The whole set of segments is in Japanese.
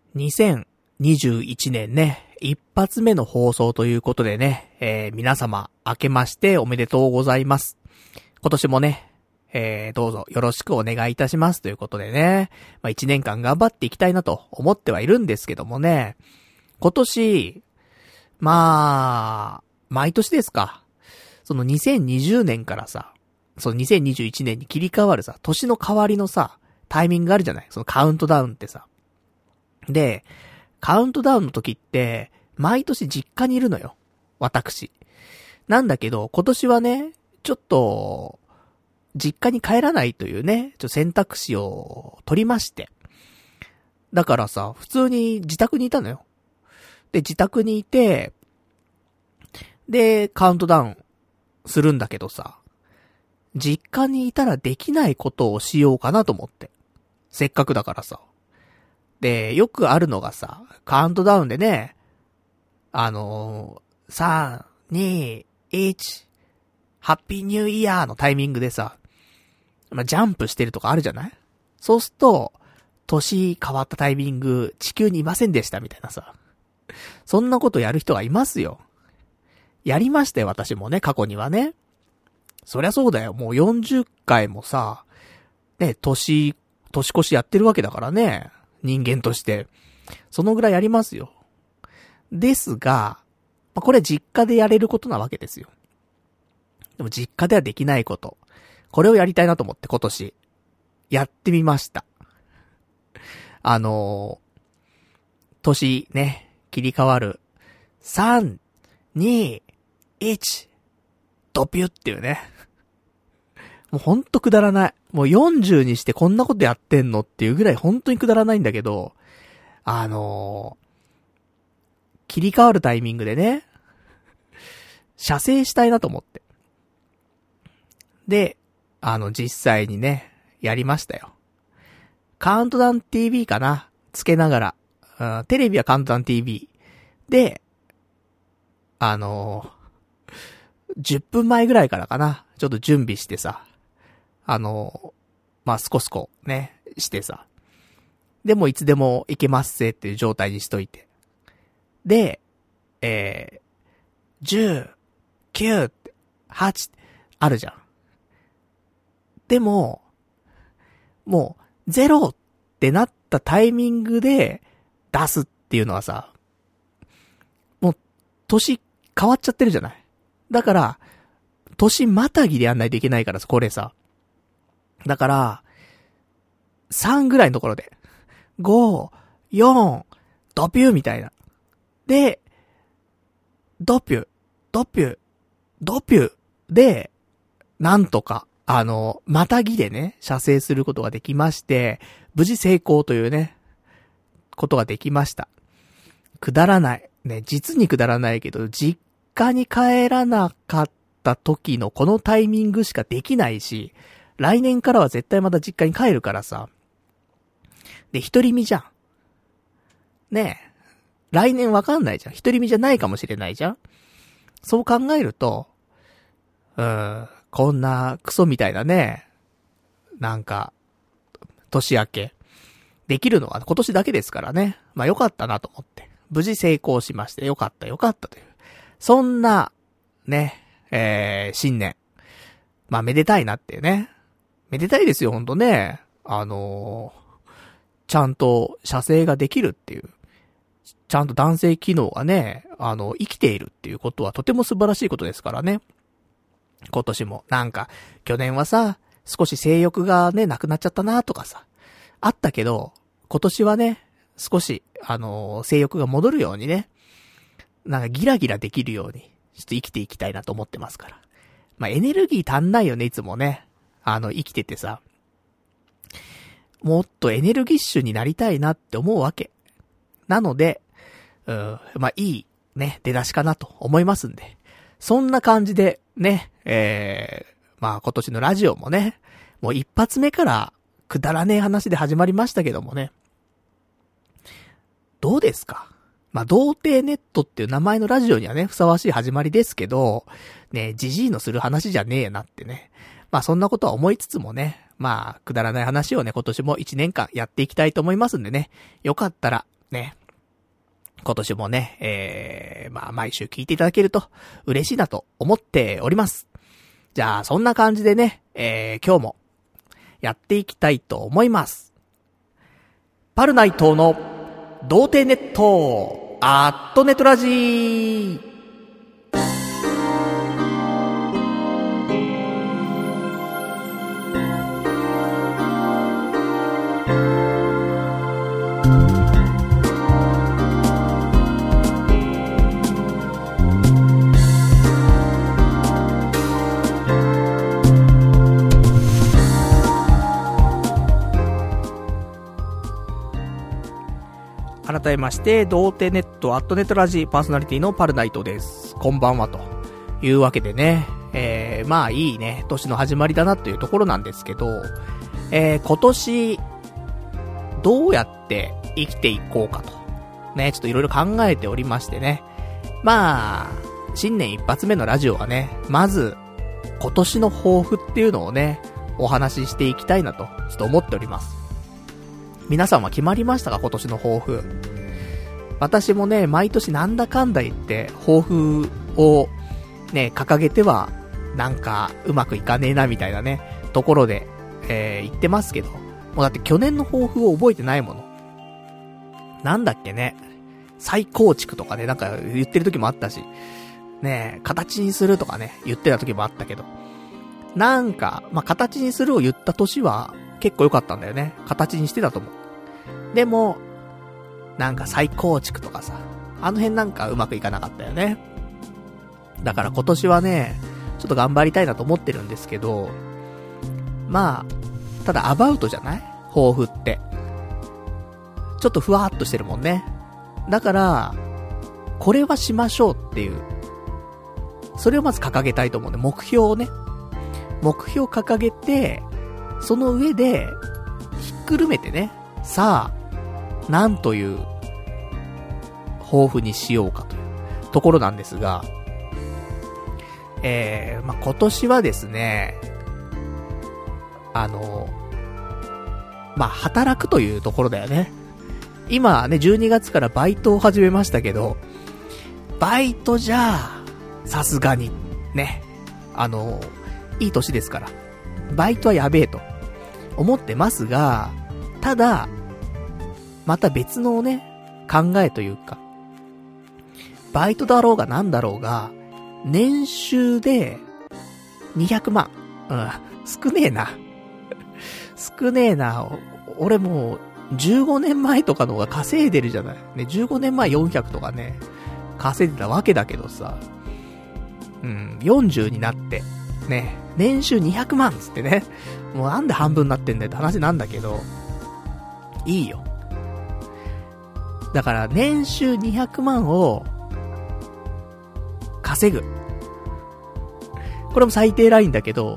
2021年ね、一発目の放送ということでね、皆様明けましておめでとうございます。今年もね、どうぞよろしくお願いいたしますということでね、1年間頑張っていきたいなと思ってはいるんですけどもね、今年、毎年ですか。その2020年からさ、その2021年に切り替わるさ、年の変わりのさ、タイミングがあるじゃない？そのカウントダウンってさ。で、カウントダウンの時って、毎年実家にいるのよ。私。なんだけど、今年はね、ちょっと、実家に帰らないというね、選択肢を取りまして。だからさ、普通に自宅にいたのよ。で、自宅にいて、で、カウントダウンするんだけどさ、実家にいたらできないことをしようかなと思って。せっかくだからさ。で、よくあるのがさ、カウントダウンでね、3、2、1、ハッピーニューイヤーのタイミングでさ、ジャンプしてるとかあるじゃない？そうすると、年変わったタイミング、地球にいませんでしたみたいなさ。そんなことやる人がいますよ。やりましたよ、私もね、過去にはね。そりゃそうだよ、もう40回もさ、ね、年越しやってるわけだからね。人間として。そのぐらいやりますよ。ですが、これは実家でやれることなわけですよ。でも実家ではできないこと。これをやりたいなと思って今年、やってみました。年ね、切り替わる。3、2、1、ドピュっていうね。もうほんとくだらない。もう40にしてこんなことやってんのっていうぐらい本当にくだらないんだけど、切り替わるタイミングでね、射精したいなと思って。で、実際にね、やりましたよ。カウントダウン TV かな？つけながら。テレビはカウントダウン TV。で、10分前ぐらいからかな。ちょっと準備してさ。スコスコね、してさ。でもいつでも行けますぜっていう状態にしといて。で、10、9、8、あるじゃん。でも、もう、0ってなったタイミングで出すっていうのはさ、もう、年変わっちゃってるじゃない。だから、年またぎでやんないといけないからさ、これさ。だから、3ぐらいのところで、5、4、ドピューみたいな。で、ドピューで、なんとか、またぎでね、射精することができまして、無事成功というね、ことができました。くだらない。ね、実にくだらないけど、実家に帰らなかった時のこのタイミングしかできないし、来年からは絶対また実家に帰るからさ。で、独り身じゃん。ねえ。来年わかんないじゃん。独り身じゃないかもしれないじゃん。そう考えると、こんなクソみたいなね、なんか、年明け、できるのは今年だけですからね。良かったなと思って。無事成功しまして、よかったという。そんな、ね、新年。めでたいなっていうね。めでたいですよ、ほんとね。ちゃんと射精ができるっていう。ちゃんと男性機能がね、生きているっていうことはとても素晴らしいことですからね。今年も、去年はさ、少し性欲がね、なくなっちゃったなとかさ、あったけど、今年はね、少し、性欲が戻るようにね、ギラギラできるように、ちょっと生きていきたいなと思ってますから。エネルギー足んないよね、いつもね。生きててさ。もっとエネルギッシュになりたいなって思うわけ。なので、いい、ね、出だしかなと思いますんで。そんな感じで、ね、今年のラジオもね、もう一発目からくだらねえ話で始まりましたけどもね。どうですか？童貞ネットっていう名前のラジオにはね、ふさわしい始まりですけど、ね、ジジイのする話じゃねえなってね。そんなことは思いつつもね、くだらない話をね、今年も1年間やっていきたいと思いますんでね。よかったら、 ね。今年もね、まあ毎週聞いていただけると嬉しいなと思っております。じゃあそんな感じでね、今日もやっていきたいと思います。パルナイトの童貞ネットアットネトラジー。改めまして、童貞ネットアットネットラジパーソナリティのパルナイトです。こんばんはというわけでね、まあいいね、年の始まりだなというところなんですけど、今年、どうやって生きていこうかと、ね、ちょっといろいろ考えておりましてね。まあ、新年一発目のラジオはね、まず、今年の抱負っていうのをね、お話ししていきたいなと、ちょっと思っております。皆さんは決まりましたか、今年の抱負。私もね、毎年なんだかんだ言って、抱負をね、掲げては、なんか、うまくいかねえなみたいなね、ところで、言ってますけど、もうだって去年の抱負を覚えてないもの。なんだっけね、再構築とかね、なんか言ってる時もあったし、ね、形にするとかね、言ってた時もあったけど、なんか、まあ、形にするを言った年は、結構良かったんだよね。形にしてたと思う。でも、なんか再構築とかさ、あの辺なんかうまくいかなかったよね。だから今年はね、ちょっと頑張りたいなと思ってるんですけど、まあ、ただアバウトじゃない？抱負って。ちょっとふわーっとしてるもんね。だから、これはしましょうっていう、それをまず掲げたいと思うんで、目標をね。目標を掲げて、その上で、ひっくるめてね、さあ、なんという、抱負にしようかというところなんですが、まあ、今年はですね、まあ、働くというところだよね。今ね、12月からバイトを始めましたけど、バイトじゃあ、さすがに、ね、いい年ですから、バイトはやべえと思ってますが、ただ、また別のね、考えというか、バイトだろうがなんだろうが、年収で200万。うん、少ねえな。少ねえな。俺もう15年前とかの方が稼いでるじゃない。ね、15年前400とかね、稼いでたわけだけどさ、うん、40になって、ね、年収200万つってね、もうなんで半分になってんだよって話なんだけど、いいよ。だから年収200万を稼ぐ。これも最低ラインだけど、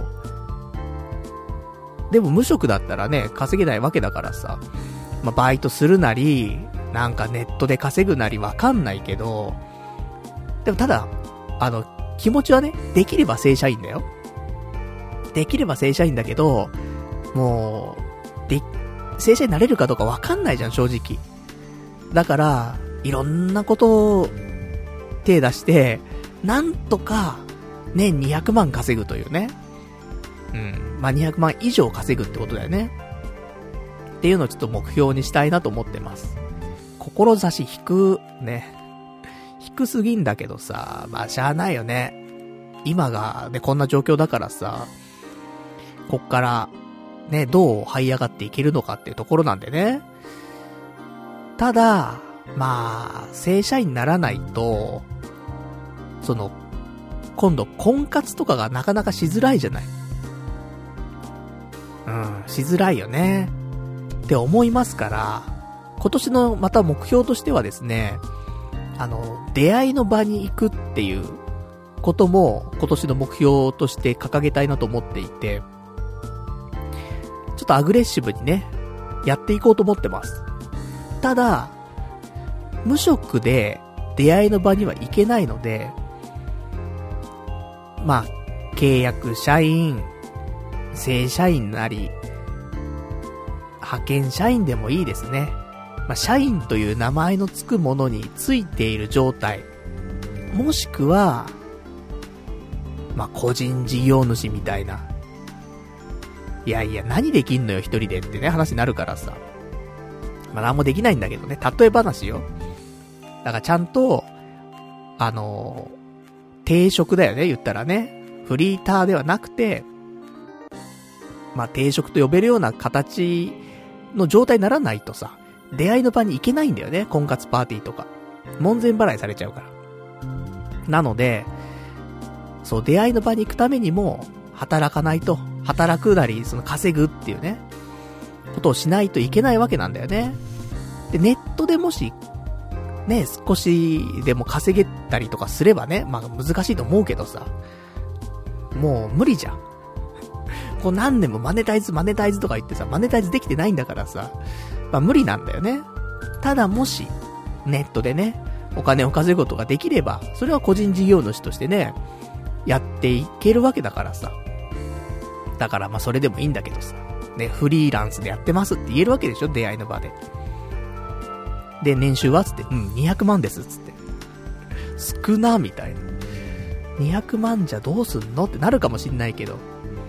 でも無職だったらね、稼げないわけだからさ、まあ、バイトするなり、なんかネットで稼ぐなりわかんないけど、でもただ、気持ちはね、できれば正社員だよ。できれば正社員だけど、もう、正社員になれるかどうかわかんないじゃん、正直。だから、いろんなことを手出して、なんとか、年200万稼ぐというね。うん。まあ、200万以上稼ぐってことだよね。っていうのをちょっと目標にしたいなと思ってます。志低すぎんだけどさ、まあ、しゃあないよね。今がね、こんな状況だからさ、こっから、ね、どう這い上がっていけるのかっていうところなんでね。ただ、まあ、正社員にならないと、今度、婚活とかがなかなかしづらいじゃない。うん、しづらいよね。って思いますから、今年のまた目標としてはですね、出会いの場に行くっていうことも今年の目標として掲げたいなと思っていて、ちょっとアグレッシブにね、やっていこうと思ってます。ただ、無職で出会いの場には行けないので、まあ、契約社員、正社員なり、派遣社員でもいいですね。 社員という名前のつくものについている状態、もしくは個人事業主みたいな、いやいや何できんのよ一人でってね話になるからさ、何もできないんだけどね、例え話よ。だからちゃんと定職だよね、言ったらね。フリーターではなくて、定職と呼べるような形の状態にならないとさ、出会いの場に行けないんだよね、婚活パーティーとか。門前払いされちゃうから。なので、そう、出会いの場に行くためにも、働かないと、働くなり、稼ぐっていうね、ことをしないといけないわけなんだよね。で、ネットでもし、ね、少しでも稼げたりとかすればね、難しいと思うけどさ、もう無理じゃん。こう何年もマネタイズとか言ってさ、マネタイズできてないんだからさ、無理なんだよね。ただもし、ネットでね、お金を稼ぐことができれば、それは個人事業主としてね、やっていけるわけだからさ。だからそれでもいいんだけどさ、ね、フリーランスでやってますって言えるわけでしょ、出会いの場で。で、年収はつって、200万ですつって。少なみたいな。200万じゃどうすんのってなるかもしんないけど。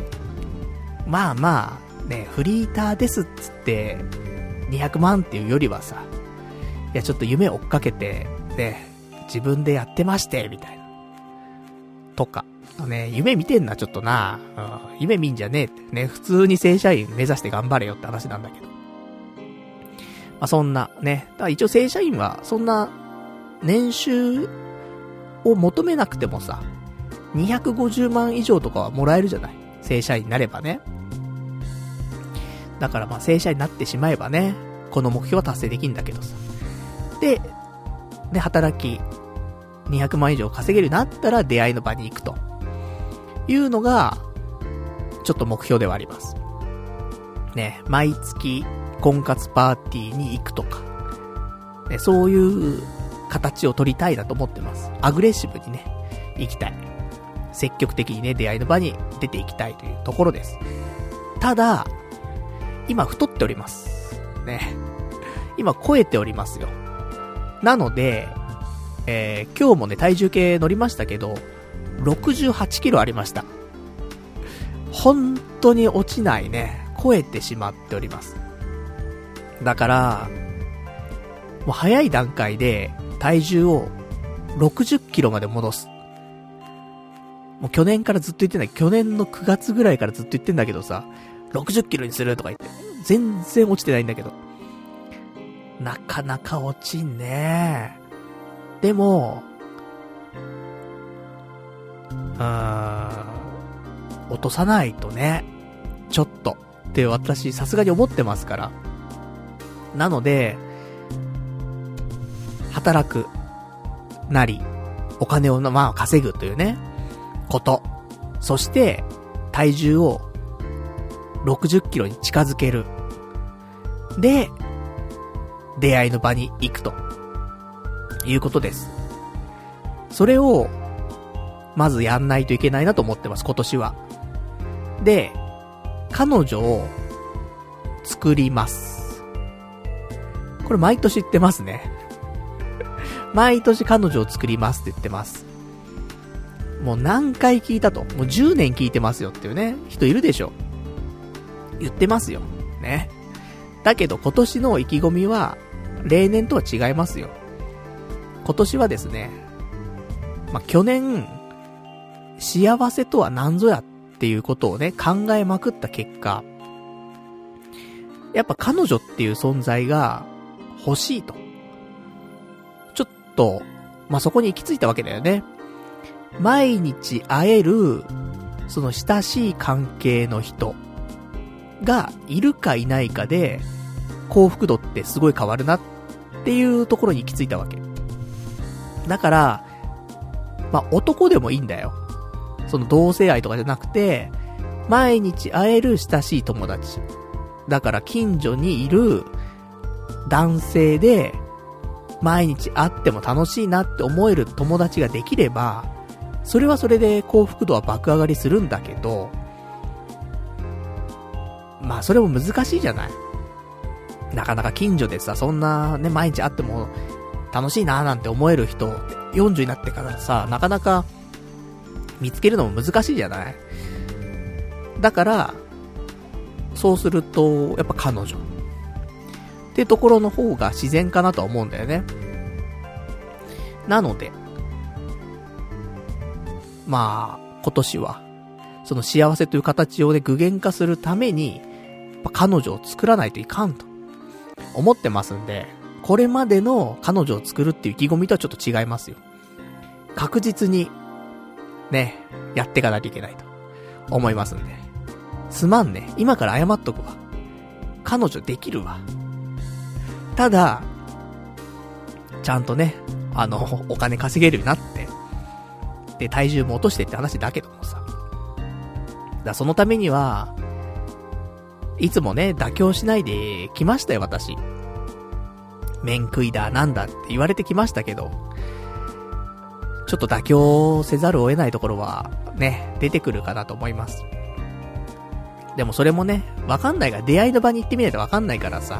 ね、フリーターですっつって、200万っていうよりはさ、いやちょっと夢追っかけて、ね、自分でやってまして、みたいな。とか。ね、夢見てんな、ちょっとな。夢見んじゃねえって。ね、普通に正社員目指して頑張れよって話なんだけど。そんな、ね。だから一応正社員は、そんな、年収を求めなくてもさ、250万以上とかはもらえるじゃない。正社員になればね。だから正社員になってしまえばね、この目標は達成できるんだけどさ。で、働き、200万以上稼げるようになったら出会いの場に行くというのが、ちょっと目標ではあります。ね、毎月婚活パーティーに行くとか、ね、そういう形を取りたいなと思ってます。アグレッシブにね、行きたい。積極的にね、出会いの場に出ていきたいというところです。ただ、今太っております。ね。今超えておりますよ。なので、今日もね、体重計乗りましたけど、68キロありました。本当に落ちないね。超えてしまっております。だから、もう早い段階で体重を60キロまで戻す。もう去年からずっと言ってんだけど、去年の9月ぐらいからずっと言ってんだけどさ、60キロにするとか言って、全然落ちてないんだけど。なかなか落ちんね。でも、落とさないとね、ちょっとって私さすがに思ってますから。なので、働くなり、お金を稼ぐというね、こと。そして、体重を60キロに近づける。で、出会いの場に行くということです。それをまずやんないといけないなと思ってます、今年は。で、彼女を作ります。これ毎年言ってますね。毎年彼女を作りますって言ってます。もう何回聞いたと、もう10年聞いてますよっていうね、人いるでしょ。言ってますよ。ね。だけど今年の意気込みは、例年とは違いますよ。今年はですね、去年、幸せとは何ぞやっていうことをね、考えまくった結果、やっぱ彼女っていう存在が欲しいと。ちょっと、そこに行き着いたわけだよね。毎日会える、その親しい関係の人がいるかいないかで、幸福度ってすごい変わるなっていうところに行き着いたわけ。だから、男でもいいんだよ。その同性愛とかじゃなくて、毎日会える親しい友達。だから近所にいる男性で、毎日会っても楽しいなって思える友達ができれば、それはそれで幸福度は爆上がりするんだけど、それも難しいじゃない。 なかなか近所でさ、そんなね、毎日会っても楽しいなーなんて思える人、40になってからさ、なかなか見つけるのも難しいじゃない。だから、そうすると、やっぱ彼女。ってところの方が自然かなとは思うんだよね。なので、まあ、今年は、その幸せという形をね、具現化するために、彼女を作らないといかんと思ってますんで、これまでの彼女を作るっていう意気込みとはちょっと違いますよ。確実に、ね、やっていかなきゃいけないと思いますんで。すまんね。今から謝っとくわ。彼女できるわ。ただ、ちゃんとね、お金稼げるようになって、で、体重も落としてって話だけどもさ。そのためには、いつもね、妥協しないで来ましたよ、私。麺食いだ、なんだって言われてきましたけど、ちょっと妥協せざるを得ないところは、ね、出てくるかなと思います。でもそれもね、わかんないから、出会いの場に行ってみないとわかんないからさ、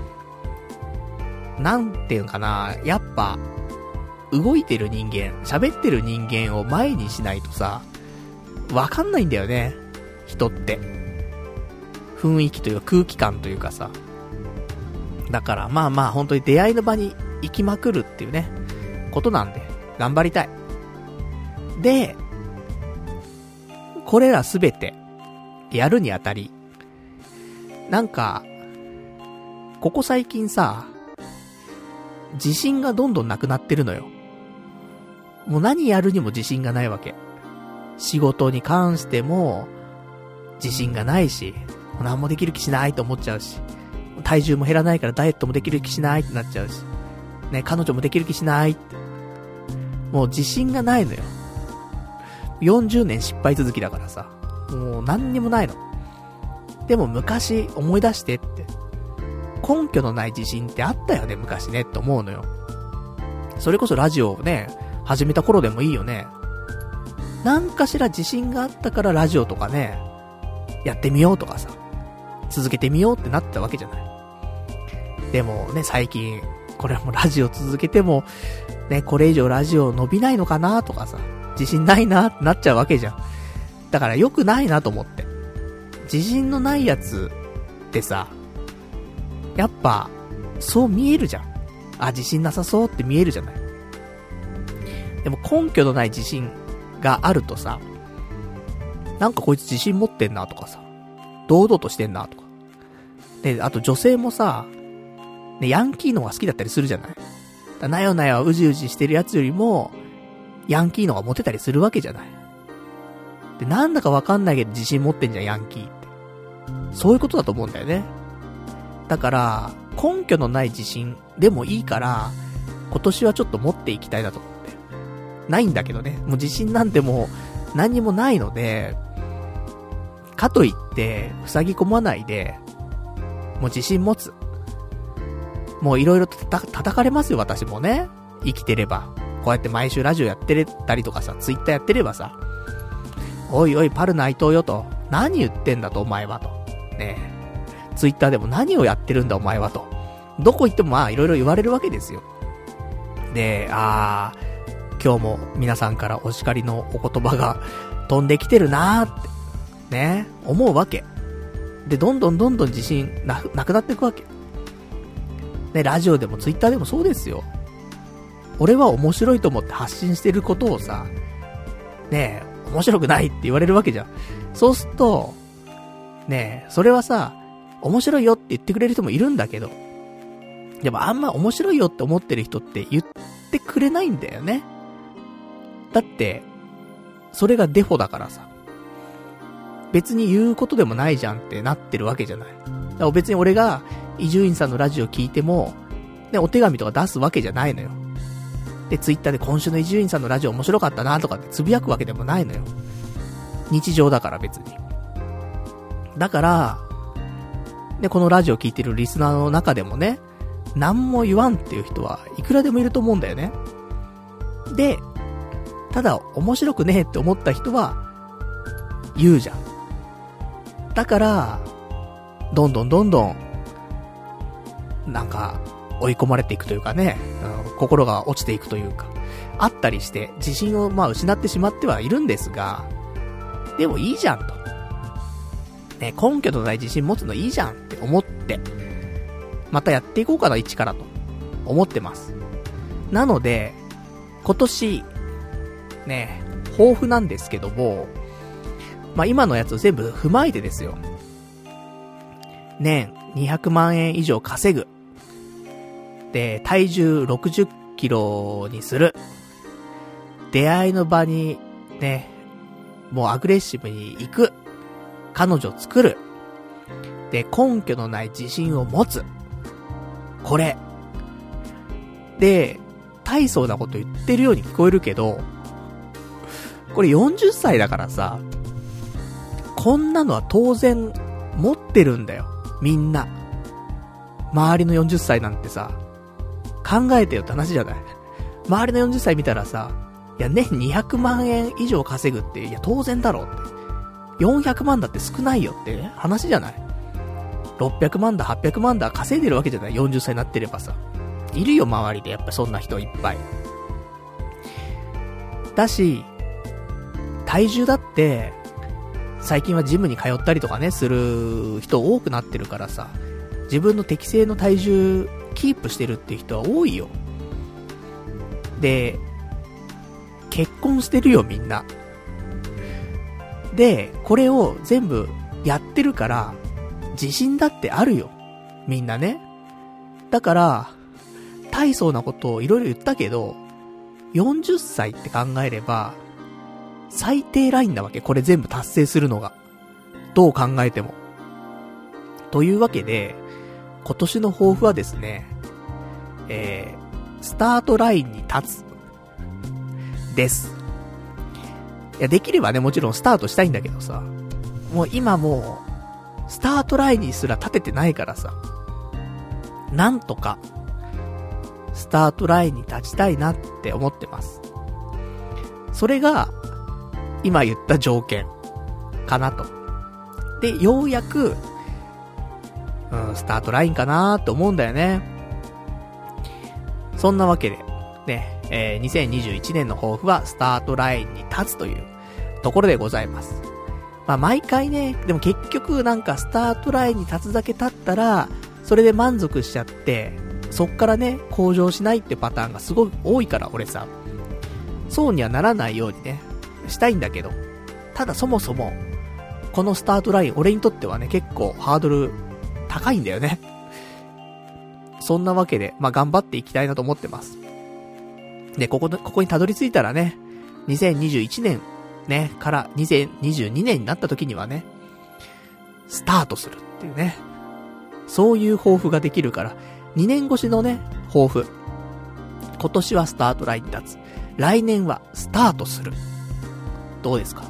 なんていうのかな、やっぱ、動いてる人間、喋ってる人間を前にしないとさ、わかんないんだよね、人って。雰囲気というか空気感というかさ。だからまあまあ本当に出会いの場に行きまくるっていうね、ことなんで、頑張りたい。で、これらすべて、やるにあたり、なんか、ここ最近さ、自信がどんどんなくなってるのよ。もう何やるにも自信がないわけ。仕事に関しても、自信がないし、もう何もできる気しないと思っちゃうし、体重も減らないからダイエットもできる気しないってなっちゃうし、ね、彼女もできる気しないって。もう自信がないのよ。40年失敗続きだからさ、もう何にもないの。でも昔思い出してって、根拠のない自信ってあったよね、昔ねって思うのよ。それこそラジオをね、始めた頃でもいいよね。なんかしら自信があったからラジオとかね、やってみようとかさ、続けてみようってなったわけじゃない。でもね、最近、これもラジオ続けても、ね、これ以上ラジオ伸びないのかなとかさ、自信ないなってなっちゃうわけじゃん。だから良くないなと思って。自信のないやつってさ、やっぱ、そう見えるじゃん。あ、自信なさそうって見えるじゃない。でも根拠のない自信があるとさ、なんかこいつ自信持ってんなとかさ、堂々としてんなとか。で、あと女性もさ、ね、ヤンキーの方が好きだったりするじゃない。だなよなようじうじしてるやつよりも、ヤンキーの方がモテたりするわけじゃない。で、なんだかわかんないけど自信持ってんじゃん、ヤンキーって。そういうことだと思うんだよね。だから、根拠のない自信でもいいから、今年はちょっと持っていきたいなと思って。ないんだけどね。もう自信なんてもう何にもないので、かといって、塞ぎ込まないで、もう自信持つ。もういろいろと叩かれますよ、私もね。生きてれば。こうやって毎週ラジオやってれたりとかさ、ツイッターやってればさ、おいおいパル内藤よと、何言ってんだとお前はと。ねえ。ツイッターでも何をやってるんだお前はと。どこ行ってもまあいろいろ言われるわけですよ。で、今日も皆さんからお叱りのお言葉が飛んできてるなーって、ね、思うわけ。で、どんどん自信なくなっていくわけ。ね、ラジオでもツイッターでもそうですよ。俺は面白いと思って発信してることをさ、ねえ、面白くないって言われるわけじゃん。そうすると、ねえ、それはさ、面白いよって言ってくれる人もいるんだけど、でもあんま面白いよって思ってる人って言ってくれないんだよね。だって、それがデフォだからさ。別に言うことでもないじゃんってなってるわけじゃない。だから別に俺が伊集院さんのラジオ聞いても、ね、お手紙とか出すわけじゃないのよ。で、ツイッターで今週の伊集院さんのラジオ面白かったなとかってつぶやくわけでもないのよ。日常だから別に。だから、で、このラジオ聞いてるリスナーの中でもね、何も言わんっていう人はいくらでもいると思うんだよね。で、ただ面白くねえって思った人は言うじゃん。だからどんどんなんか、追い込まれていくというかね、心が落ちていくというか、あったりして、自信を失ってしまってはいるんですが、でもいいじゃんと。ね、根拠のない自信持つのいいじゃんって思って、またやっていこうかな、一からと思ってます。なので、今年、ね、抱負なんですけども、今のやつを全部踏まえてですよ。年200万円以上稼ぐ。で、体重60キロにする。出会いの場に、ね、もうアグレッシブに行く。彼女を作る。で、根拠のない自信を持つ。これ。で、大層なこと言ってるように聞こえるけど、これ40歳だからさ、こんなのは当然持ってるんだよ。みんな。周りの40歳なんてさ、考えてよって話じゃない。周りの40歳見たらさ、いや年200万円以上稼ぐって、いや当然だろうって。400万だって少ないよって話じゃない。600万だ800万だ稼いでるわけじゃない。40歳になってればさ。いるよ周りでやっぱそんな人いっぱい。だし、体重だって、最近はジムに通ったりとかね、する人多くなってるからさ、自分の適正の体重キープしてるっていう人は多いよ。で、結婚してるよみんな。で、これを全部やってるから、自信だってあるよ。みんなね。だから、大層なことをいろいろ言ったけど、40歳って考えれば、最低ラインなわけ。これ全部達成するのが。どう考えても。というわけで、今年の抱負はですね、スタートラインに立つ。です。いや、できればね、もちろんスタートしたいんだけどさ、もう今もう、スタートラインにすら立ててないからさ、なんとか、スタートラインに立ちたいなって思ってます。それが、今言った条件、かなと。で、ようやく、スタートラインかなーって思うんだよね。そんなわけで、ね、2021年の抱負はスタートラインに立つというところでございます。毎回ね、でも結局なんかスタートラインに立つだけ立ったら、それで満足しちゃって、そっからね、向上しないってパターンがすごい多いから俺さ、そうにはならないようにね、したいんだけど、ただそもそも、このスタートライン、俺にとってはね、結構ハードル高いんだよね。そんなわけで、頑張っていきたいなと思ってます。で、ここにたどり着いたらね、2021年ね、から2022年になった時にはね、スタートするっていうね、そういう抱負ができるから、2年越しのね、抱負。今年はスタートラインに立つ。来年はスタートする。どうですか？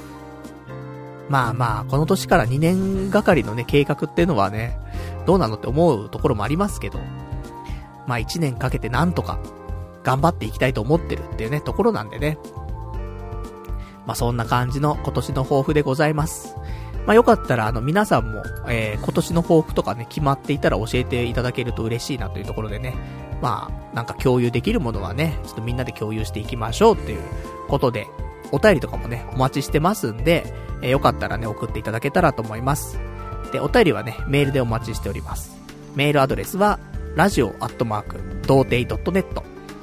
この年から2年がかりのね、計画っていうのはね、どうなのって思うところもありますけど、1年かけてなんとか頑張っていきたいと思ってるっていうね、ところなんでね。そんな感じの今年の抱負でございます。よかったら皆さんも、今年の抱負とかね、決まっていたら教えていただけると嬉しいなというところでね、なんか共有できるものはね、ちょっとみんなで共有していきましょうっていうことで、お便りとかもね、お待ちしてますんで、よかったらね、送っていただけたらと思います。で、お便りはね、メールでお待ちしております。メールアドレスは、radio@doutei.net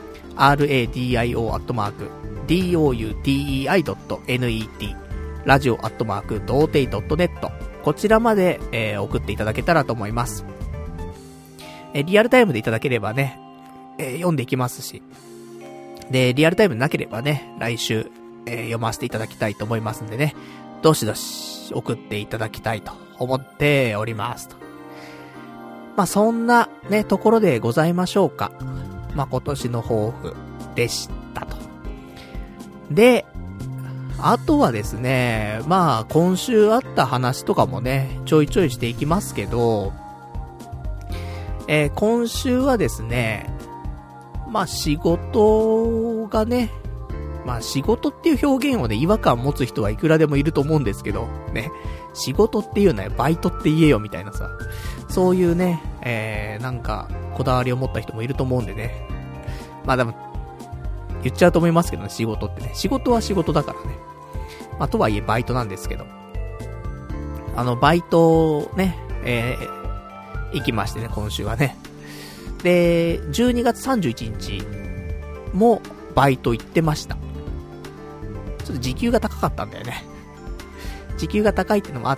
radio@doutei.net radio@doutei.net こちらまで、送っていただけたらと思います。リアルタイムでいただければね、読んでいきますし、で、リアルタイムなければね、来週、読ませていただきたいと思いますんでね、どしどし送っていただきたいと思っておりますと。そんなね、ところでございましょうか。今年の抱負でしたと。で、あとはですね、今週あった話とかもね、ちょいちょいしていきますけど、今週はですね、仕事がね、仕事っていう表現をね、違和感持つ人はいくらでもいると思うんですけど、ね、仕事っていうのはバイトって言えよみたいなさ、 そういうね、なんか、こだわりを持った人もいると思うんでね。まあでも、言っちゃうと思いますけどね、仕事ってね。仕事は仕事だからね。まあとはいえバイトなんですけど。バイトね、行きましてね、今週はね。で、12月31日もバイト行ってました。ちょっと時給が高かったんだよね。時給が高いってのもあって、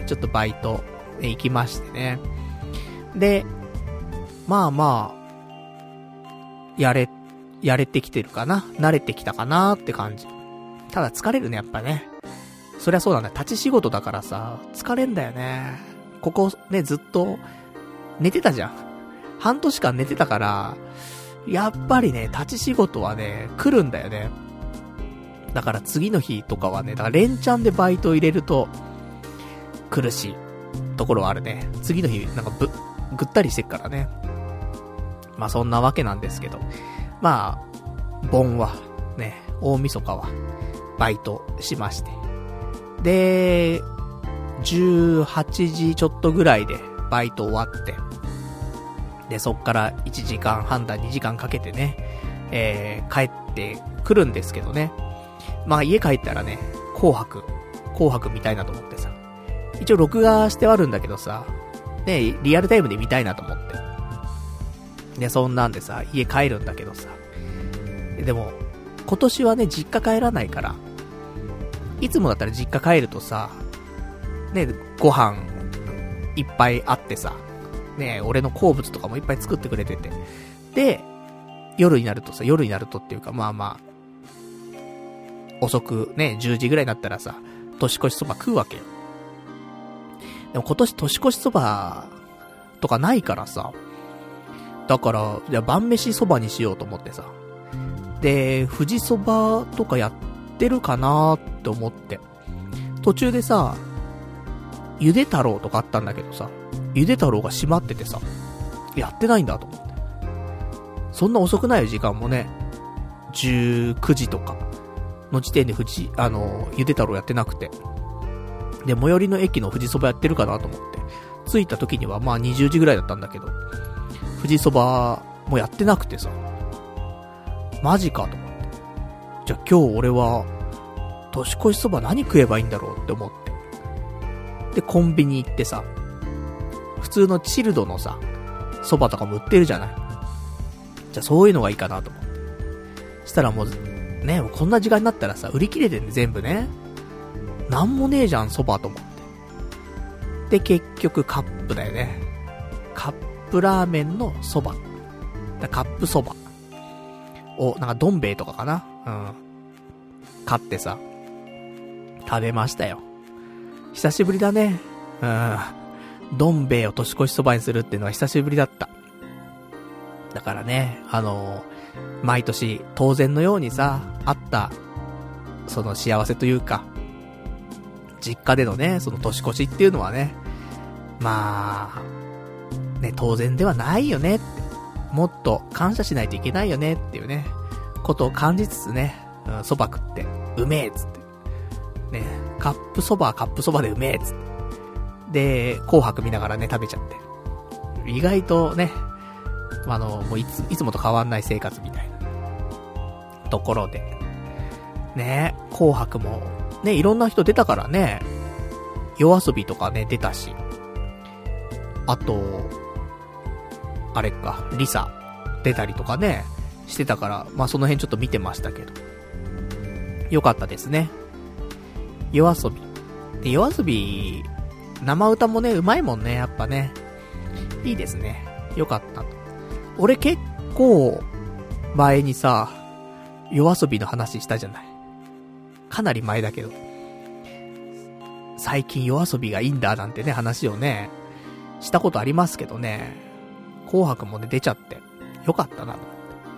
ちょっとバイト行きましてね。で、まあまあ、やれてきてるかな、慣れてきたかなって感じ。ただ疲れるね、やっぱね。そりゃそうなんだよ。立ち仕事だからさ、疲れんだよね。ここね、ずっと寝てたじゃん。半年間寝てたから、やっぱりね、立ち仕事はね、来るんだよね。だから次の日とかはね、だから連チャンでバイト入れると、苦しいところはあるね。次の日、なんかぐったりしてっからね。まあそんなわけなんですけど。まあ、盆は、ね、大晦日は、バイトしまして。で、18時ちょっとぐらいで、バイト終わって。で、そっから1時間半だ2時間かけてね、帰ってくるんですけどね。まあ家帰ったらね、紅白見たいなと思ってさ。一応録画してはあるんだけどさ、ね、リアルタイムで見たいなと思って。で、そんなんでさ、家帰るんだけどさ。でも、今年はね、実家帰らないから、いつもだったら実家帰るとさ、ね、ご飯いっぱいあってさ、ね、俺の好物とかもいっぱい作ってくれてて。で、夜になるとっていうか、まあまあ、遅くね、10時ぐらいになったらさ、年越しそば食うわけよ。でも今年年越しそばとかないからさ、だから、じゃあ晩飯そばにしようと思ってさ。で、富士そばとかやってるかなーって思って。途中でさ、ゆで太郎とかあったんだけどさ、ゆで太郎が閉まっててさ、やってないんだと思って。そんな遅くないよ、時間もね。19時とかの時点でゆで太郎やってなくて。で、最寄りの駅の富士そばやってるかなと思って。着いた時にはまあ20時ぐらいだったんだけど、富士そばもやってなくてさ、マジかと思って。じゃあ今日俺は、年越しそば何食えばいいんだろうって思って。で、コンビニ行ってさ、普通のチルドのさ、そばとかも売ってるじゃない。じゃあそういうのがいいかなと思って。したらもう、ね、こんな時間になったらさ、売り切れてんね、全部ね。なんもねえじゃん、そばと思って。で、結局カップだよね。カップラーメンのそば。カップそば。を、なんかどん兵衛とかかな。うん。買ってさ、食べましたよ。久しぶりだね。うん。どん兵衛を年越しそばにするっていうのは久しぶりだった。だからね、毎年当然のようにさ、あった、その幸せというか、実家でのね、その年越しっていうのはね、まあ、ね、当然ではないよねって、もっと感謝しないといけないよねっていうね、ことを感じつつね、蕎麦食って、うめえっつって。ね、カップ蕎麦でうめえっつって。で、紅白見ながらね、食べちゃって。意外とね、もういつもと変わんない生活みたいなところで。ね、紅白も、ね、いろんな人出たからね、夜遊びとかね、出たし。あと、あれか、リサ出たりとかね、してたから、まあその辺ちょっと見てましたけど。よかったですね。夜遊び。で、夜遊び、生歌もね、うまいもんね、やっぱね。いいですね。よかったと。俺結構、前にさ、夜遊びの話したじゃない。かなり前だけど。最近夜遊びがいいんだなんてね、話をね、したことありますけどね。紅白もね、出ちゃって、よかったなと思って。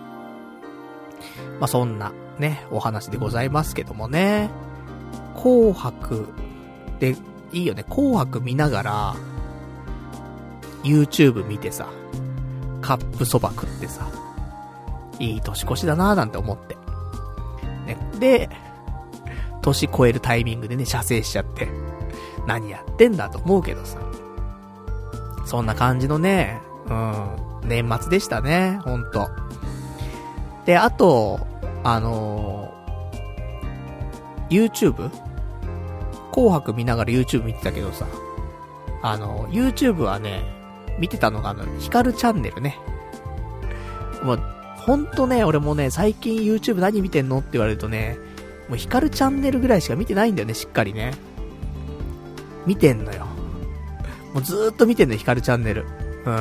まあ、そんな、ね、お話でございますけどもね。紅白で、いいよね。紅白見ながら、YouTube 見てさ、カップそば食ってさ、いい年越しだなーなんて思って。ね。で、年越えるタイミングでね、射精しちゃって、何やってんだと思うけどさ。 そんな感じのね、年末でしたね、ほんと。で、あと、YouTube？ 紅白見ながら YouTube 見てたけどさ、YouTube はね、見てたのがヒカルチャンネルね。もう、ほんとね、俺もね、最近 YouTube 何見てんのって言われるとね、もうヒカルチャンネルぐらいしか見てないんだよね、しっかりね。見てんのよ。もうずーっと見てんのよ、ヒカルチャンネル。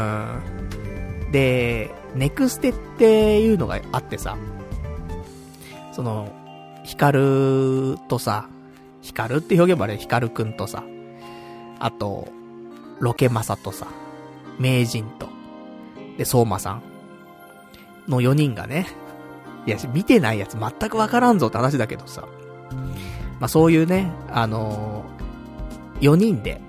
で、ネクステっていうのがあってさ、その、ヒカルとさ、ヒカルって表現もあれ、ヒカルくんとさ、あと、ロケマサとさ、名人と、で、相馬さんの4人がね、いや、見てないやつ全くわからんぞって話だけどさ、まあそういうね、4人で、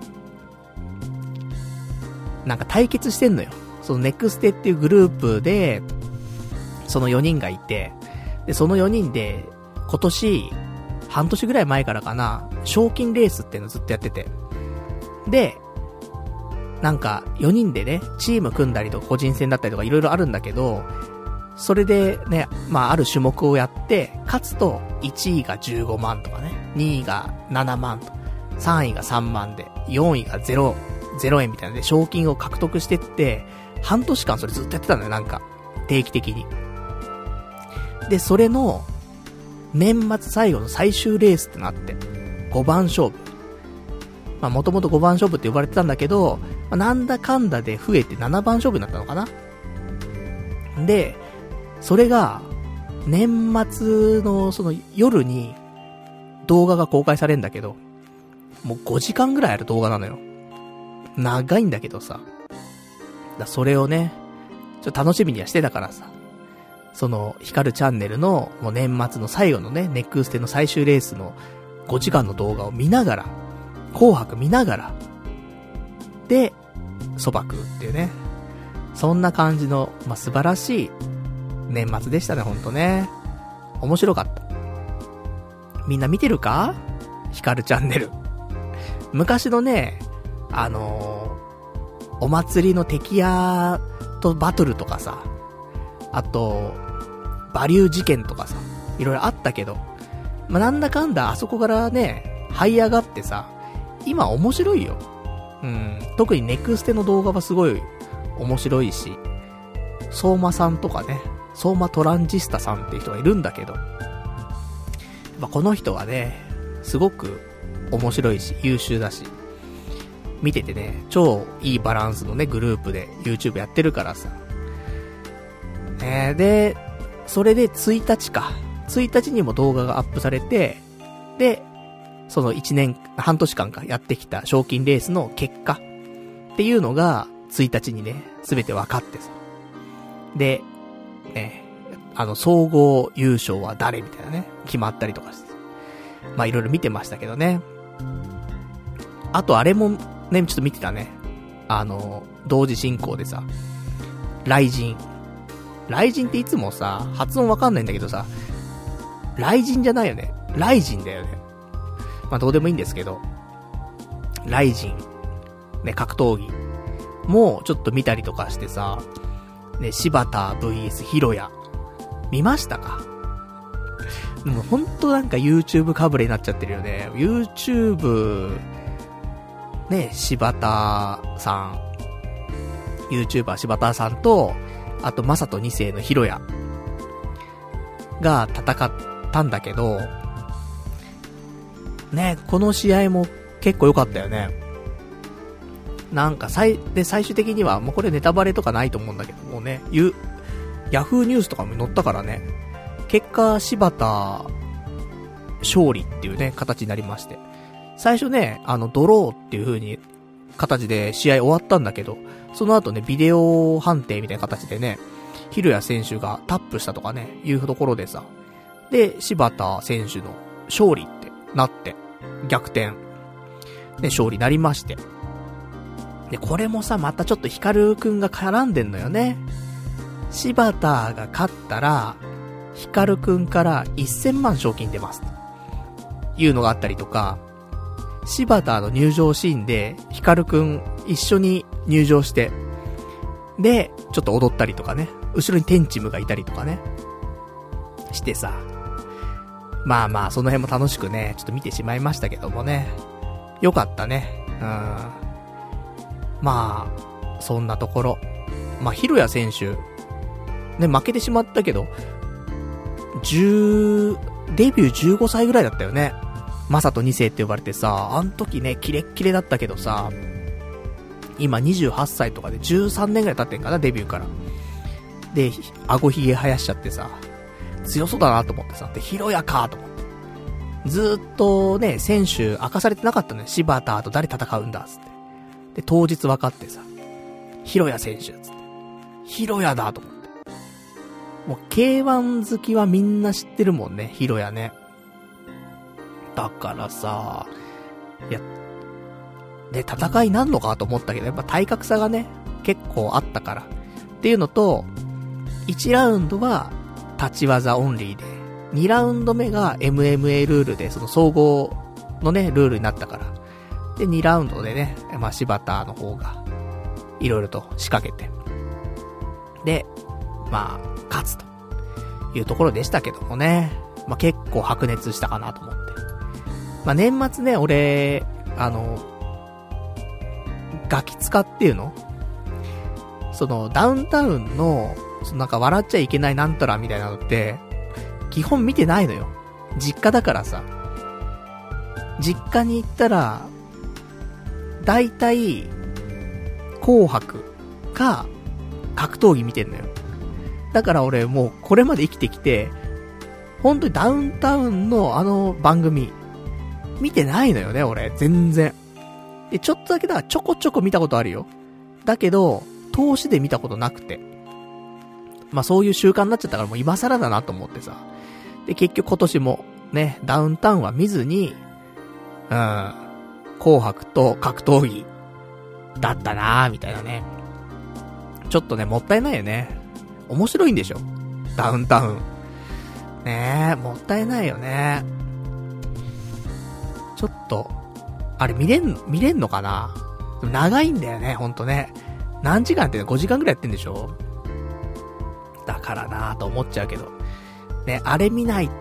なんか対決してんのよ。そのネクステっていうグループで、その4人がいて、で、その4人で、今年、半年ぐらい前からかな、賞金レースっていうのずっとやってて。で、なんか、4人でね、チーム組んだりとか個人戦だったりとかいろいろあるんだけど、それでね、まあある種目をやって、勝つと1位が15万とかね、2位が7万と、3位が3万で、4位が0円みたいなので、賞金を獲得してって、半年間それずっとやってたのよ、なんか、定期的に。で、それの、年末最後の最終レースってなって、5番勝負。まあもともと5番勝負って呼ばれてたんだけど、まあ、なんだかんだで増えて7番勝負になったのかな。で、それが、年末のその夜に動画が公開されるんだけど、もう5時間ぐらいある動画なのよ。長いんだけどさ。それをね、ちょっと楽しみにはしてたからさ。その、ヒカルチャンネルのもう年末の最後のね、ネクステの最終レースの5時間の動画を見ながら、紅白見ながら、で、蕎麦食うっていうね。そんな感じの、まあ、素晴らしい年末でしたね、ほんとね。面白かった。みんな見てるか？ヒカルチャンネル。昔のね、お祭りの敵屋とバトルとかさ、あと、バリュー事件とかさ、いろいろあったけど、まあ、なんだかんだあそこからね、這い上がってさ、今面白いよ。特にネクステの動画はすごい面白いし、相馬さんとかね、相馬トランジスタさんっていう人がいるんだけど、まあ、この人はね、すごく面白いし、優秀だし、見ててね、超いいバランスのね、グループで YouTube やってるからさ。で、それで1日にも動画がアップされて、で、その半年間かやってきた賞金レースの結果っていうのが1日にね、すべて分かってさ。で、ね、総合優勝は誰みたいなね、決まったりとかして。まあいろいろ見てましたけどね。あとあれもね、ちょっと見てたね。同時進行でさ、雷神っていつもさ、発音わかんないんだけどさ、雷神じゃないよね。雷神だよね。まあどうでもいいんですけど、雷神、ね、格闘技もちょっと見たりとかしてさ、ね、柴田 vs ヒロヤ、見ましたか？でもほんとなんか YouTube かぶれになっちゃってるよね。YouTube、ね、柴田さん、YouTuber 柴田さんと、あとマサト2世のヒロヤが戦ったんだけど、ね、この試合も結構良かったよね。なんか最終的には、もうこれネタバレとかないと思うんだけどもね、ヤフーニュースとかも載ったからね、結果柴田勝利っていうね、形になりまして。最初ね、ドローっていう風に形で試合終わったんだけど、その後ね、ビデオ判定みたいな形でね、ヒロヤ選手がタップしたとかね、いうところでさ、で、柴田選手の勝利ってなって、逆転、で、勝利になりまして。で、これもさ、またちょっとヒカルくんが絡んでんのよね。柴田が勝ったら、ヒカルくんから1000万賞金出ます。というのがあったりとか、柴田の入場シーンで、ヒカルくん一緒に入場して、で、ちょっと踊ったりとかね、後ろにテンチムがいたりとかね、してさ、まあまあ、その辺も楽しくね、ちょっと見てしまいましたけどもね、よかったね。まあ、そんなところ。まあ、ひろや選手、ね、負けてしまったけど、デビュー15歳ぐらいだったよね。マサト2世って呼ばれてさ、あの時ね、キレッキレだったけどさ、今28歳とかで13年ぐらい経ってんかな、デビューから。で、顎ひげ生やしちゃってさ、強そうだなと思ってさ、で、ひろやかと思って。ずーっとね、選手明かされてなかったのよ。柴田と誰戦うんだ、つって。で、当日分かってさ、ひろや選手、つって。ひろやだと思って。もう K1 好きはみんな知ってるもんね、ひろやね。だからさ、いや、で、戦いなんのかと思ったけど、やっぱ体格差がね、結構あったから。っていうのと、1ラウンドは立ち技オンリーで、2ラウンド目が MMA ルールで、その総合のね、ルールになったから。で、2ラウンドでね、まあ、柴田の方が、いろいろと仕掛けて。で、まあ、勝つというところでしたけどもね。まあ、結構白熱したかなと思って。まあ、年末ね、俺、ガキ使っていうの？その、ダウンタウンの、そのなんか笑っちゃいけないなんたらみたいなのって、基本見てないのよ。実家だからさ。実家に行ったら、だいたい、紅白か、格闘技見てんのよ。だから俺もうこれまで生きてきて、本当にダウンタウンのあの番組、見てないのよね、俺。全然。で、ちょっとだけだからちょこちょこ見たことあるよ。だけど、投資で見たことなくて。まあそういう習慣になっちゃったからもう今更だなと思ってさ。で、結局今年もね、ダウンタウンは見ずに、紅白と格闘技だったなぁ、みたいなね。ちょっとね、もったいないよね。面白いんでしょ？ダウンタウン。ねえ、もったいないよね。ちょっと、あれ見れんのかな？でも長いんだよね、ほんとね。何時間って5時間ぐらいやってんでしょ？だからなぁと思っちゃうけど。ね、あれ見ないって、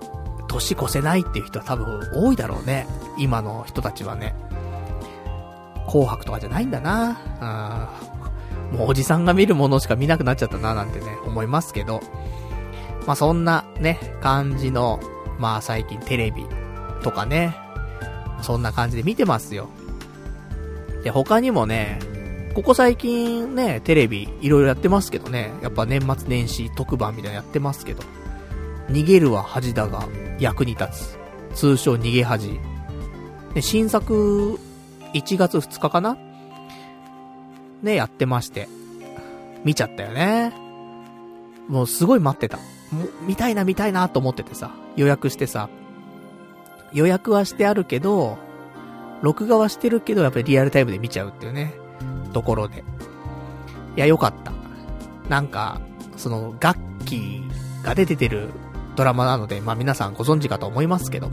年越せないっていう人は多分多いだろうね。今の人たちはね。紅白とかじゃないんだな。もうおじさんが見るものしか見なくなっちゃったななんてね、思いますけど。まあそんなね、感じの、まあ最近テレビとかね、そんな感じで見てますよ。で、他にもね、ここ最近ね、テレビいろいろやってますけどね、やっぱ年末年始特番みたいなやってますけど、逃げるは恥だが役に立つ。通称逃げ恥。で、新作1月2日かなね、やってまして。見ちゃったよね。もうすごい待ってた。もう見たいなと思っててさ、予約してさ、予約はしてあるけど、録画はしてるけど、やっぱりリアルタイムで見ちゃうっていうね、ところで。いや、よかった。なんか、その、ガッキーが出てるドラマなので、まあ皆さんご存知かと思いますけども。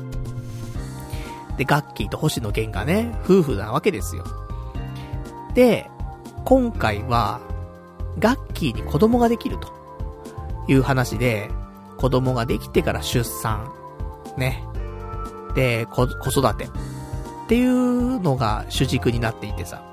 で、ガッキーと星野源がね、夫婦なわけですよ。で、今回は、ガッキーに子供ができるという話で、子供ができてから出産、ね。で、子育てっていうのが主軸になっていてさ。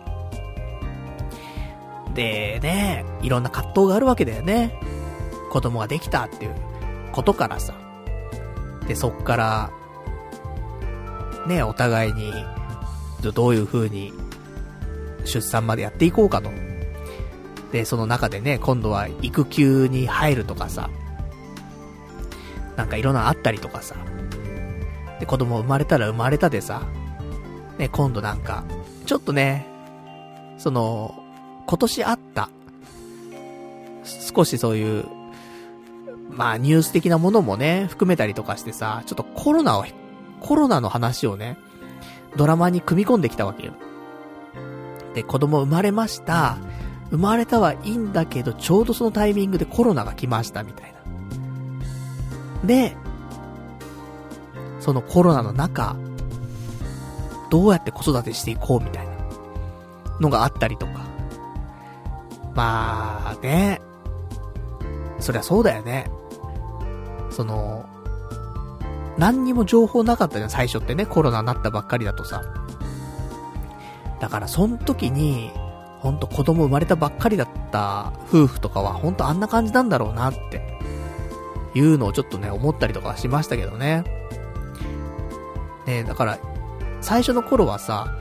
でね、いろんな葛藤があるわけだよね。子供ができたっていうことからさ。で、そっから、ね、お互いに、どういう風に、出産までやっていこうかと。で、その中でね、今度は育休に入るとかさ。なんかいろんなあったりとかさ。で、子供生まれたら生まれたでさ。ね、今度なんか、ちょっとね、その、今年あった、少しそういう、まあニュース的なものもね、含めたりとかしてさ、ちょっとコロナの話をね、ドラマに組み込んできたわけよ。で、子供生まれました。生まれたはいいんだけど、ちょうどそのタイミングでコロナが来ましたみたいな。で、そのコロナの中、どうやって子育てしていこうみたいな。 のがあったりとか。まあね、そりゃそうだよね。何にも情報なかったじゃん、最初ってね、コロナになったばっかりだとさ。だからその時に、ほんと子供生まれたばっかりだった夫婦とかは、ほんとあんな感じなんだろうなって、いうのをちょっとね、思ったりとかしましたけどね。ね、だから、最初の頃はさ、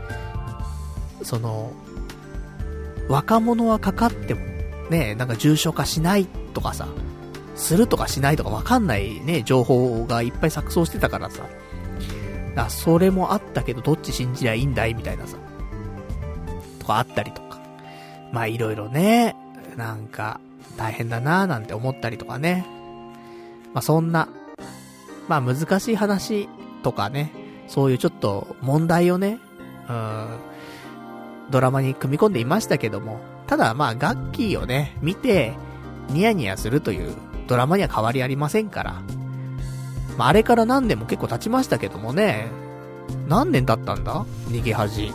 若者はかかっても、ね、なんか重症化しないとかさ、するとかしないとかわかんないね、情報がいっぱい錯綜してたからさ。それもあったけど、どっち信じりゃいいんだいみたいなさ。とかあったりとか。まあいろいろね、なんか、大変だなーなんて思ったりとかね。まあそんな、まあ難しい話とかね、そういうちょっと問題をね、ドラマに組み込んでいましたけども、ただまあガッキーをね、見て、ニヤニヤするというドラマには変わりありませんから。まああれから何年も結構経ちましたけどもね、何年経ったんだ？逃げ恥。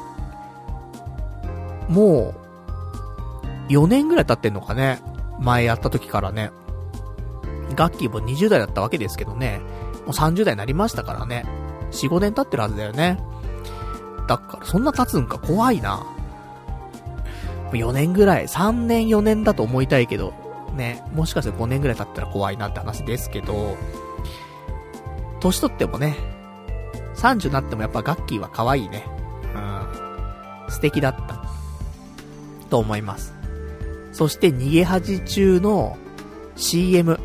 もう、4年ぐらい経ってんのかね。前やった時からね。ガッキーも20代だったわけですけどね。もう30代になりましたからね。4、5年経ってるはずだよね。だからそんな経つんか怖いな。4年ぐらい、3年4年だと思いたいけど、ね、もしかして5年ぐらい経ったら怖いなって話ですけど、年取ってもね、30になってもやっぱガッキーは可愛いね。素敵だった。と思います。そして逃げ恥中の CM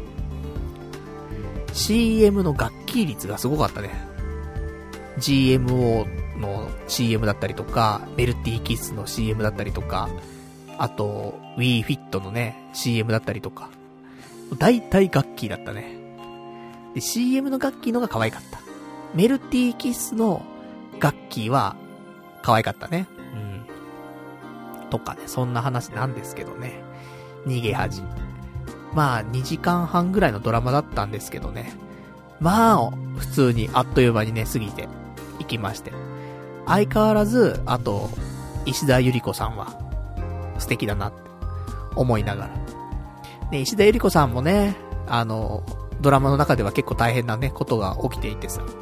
のガッキー率がすごかったね。GMO の CM だったりとか、メルティーキッスの CM だったりとか、あと WeFit のね CM だったりとか、大体ガッキーだったね。で CM のガッキーのが可愛かった。メルティーキッスのガッキーは可愛かったね。とかね、そんな話なんですけどね。逃げ恥。まあ2時間半ぐらいのドラマだったんですけどね。まあ普通にあっという間にね過ぎていきまして、相変わらずあと石田ゆり子さんは素敵だなって思いながらね。石田ゆり子さんもね、ドラマの中では結構大変なねことが起きていてさ、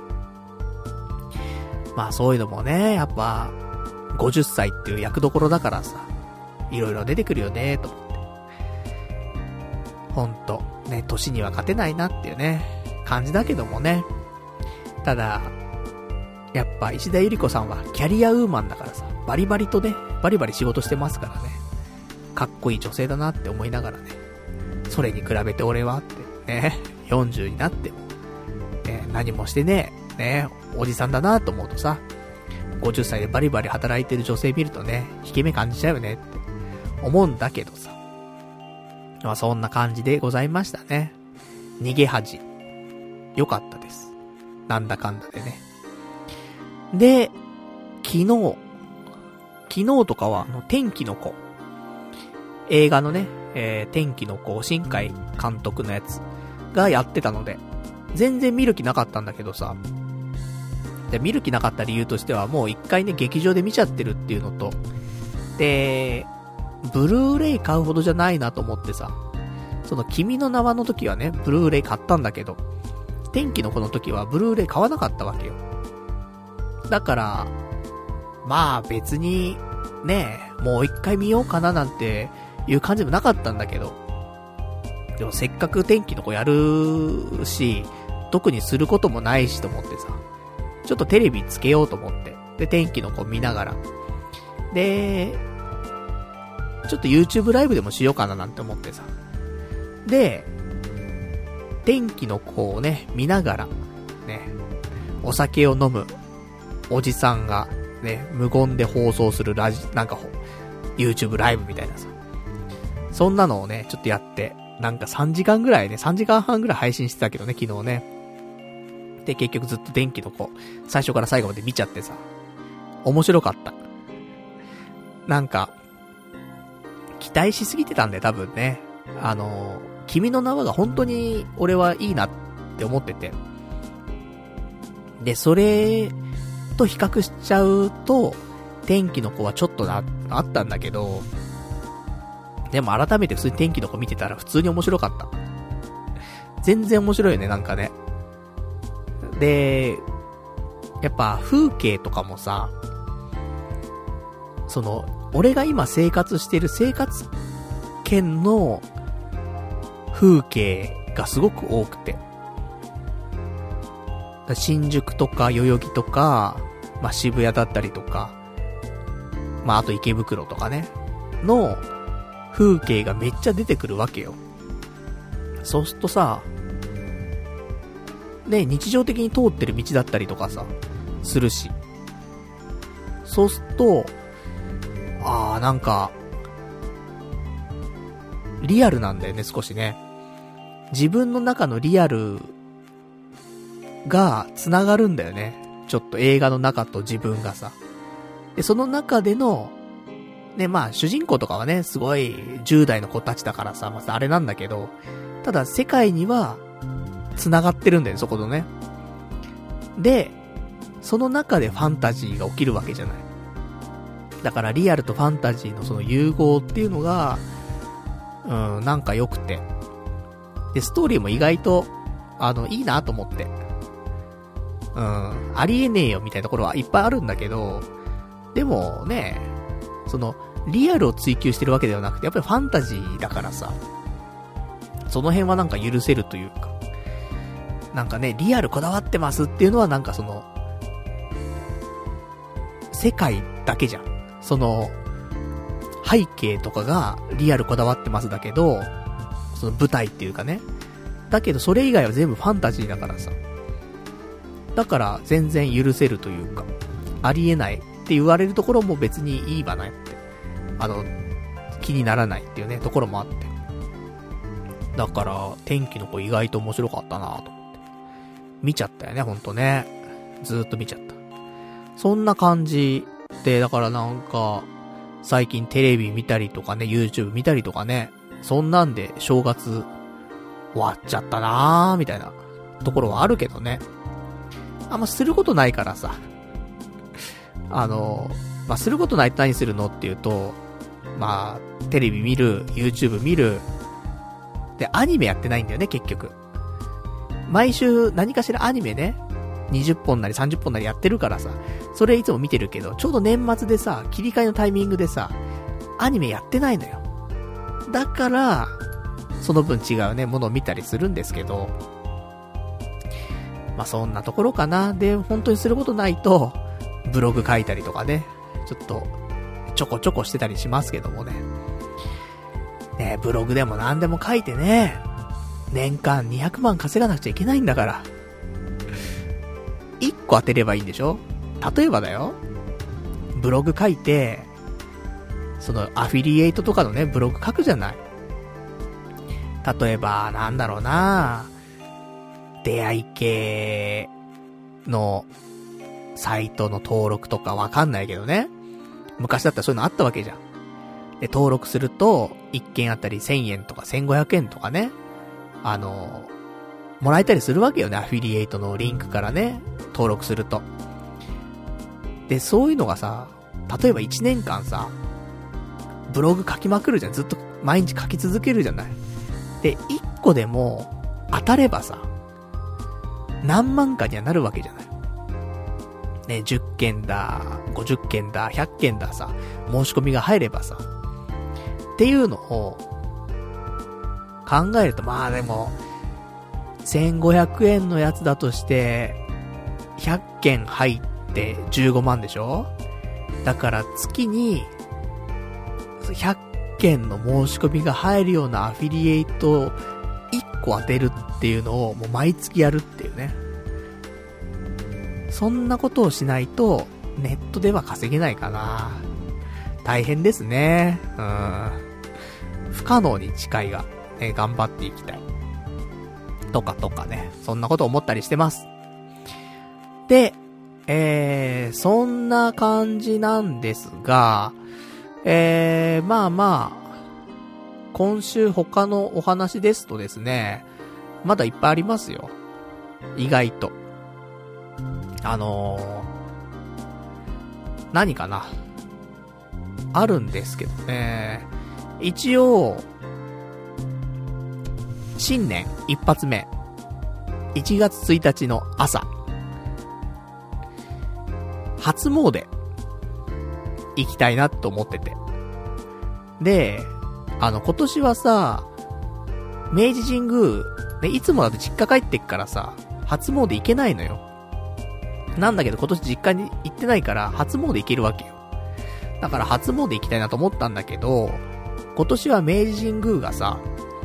まあそういうのもね、やっぱ50歳っていう役どころだからさ、いろいろ出てくるよねと思って、ほんとね、年には勝てないなっていうね感じだけどもね。ただやっぱ石田ゆり子さんはキャリアウーマンだからさ、バリバリ仕事してますからね、かっこいい女性だなって思いながらね、それに比べて俺はってね、40になっても、ね、何もしてねおじさんだなと思うとさ、50歳でバリバリ働いてる女性見るとね、引け目感じちゃうよねって思うんだけどさ、まあそんな感じでございましたね。逃げ恥良かったです、なんだかんだでね。で、昨日とかは天気の子、映画のね、天気の子新海監督のやつがやってたので、全然見る気なかったんだけどさ、で見る気なかった理由としては、もう一回ね劇場で見ちゃってるっていうのと、でブルーレイ買うほどじゃないなと思ってさ、その君の名はの時はねブルーレイ買ったんだけど、天気の子の時はブルーレイ買わなかったわけよ。だからまあ別にね、もう一回見ようかななんていう感じもなかったんだけど、でもせっかく天気の子やるし、特にすることもないしと思ってさ、ちょっとテレビつけようと思って、で天気の子見ながら、でちょっと YouTube ライブでもしようかななんて思ってさ、で天気の子をね見ながらね、お酒を飲むおじさんがね無言で放送するなんかYouTube ライブみたいなさ、そんなのをねちょっとやって、なんか3時間半ぐらい配信してたけどね、昨日ね。で結局ずっと天気の子最初から最後まで見ちゃってさ、面白かった。なんか期待しすぎてたんで多分ね、君の名はが本当に俺はいいなって思ってて、でそれと比較しちゃうと天気の子はちょっとあったんだけど、でも改めて普通に天気の子見てたら普通に面白かった。全然面白いよね、なんかね。で、やっぱ風景とかもさ、その、俺が今生活してる生活圏の風景がすごく多くて。新宿とか代々木とか、まあ、渋谷だったりとか、まあ、あと池袋とかね、の風景がめっちゃ出てくるわけよ。そうするとさ、ね、日常的に通ってる道だったりとかさ、するし。そうすると、なんか、リアルなんだよね、少しね。自分の中のリアルが繋がるんだよね。ちょっと映画の中と自分がさ。で、その中での、ね、まあ、主人公とかはね、すごい10代の子たちだからさ、まあ、あれなんだけど、ただ世界には繋がってるんだよね、そことね。で、その中でファンタジーが起きるわけじゃない。だからリアルとファンタジーのその融合っていうのが、なんか良くて。で、ストーリーも意外と、いいなと思って。ありえねえよみたいなところはいっぱいあるんだけど、でもね、その、リアルを追求してるわけではなくて、やっぱりファンタジーだからさ、その辺はなんか許せるというか、なんかね、リアルこだわってますっていうのはなんかその、世界だけじゃん。その、背景とかがリアルこだわってますだけど、その舞台っていうかね。だけどそれ以外は全部ファンタジーだからさ。だから全然許せるというか、ありえないって言われるところも別にいいわなって。気にならないっていうね、ところもあって。だから、天気の子意外と面白かったなと思って。見ちゃったよね、ほんとね。ずーっと見ちゃった。そんな感じで、だからなんか、最近テレビ見たりとかね、YouTube 見たりとかね、そんなんで正月終わっちゃったなーみたいなところはあるけどね。あんますることないからさ。まあ、することないって何するのっていうと、まあ、テレビ見る、YouTube 見る。で、アニメやってないんだよね、結局。毎週何かしらアニメね、20本なり30本なりやってるからさ、それいつも見てるけど、ちょうど年末でさ、切り替えのタイミングでさ、アニメやってないのよ。だから、その分違うね、ものを見たりするんですけど、まあそんなところかな。で、本当にすることないと、ブログ書いたりとかね、ちょっと、ちょこちょこしてたりしますけどもね。ね、ブログでも何でも書いてね、年間200万稼がなくちゃいけないんだから。1個当てればいいんでしょ？例えばだよ。ブログ書いて、そのアフィリエイトとかのね、ブログ書くじゃない。例えば、なんだろうな、出会い系のサイトの登録とかわかんないけどね。昔だったらそういうのあったわけじゃん。で、登録すると、1件あたり1000円とか1500円とかね、もらえたりするわけよね、アフィリエイトのリンクからね、登録すると。で、そういうのがさ、例えば1年間さ、ブログ書きまくるじゃん。ずっと毎日書き続けるじゃない。で、1個でも当たればさ、何万かにはなるわけじゃない。ね、10件だ、50件だ、100件ださ、申し込みが入ればさ、っていうのを考えると、まあでも、1500円のやつだとして、100件入って15万でしょ？だから月に、100件の申し込みが入るようなアフィリエイト1個当てるっていうのをもう毎月やるっていうね。そんなことをしないとネットでは稼げないかな。大変ですね。不可能に近いが、ね、頑張っていきたい。とかね。そんなこと思ったりしてます。で、そんな感じなんですが、まあまあ、今週他のお話ですとですね、まだいっぱいありますよ。意外と。何かな。 あるんですけどね。一応、新年一発目、1月1日の朝、初詣行きたいなと思ってて。で、今年はさ、明治神宮、ね、いつもだと実家帰ってっからさ、初詣行けないのよ。なんだけど今年実家に行ってないから初詣行けるわけよ。だから初詣行きたいなと思ったんだけど、今年は明治神宮がさ、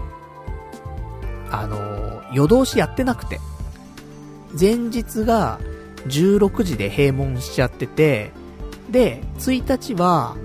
夜通しやってなくて、前日が16時で閉門しちゃってて、で、1日は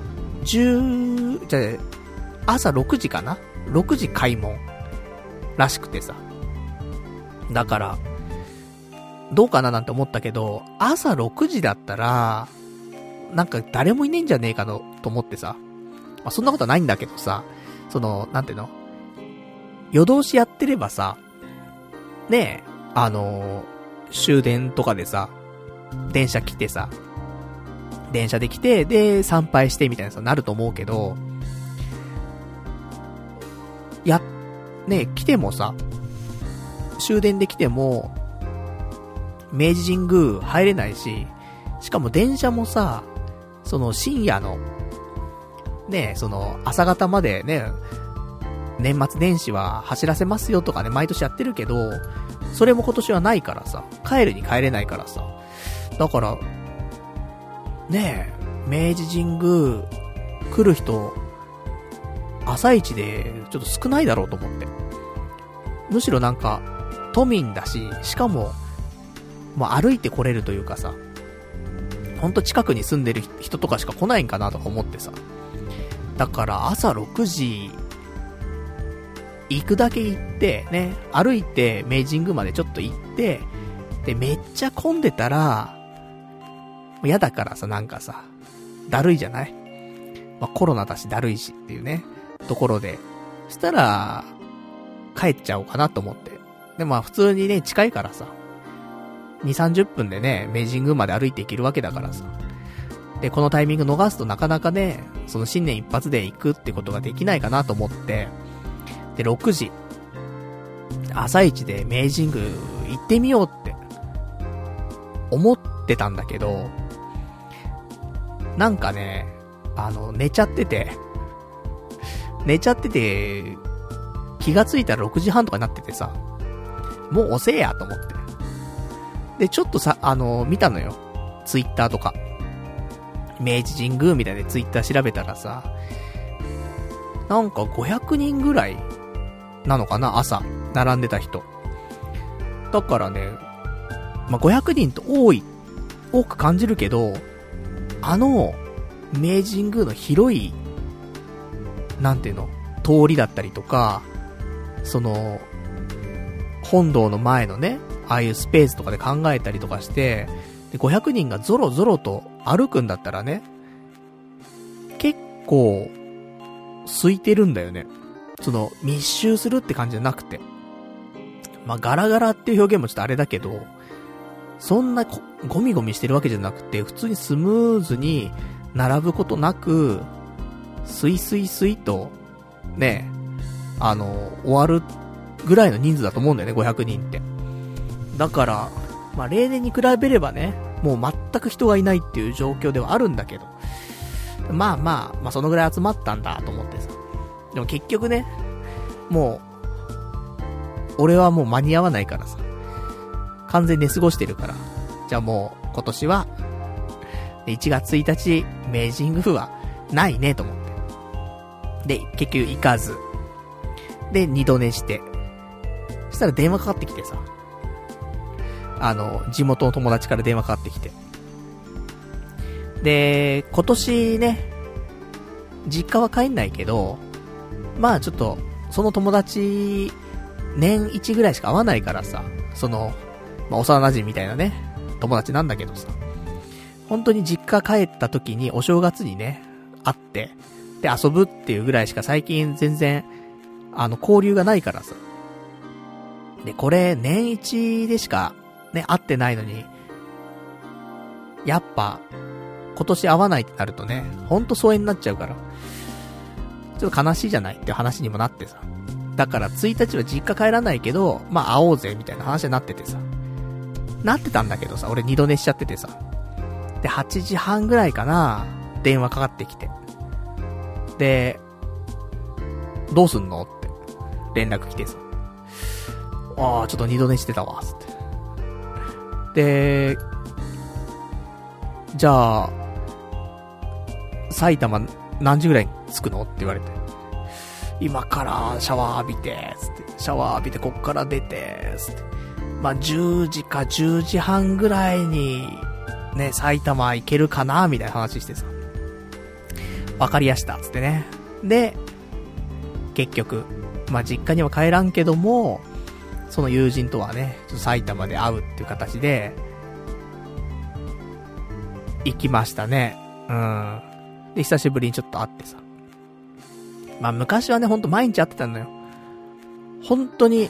朝6時かな ?6 時開門らしくてさ。だから、どうかななんて思ったけど、朝6時だったら、なんか誰もいねえんじゃねえかの、と思ってさ。まあ、そんなことはないんだけどさ、なんていうの？夜通しやってればさ、ねえ、終電とかでさ、電車来てさ、電車で来て、で、参拝してみたいなさ、なると思うけど、ねえ、来てもさ、終電で来ても、明治神宮入れないし、しかも電車もさ、深夜の、ねえ、朝方までね、年末年始は走らせますよとかね、毎年やってるけど、それも今年はないからさ、帰るに帰れないからさ、だから、ねえ、明治神宮来る人、朝一でちょっと少ないだろうと思って。むしろなんか、都民だし、しかも、もう歩いて来れるというかさ、ほんと近くに住んでる人とかしか来ないんかなとか思ってさ。だから朝6時、行くだけ行って、ね、歩いて明治神宮までちょっと行って、で、めっちゃ混んでたら、嫌だからさ、なんかさ、だるいじゃない？まあ、コロナだしだるいしっていうね、ところで、そしたら、帰っちゃおうかなと思って。で、まあ普通にね、近いからさ、2、30分でね、明治神宮まで歩いて行けるわけだからさ。で、このタイミング逃すとなかなかね、新年一発で行くってことができないかなと思って、で、6時、朝一で明治神宮行ってみようって、思ってたんだけど、なんかね、寝ちゃってて、気がついたら6時半とかになっててさ、もう遅えやと思って。で、ちょっとさ、見たのよ。ツイッターとか。明治神宮みたいでツイッター調べたらさ、なんか500人ぐらいなのかな、朝、並んでた人。だからね、まあ、500人と多く感じるけど、明治神宮の広い、なんていうの、通りだったりとか、本堂の前のね、ああいうスペースとかで考えたりとかして、で、500人がゾロゾロと歩くんだったらね、結構、空いてるんだよね。密集するって感じじゃなくて。まあ、ガラガラっていう表現もちょっとあれだけど、そんなゴミゴミしてるわけじゃなくて、普通にスムーズに並ぶことなく、スイスイスイと、ね、終わるぐらいの人数だと思うんだよね、500人って。だから、まあ、例年に比べればね、もう全く人がいないっていう状況ではあるんだけど、まあ、そのぐらい集まったんだと思ってさ。でも結局ね、もう、俺はもう間に合わないからさ。完全に寝過ごしてるから。じゃあもう、今年は、1月1日、明治神宮は、ないねと思って。で、結局行かず。で、二度寝して。そしたら電話かかってきてさ。地元の友達から電話かかってきて。で、今年ね、実家は帰んないけど、まあちょっと、その友達、年1ぐらいしか会わないからさ、まあ幼馴染みたいなね、友達なんだけどさ、本当に実家帰った時にお正月にね、会って、で遊ぶっていうぐらいしか最近全然、交流がないからさ。で、これ、年1でしか、ね、会ってないのに、やっぱ、 今年会わないってなるとね、ほんと疎遠になっちゃうから、ちょっと悲しいじゃないっていう話にもなってさ。だから1日は実家帰らないけど、まあ会おうぜみたいな話になっててさ。なってたんだけどさ、俺二度寝しちゃっててさ。で、8時半ぐらいかな、電話かかってきて。で、どうすんのって連絡来てさ。ああ、ちょっと二度寝してたわ、つって。で、じゃあ、埼玉何時ぐらいに着くのって言われて。今からシャワー浴びて、つって。シャワー浴びてこっから出て、つって。まあ、10時か10時半ぐらいに、ね、埼玉行けるかなみたいな話してさ。わかりやした、つってね。で、結局、まあ、実家には帰らんけども、その友人とはね、ちょっと埼玉で会うっていう形で、行きましたね。で、久しぶりにちょっと会ってさ。まあ、昔はね、ほんと毎日会ってたんだよ。本当に、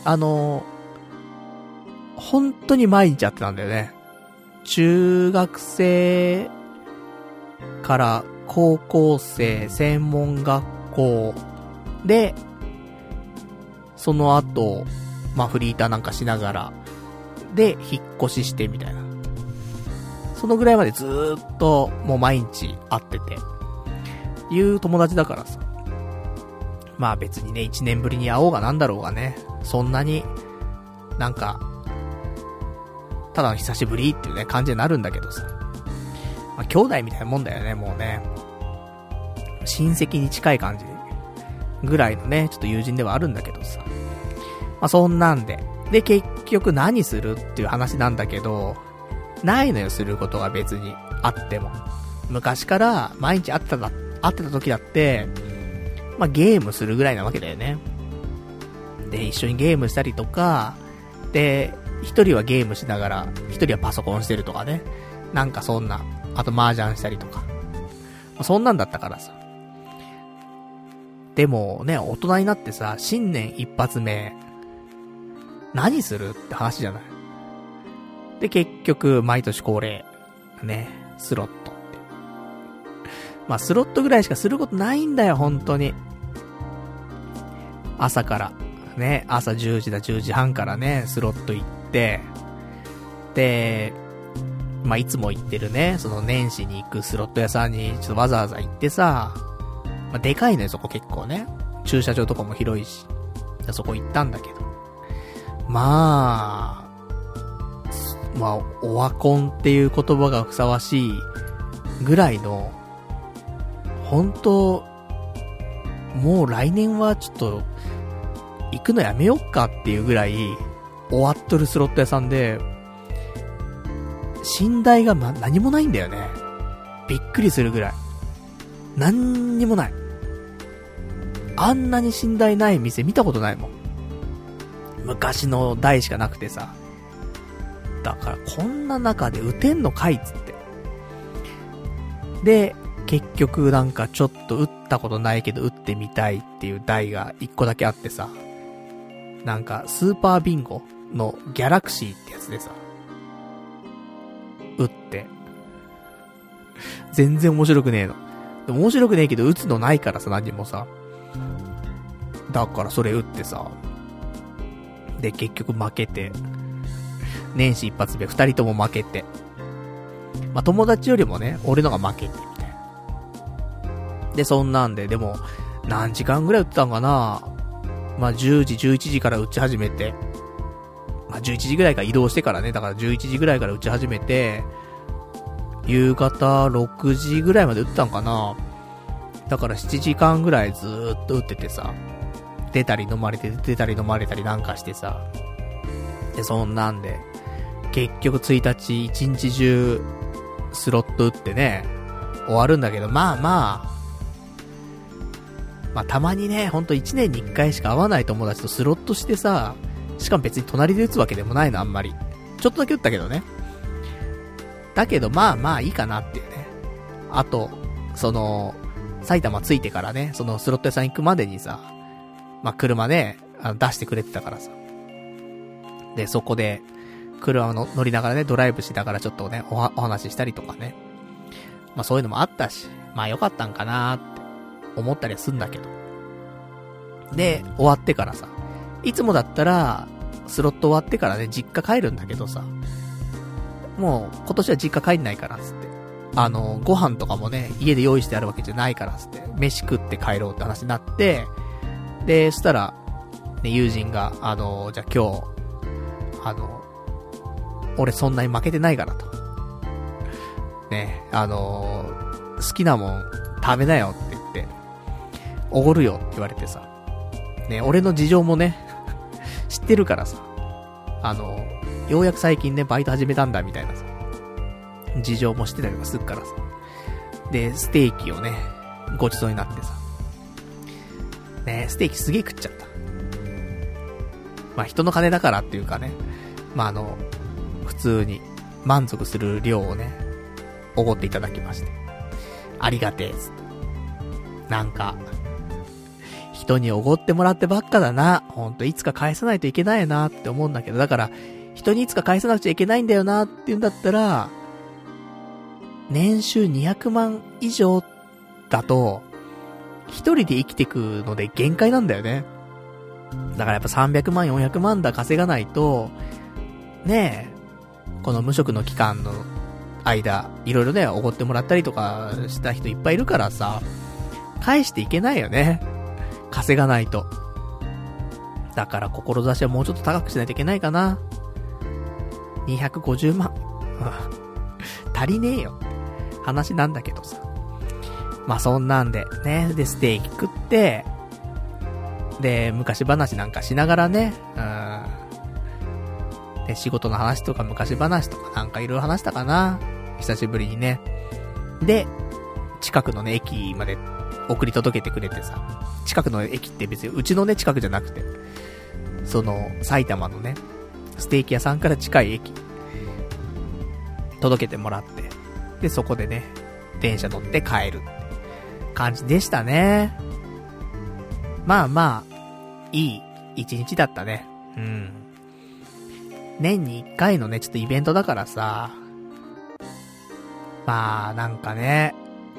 本当に毎日会ってたんだよね。中学生から高校生、専門学校で、その後、まあフリーターなんかしながら、で、引っ越ししてみたいな。そのぐらいまでずーっと、もう毎日会ってて、いう友達だからさ。まあ別にね、1年ぶりに会おうがなんだろうがね、そんなに、なんか、ただの久しぶりっていうね、感じになるんだけどさ。まあ兄弟みたいなもんだよね、もうね。親戚に近い感じぐらいのね、ちょっと友人ではあるんだけどさ。まあそんなんで。で、結局何するっていう話なんだけど、ないのよ、することが別にあっても。昔から毎日会ってた時だって、まあゲームするぐらいなわけだよね。で、一緒にゲームしたりとか、で、一人はゲームしながら、一人はパソコンしてるとかね。なんかそんな。あと麻雀したりとか。そんなんだったからさ。でもね、大人になってさ、新年一発目、何するって話じゃない。で、結局、毎年恒例、ね、スロットって。まあ、スロットぐらいしかすることないんだよ、本当に。朝から、ね、朝10時だ、10時半からね、スロット行って、で、まあ、いつも行ってるね、その年始に行くスロット屋さんに、ちょっとわざわざ行ってさ、まあ、でかいのよ、そこ結構ね。駐車場とかも広いし。そこ行ったんだけど。まあ、オワコンっていう言葉がふさわしいぐらいの、本当もう来年はちょっと、行くのやめよっかっていうぐらい、終わっとるスロット屋さんで、寝台が何もないんだよね。びっくりするぐらい。何にもない。あんなに寝台ない店見たことないもん。昔の台しかなくてさ。だからこんな中で打てんのかいっつって。で、結局なんかちょっと打ったことないけど打ってみたいっていう台が一個だけあってさ。なんかスーパービンゴのギャラクシーってやつでさ。打って。全然面白くねえの。でも面白くねえけど打つのないからさ、何もさ。だからそれ打ってさ。で、結局負けて。年始一発目二人とも負けて。まあ、友達よりもね、俺のが負けてみたいな。で、そんなんで、でも、何時間ぐらい打ってたんかな。まあ、10時、11時から打ち始めて。まあ、11時ぐらいから移動してからね。だから11時ぐらいから打ち始めて、夕方6時ぐらいまで打ったんかな。だから7時間ぐらいずーっと打っててさ。出たり飲まれて、出たり飲まれたりなんかしてさ。で、そんなんで、結局1日1日中スロット打ってね、終わるんだけど、まあたまにね、ほんと1年に1回しか会わない友達とスロットしてさ、しかも別に隣で打つわけでもないの、あんまり。ちょっとだけ打ったけどね。だけどまあいいかなっていうね。あと、埼玉着いてからね、そのスロット屋さん行くまでにさ、まあ車ね、出してくれてたからさ。で、そこで、車を乗りながらね、ドライブしながらちょっとね、お話ししたりとかね。 まあそういうのもあったし、まあ良かったんかなーって思ったりはすんだけど。で、終わってからさ、いつもだったら、スロット終わってからね、実家帰るんだけどさ、もう今年は実家帰んないからつって。ご飯とかもね、家で用意してあるわけじゃないからつって、飯食って帰ろうって話になって、で、そしたら、ね、友人が、じゃあ今日、俺そんなに負けてないからと。ね、好きなもん食べなよって言って、おごるよって言われてさ。ね、俺の事情もね、知ってるからさ。ようやく最近ね、バイト始めたんだみたいなさ。事情も知ってたりとかするからさ。で、ステーキをね、ごちそうになってさ。ね、ステーキすげえ食っちゃった。まあ人の金だからっていうかね。まあ普通に満足する量をね、おごっていただきまして。ありがてえっす。なんか、人におごってもらってばっかだな。ほんといつか返さないといけないなって思うんだけど、だから、人にいつか返さなくちゃいけないんだよなって言うんだったら、年収200万以上だと、一人で生きてくので限界なんだよね。だからやっぱ300万、400万だ稼がないと、ねえ、この無職の期間の間、いろいろね、おごってもらったりとかした人いっぱいいるからさ、返していけないよね。稼がないと。だから志はもうちょっと高くしないといけないかな。250万。足りねえよって話なんだけどさ。まあそんなんで、ね。で、ステーキ食って、で、昔話なんかしながらね、で、仕事の話とか昔話とかなんかいろいろ話したかな。久しぶりにね。で、近くのね、駅まで送り届けてくれてさ。近くの駅って別にうちのね、近くじゃなくて、埼玉のね、ステーキ屋さんから近い駅、届けてもらって、で、そこでね、電車乗って帰る感じでしたね。まあまあ、いい一日だったね。うん。年に一回のね、ちょっとイベントだからさ、まあ、なんかね、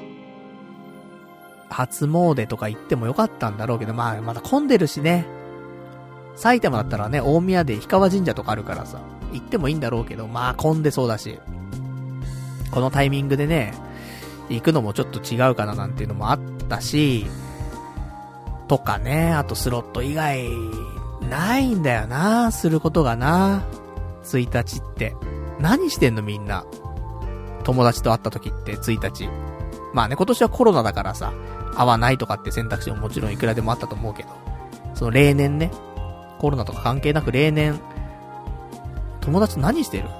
初詣とか行ってもよかったんだろうけど、まあ、まだ混んでるしね。埼玉だったらね、大宮で氷川神社とかあるからさ、行ってもいいんだろうけど、まあ混んでそうだし、このタイミングでね、行くのもちょっと違うかななんていうのもあったし、とかね、あとスロット以外、ないんだよな、することがな。1日って。何してんのみんな。友達と会った時って1日。まあね、今年はコロナだからさ、会わないとかって選択肢ももちろんいくらでもあったと思うけど、その例年ね、コロナとか関係なく例年、友達何してる？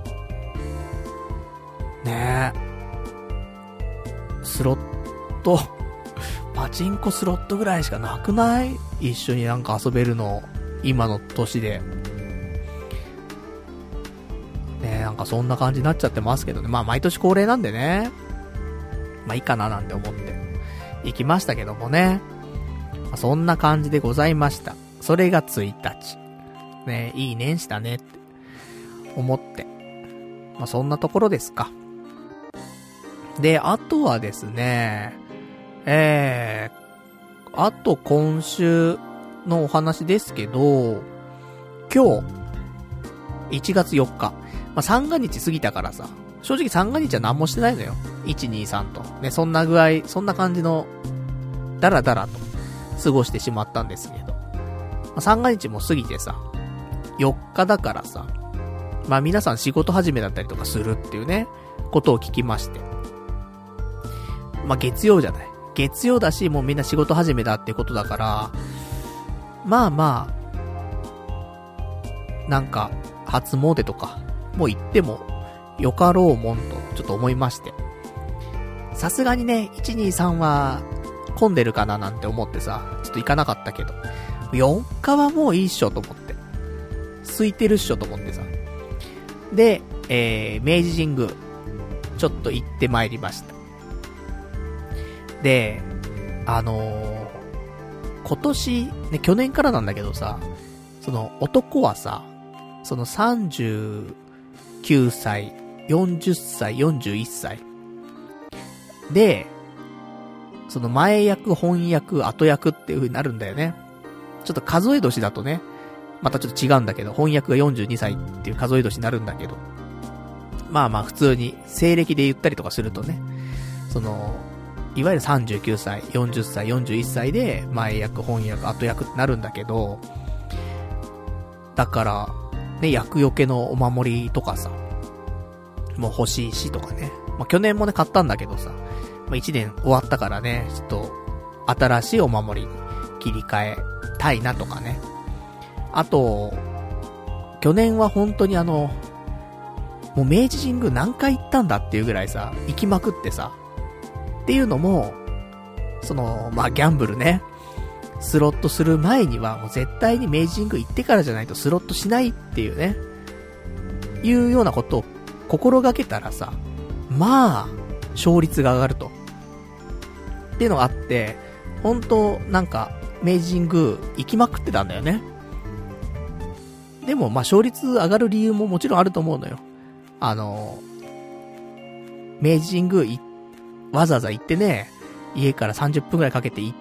ねえ。スロット、パチンコスロットぐらいしかなくない？一緒になんか遊べるの、今の年で。ねえ、なんかそんな感じになっちゃってますけどね。まあ毎年恒例なんでね。まあいいかななんて思って行きましたけどもね。まあ、そんな感じでございました。それが1日。ね、いい年したねって思って。まあそんなところですか。で、あとはですね、あと今週のお話ですけど、今日、1月4日。まあ三が日過ぎたからさ、正直三が日は何もしてないのよ。1、2、3と。ね、そんな具合、そんな感じの、だらだらと過ごしてしまったんですけど。まあ、三が日も過ぎてさ、4日だからさ、まあ皆さん仕事始めだったりとかするっていうね、ことを聞きまして。まあ月曜じゃない。月曜だし、もうみんな仕事始めだってことだから、まあまあ、なんか、初詣とか、もう行っても、よかろうもんと、ちょっと思いまして。さすがにね、1、2、3は、混んでるかななんて思ってさ、ちょっと行かなかったけど、4日はもういいっしょと思って。空いてるっしょと思ってさ。で、明治神宮、ちょっと行ってまいりました。で、今年、ね、去年からなんだけどさ、その男はさ、その39歳、40歳、41歳。 で、その前役、本役、後役っていう風になるんだよね。ちょっと数え年だとね、またちょっと違うんだけど、翻訳が42歳っていう数え年になるんだけど、まあまあ普通に西暦で言ったりとかするとね、そのいわゆる39歳、40歳、41歳で前役、翻訳、後役ってなるんだけど、だからね、役よけのお守りとかさ、もう欲しいしとかね、まあ去年もね買ったんだけどさ、まあ1年終わったからね、ちょっと新しいお守りに切り替えたいなとかね。あと、去年は本当にもう明治神宮何回行ったんだっていうぐらいさ、行きまくってさ、っていうのも、その、まあ、ギャンブルね、スロットする前にはもう絶対に明治神宮行ってからじゃないとスロットしないっていうね、いうようなことを心がけたらさ、まあ、勝率が上がると。っていうのがあって、本当なんか、明治神宮行きまくってたんだよね。でも、まあ、勝率上がる理由ももちろんあると思うのよ。明治神宮わざわざ行ってね、家から30分くらいかけて行って、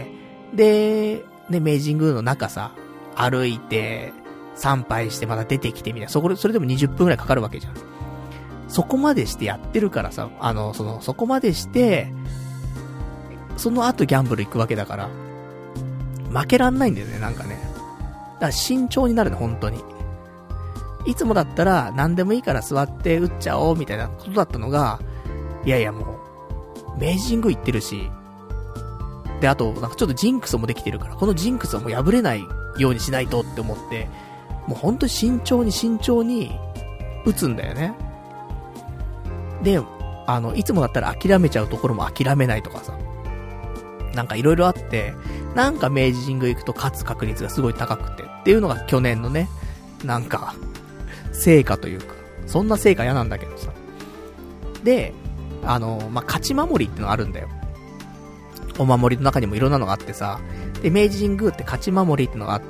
で、ね、明治神宮の中さ、歩いて、参拝してまた出てきてみたいな、それでも20分くらいかかるわけじゃん。そこまでしてやってるからさ、そこまでして、その後ギャンブル行くわけだから、負けらんないんだよね、なんかね。だから慎重になるね、本当に。いつもだったら何でもいいから座って打っちゃおうみたいなことだったのが、いやいやもう明治神宮行ってるし、であとなんかちょっとジンクスもできてるから、このジンクスはもう破れないようにしないとって思って、もう本当に慎重に打つんだよね。で、いつもだったら諦めちゃうところも諦めないとかさ、なんかいろいろあって、なんか明治神宮行くと勝つ確率がすごい高くてっていうのが去年のね、なんか成果というか、そんな成果嫌なんだけどさ。で、まあ、勝ち守りってのがあるんだよ。お守りの中にもいろんなのがあってさ、で明治神宮って勝ち守りってのがあって、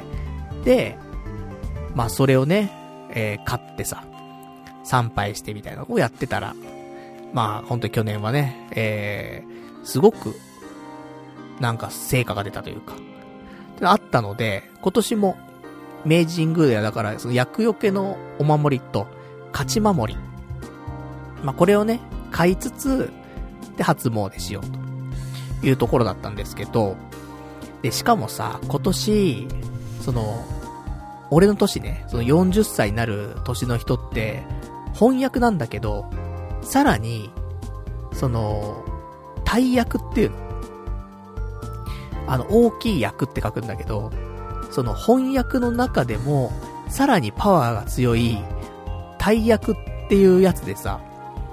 で、まあそれをね、勝ってさ、参拝してみたいなのをやってたら、まあ本当に去年はね、すごくなんか成果が出たというか、あったので、今年も明治神宮ではだからその厄除けのお守りと勝ち守り、まあこれをね買いつつで初詣しようというところだったんですけど、でしかもさ、今年その俺の年ね、その40歳になる年の人って翻訳なんだけど、さらにその大役っていうの、大きい役って書くんだけど、その翻訳の中でもさらにパワーが強い大役っていうやつでさ、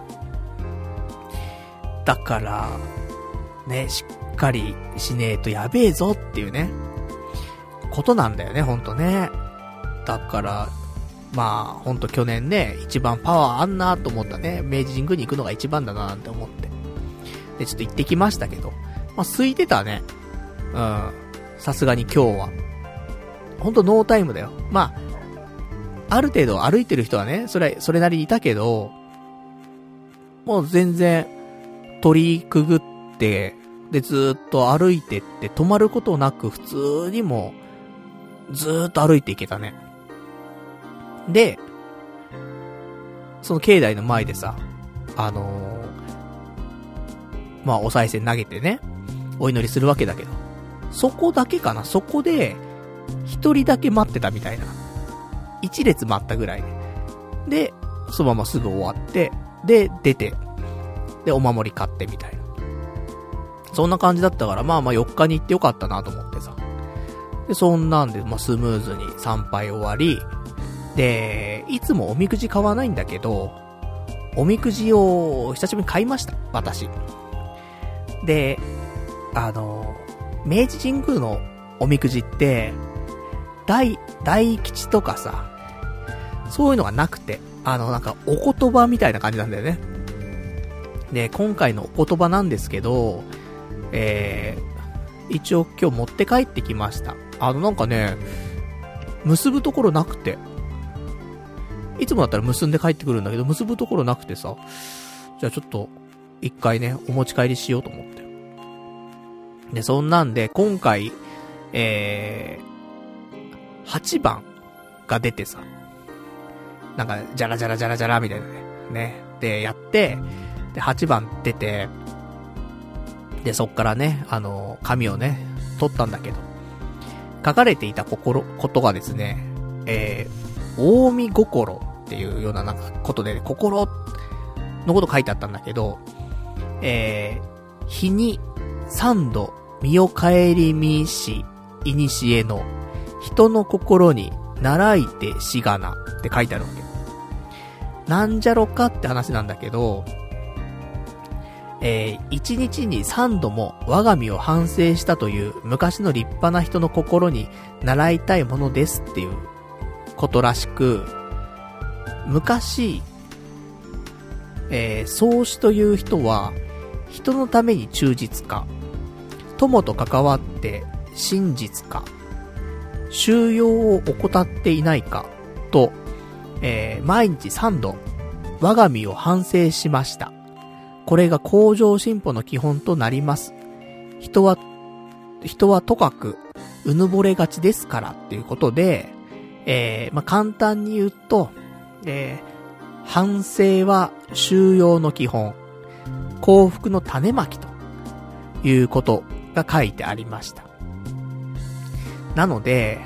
だからね、しっかりしねえとやべえぞっていうねことなんだよね、ほんとね。だからまあほんと去年ね、一番パワーあんなと思ったね、明治神宮に行くのが一番だななんて思って、でちょっと行ってきましたけど、まあ空いてたね。うん、さすがに今日はほんとノータイムだよ。まあある程度歩いてる人はね、それなりにいたけど、もう全然鳥居くぐって、でずーっと歩いてって止まることなく普通にもずーっと歩いていけたね。で、その境内の前でさ、まあお賽銭投げてね、お祈りするわけだけど、そこだけかな、そこで一人だけ待ってたみたいな、一列待ったぐらいで、そのまますぐ終わって、で出て、でお守り買ってみたいな、そんな感じだったから、まあまあ4日に行ってよかったなと思ってさ、でそんなんで、まあ、スムーズに参拝終わりで、いつもおみくじ買わないんだけど、おみくじを久しぶりに買いました、私で。明治神宮のおみくじって大吉とかさ、そういうのがなくて、なんかお言葉みたいな感じなんだよね。で今回のお言葉なんですけど、一応今日持って帰ってきました。なんかね、結ぶところなくて、いつもだったら結んで帰ってくるんだけど、結ぶところなくてさ、じゃあちょっと一回ね、お持ち帰りしようと思って。で、そんなんで、今回、8番が出てさ、なんか、じゃらじゃらじゃらじゃらみたいなね。で、やって、で、8番出て、で、そっからね、紙をね、取ったんだけど、書かれていたことがですね、大見心っていうようななんかことで、心のこと書いてあったんだけど、日に3度身を顧みし、いにしえの人の心に習いてしがなって書いてあるわけ。なんじゃろかって話なんだけど、1日に3度も我が身を反省したという昔の立派な人の心に習いたいものですっていうことらしく、昔、宗師という人は人のために忠実か、友と関わって真実か、修養を怠っていないかと、毎日3度我が身を反省しました。これが向上進歩の基本となります。人はとかくうぬぼれがちですからっていうことで、簡単に言うと、反省は修養の基本、幸福の種まきということが書いてありました。なので、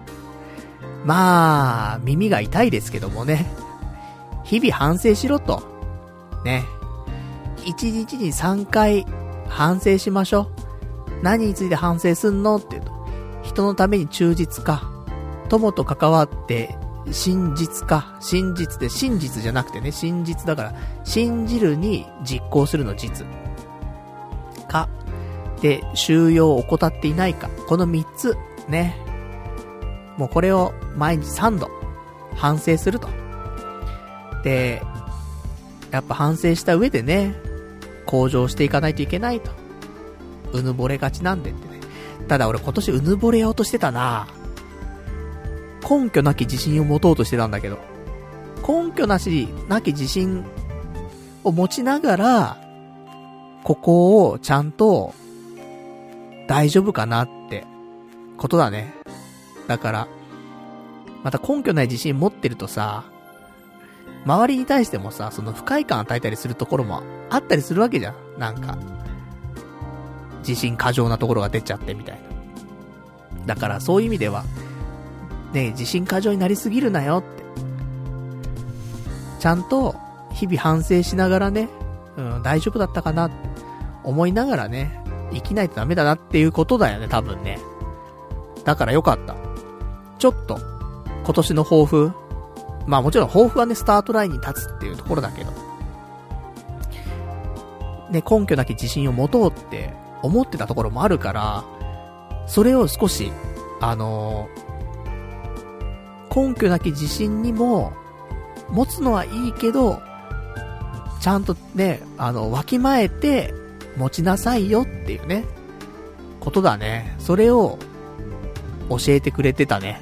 まあ、耳が痛いですけどもね、日々反省しろと。ね。1日に3回反省しましょう。何について反省すんのって言うと、人のために忠実か、友と関わって真実か、真実で真実じゃなくてね、真実だから、信じるに実行するの実。か、で、修養を怠っていないか、この3つ、ね。もうこれを毎日3度反省すると。で、やっぱ反省した上でね、向上していかないといけないと。うぬぼれがちなんでってね。ただ俺今年うぬぼれようとしてたな。根拠なき自信を持とうとしてたんだけど、根拠なき自信を持ちながら、ここをちゃんと大丈夫かなってことだね。だから、また根拠ない自信持ってるとさ、周りに対してもさ、その不快感与えたりするところもあったりするわけじゃん。なんか、自信過剰なところが出ちゃってみたいな。だからそういう意味では、ね、自信過剰になりすぎるなよって。ちゃんと日々反省しながらね、大丈夫だったかなって思いながらね、生きないとダメだなっていうことだよね、多分ね。だからよかった。ちょっと、今年の抱負、まあもちろん抱負はね、スタートラインに立つっていうところだけど、ね、根拠なき自信を持とうって思ってたところもあるから、それを少し、根拠なき自信にも、持つのはいいけど、ちゃんとね、わきまえて、持ちなさいよっていうね、ことだね。それを、教えてくれてたね。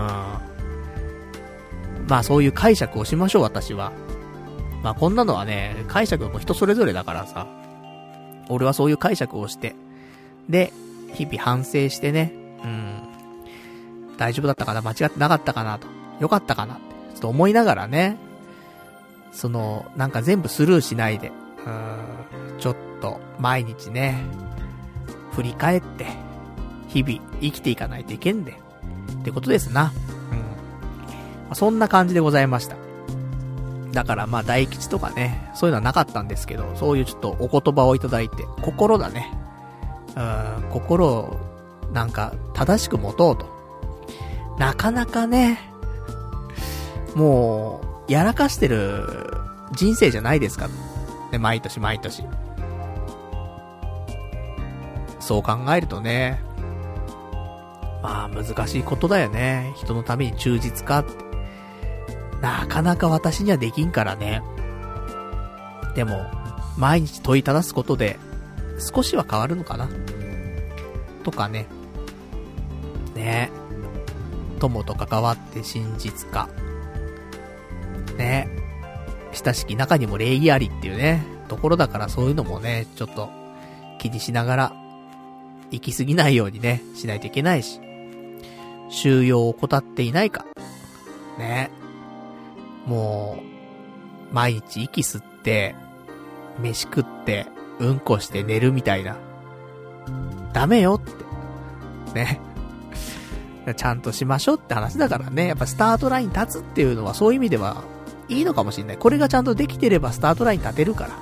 まあそういう解釈をしましょう、私は。まあこんなのはね、解釈も人それぞれだからさ。俺はそういう解釈をして。で、日々反省してね。大丈夫だったかな、間違ってなかったかなと。よかったかなって。ちょっと思いながらね。なんか全部スルーしないで。ちょっと、毎日ね、振り返って、日々生きていかないといけんで。ってことですな。そんな感じでございました。だからまあ大吉とかね、そういうのはなかったんですけど、そういうちょっとお言葉をいただいて、心だね。心をなんか正しく持とうと。なかなかね、もう、やらかしてる人生じゃないですか。ね、毎年毎年。そう考えるとね、まあ難しいことだよね。人のために忠実かって。なかなか私にはできんからね。でも、毎日問いただすことで、少しは変わるのかなとかね。ね。友と関わって真実か。ね。親しき中にも礼儀ありっていうね。 ところだからそういうのもね、ちょっと気にしながら、行き過ぎないようにね、しないといけないし、収容を怠っていないか。ね。もう、毎日息吸って、飯食って、うんこして寝るみたいな。ダメよって。ね。ちゃんとしましょうって話だからね。やっぱスタートライン立つっていうのはそういう意味ではいいのかもしれない。これがちゃんとできてればスタートライン立てるから。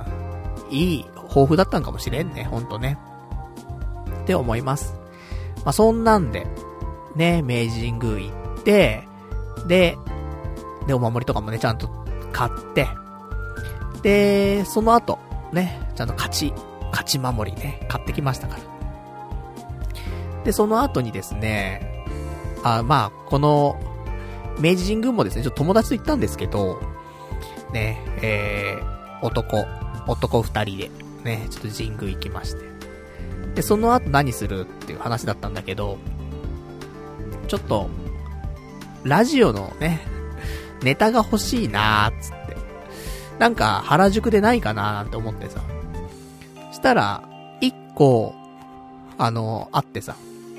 いい抱負だったんかもしれんね。ほんとね。って思います。まあ、そんなんで、ね、明治神宮行って、で、お守りとかもね、ちゃんと買って、で、その後、ね、ちゃんと勝ち守りね、買ってきましたから。で、その後にですね、まあ、この、明治神宮もですね、ちょっと友達と行ったんですけど、ね、男二人で、ね、ちょっと神宮行きまして。で、その後何するっていう話だったんだけど、ちょっと、ラジオのね、ネタが欲しいなーっつって。なんか、原宿でないかなーなんて思ってさ。したら、一個、あってさ、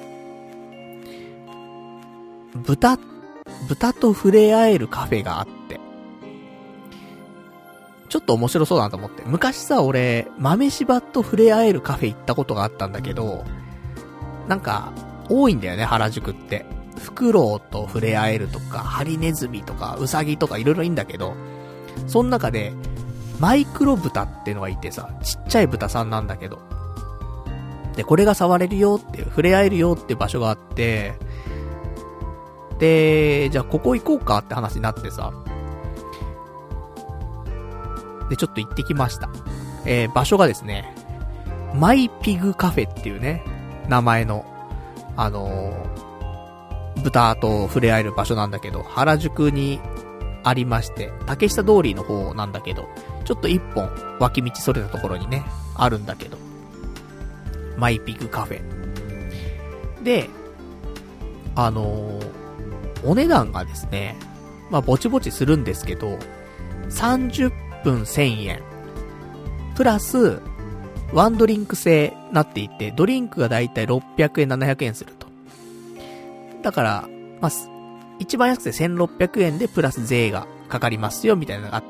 豚と触れ合えるカフェがあって、ちょっと面白そうだなと思って。昔さ、俺、豆柴と触れ合えるカフェ行ったことがあったんだけど、なんか、多いんだよね、原宿って。フクロウと触れ合えるとか、ハリネズミとか、ウサギとかいろいろいいんだけど、その中で、マイクロ豚っていうのがいてさ、ちっちゃい豚さんなんだけど。で、これが触れるよっていう、触れ合えるよっていう場所があって、で、じゃあここ行こうかって話になってさ、で、ちょっと行ってきました。場所がですね、マイピグカフェっていうね、名前の、豚と触れ合える場所なんだけど、原宿にありまして、竹下通りの方なんだけど、ちょっと一本脇道それたところにね、あるんだけど、マイピグカフェ。で、お値段がですね、まあ、ぼちぼちするんですけど、30分1000円。プラス、ワンドリンク制なっていて、ドリンクがだいたい600円、700円すると。だから、まあ、一番安くて1600円でプラス税がかかりますよ、みたいなのがあって、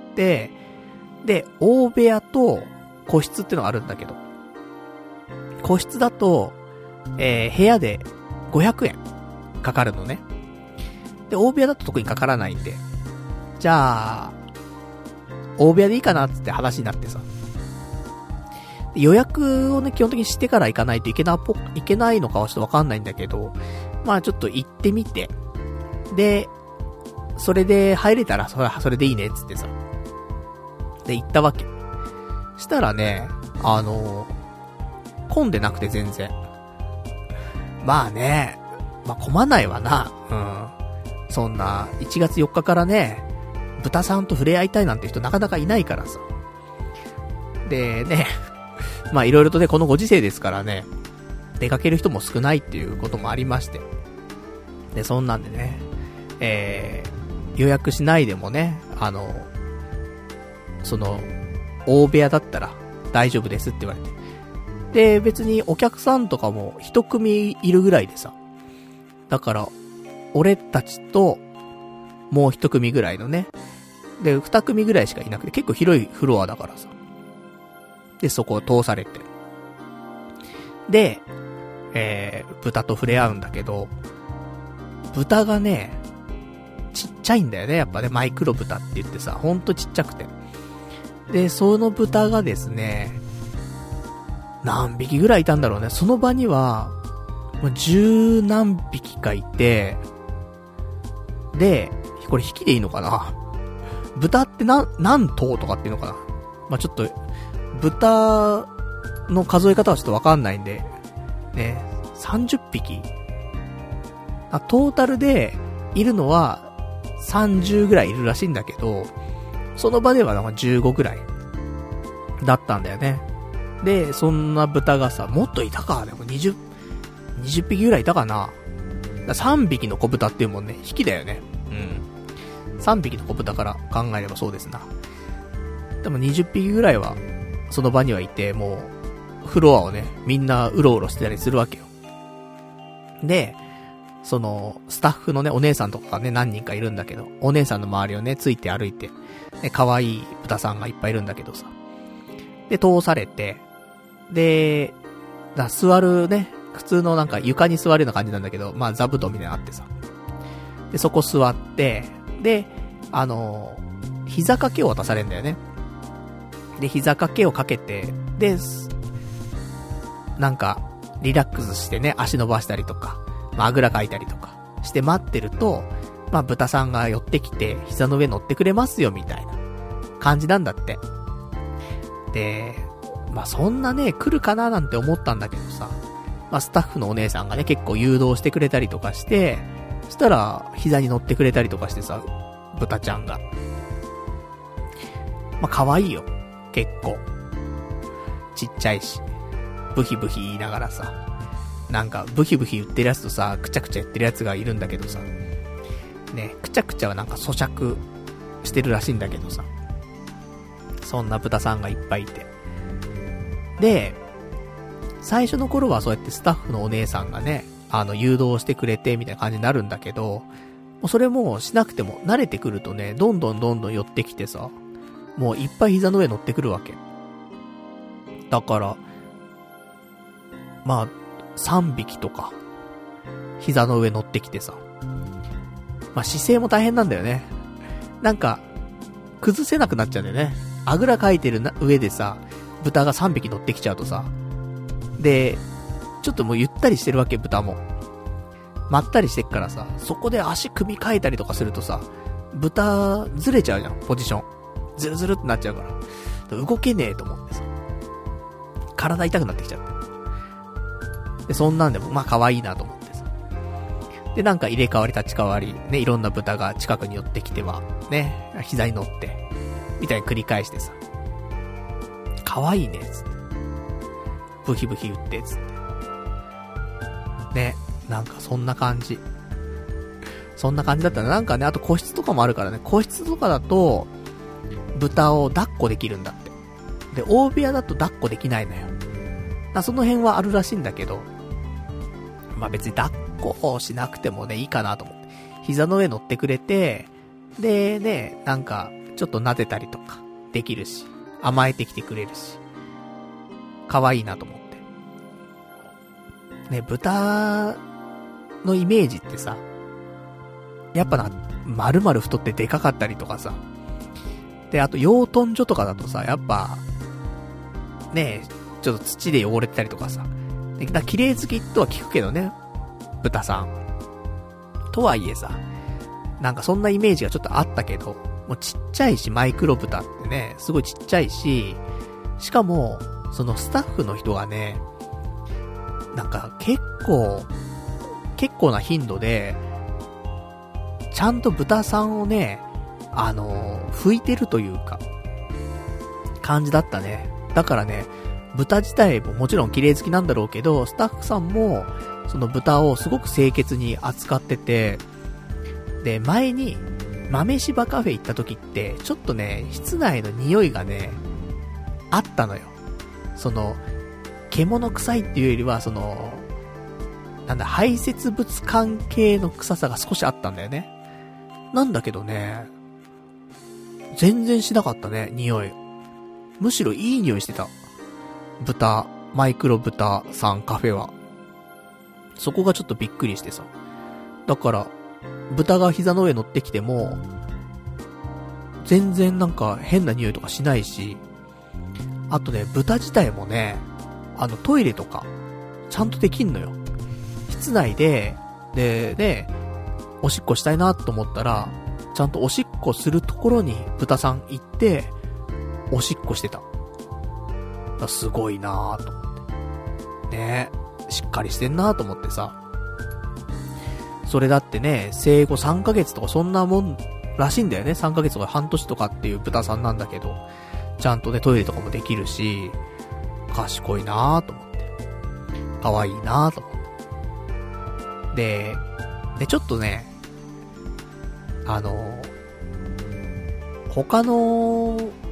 で、大部屋と個室ってのがあるんだけど、個室だと、部屋で500円かかるのね。で、大部屋だと特にかからないんで、じゃあ、大部屋でいいかなって話になってさ。予約をね、基本的にしてから行かないといけないのかはちょっとわかんないんだけど、まあちょっと行ってみて、で、それで入れたらそれでいいねっつってさ。で、行ったわけ。したらね、混んでなくて全然。まあね、まあ混まないわな。うん。そんな、1月4日からね、豚さんと触れ合いたいなんて人なかなかいないからさ。でね、まあいろいろとね、このご時世ですからね、出かける人も少ないっていうこともありまして。で、そんなんでね、予約しないでもね、大部屋だったら大丈夫ですって言われて。で、別にお客さんとかも一組いるぐらいでさ。だから、俺たちと、もう一組ぐらいのね。で、二組ぐらいしかいなくて、結構広いフロアだからさ。で、そこを通されて。で、豚と触れ合うんだけど、豚がね、ちっちゃいんだよね、やっぱね、マイクロ豚って言ってさ、ほんとちっちゃくて。で、その豚がですね、何匹ぐらいいたんだろうね。その場には、十何匹かいて、で、これ引きでいいのかな？豚って何頭とかっていうのかな？まあ、ちょっと、豚の数え方はちょっとわかんないんで、ね、30匹？トータルでいるのは30ぐらいいるらしいんだけど、その場では15ぐらいだったんだよね。で、そんな豚がさ、もっといたか、でも20匹ぐらいいたかな。3匹の子豚っていうもんね、引きだよね。うん。3匹の子豚から考えればそうですな。 でも20匹ぐらいは、その場にはいて、もう、フロアをね、みんなうろうろしてたりするわけよ。で、その、スタッフのね、お姉さんとかがね、何人かいるんだけど、お姉さんの周りをね、ついて歩いて、ね、可愛い豚さんがいっぱいいるんだけどさ。で、通されて、で、座るね、普通のなんか床に座るような感じなんだけど、まあ座布団みたいなのあってさ。で、そこ座って、で、膝掛けを渡されるんだよね。で、膝掛けをかけて、で、なんか、リラックスしてね、足伸ばしたりとか、まあ、あぐらかいたりとかして待ってると、まあ、豚さんが寄ってきて、膝の上乗ってくれますよ、みたいな感じなんだって。で、まあ、そんなね、来るかななんて思ったんだけどさ、まあ、スタッフのお姉さんがね、結構誘導してくれたりとかして、そしたら、膝に乗ってくれたりとかしてさ、豚ちゃんが。まあ、可愛いよ。結構。ちっちゃいし。ブヒブヒ言いながらさ。なんか、ブヒブヒ言ってるやつとさ、くちゃくちゃ言ってるやつがいるんだけどさ。ね、くちゃくちゃはなんか咀嚼してるらしいんだけどさ。そんな豚さんがいっぱいいて。で、最初の頃はそうやってスタッフのお姉さんがね、誘導してくれてみたいな感じになるんだけど、もうそれもしなくても慣れてくるとね、どんどん寄ってきてさ、もういっぱい膝の上乗ってくるわけ。だから、まあ、3匹とか、膝の上乗ってきてさ。まあ姿勢も大変なんだよね。なんか、崩せなくなっちゃうんだよね。あぐらかいてる上でさ、豚が3匹乗ってきちゃうとさ。で、ちょっともうゆったりしてるわけ、豚も。まったりしてっからさ、そこで足組み替えたりとかするとさ、豚ずれちゃうじゃん、ポジション。ずるずるってなっちゃうから。動けねえと思ってさ。体痛くなってきちゃって。で、そんなんでも、まあ可愛いなと思ってさ。で、なんか入れ替わり立ち替わり、ね、いろんな豚が近くに寄ってきては、ね、膝に乗って、みたいに繰り返してさ。可愛いね、つって。ブヒブヒ言って、つって。ね、なんかそんな感じ。そんな感じだったら、なんかね、あと個室とかもあるからね、個室とかだと、豚を抱っこできるんだって。で、大部屋だと抱っこできないのよ。その辺はあるらしいんだけど、まあ別に抱っこをしなくてもね、いいかなと思って。膝の上乗ってくれて、でね、なんか、ちょっと撫でたりとか、できるし、甘えてきてくれるし、可愛いなと思って。ね、豚のイメージってさ、やっぱ丸々太ってでかかったりとかさ、で、あと養豚所とかだとさ、やっぱ、ね、ちょっと土で汚れてたりとかさ。で、綺麗好きとは聞くけどね。豚さん。とはいえさ、なんかそんなイメージがちょっとあったけど、もうちっちゃいし、マイクロ豚ってね、すごいちっちゃいし、しかも、そのスタッフの人がね、なんか結構な頻度で、ちゃんと豚さんをね、拭いてるというか、感じだったね。だからね、豚自体ももちろん綺麗好きなんだろうけど、スタッフさんも、その豚をすごく清潔に扱ってて、で、前に、豆柴カフェ行った時って、ちょっとね、室内の匂いがね、あったのよ。その、獣臭いっていうよりは、その、なんだ、排泄物関係の臭さが少しあったんだよね。なんだけどね、全然しなかったね、匂い。むしろいい匂いしてた。マイクロ豚さんカフェは。そこがちょっとびっくりしてさ。だから、豚が膝の上乗ってきても、全然なんか変な匂いとかしないし、あとね、豚自体もね、トイレとか、ちゃんとできんのよ。室内で、ね、おしっこしたいなと思ったら、ちゃんとおしっこするところに豚さん行って、おしっこしてた。すごいなぁと思って。ね、しっかりしてんなぁと思ってさ。それだってね、生後3ヶ月とかそんなもんらしいんだよね。3ヶ月とか半年とかっていう豚さんなんだけど、ちゃんとね、トイレとかもできるし、賢いなぁと思って。可愛いなぁと思って。で、ちょっとね、他の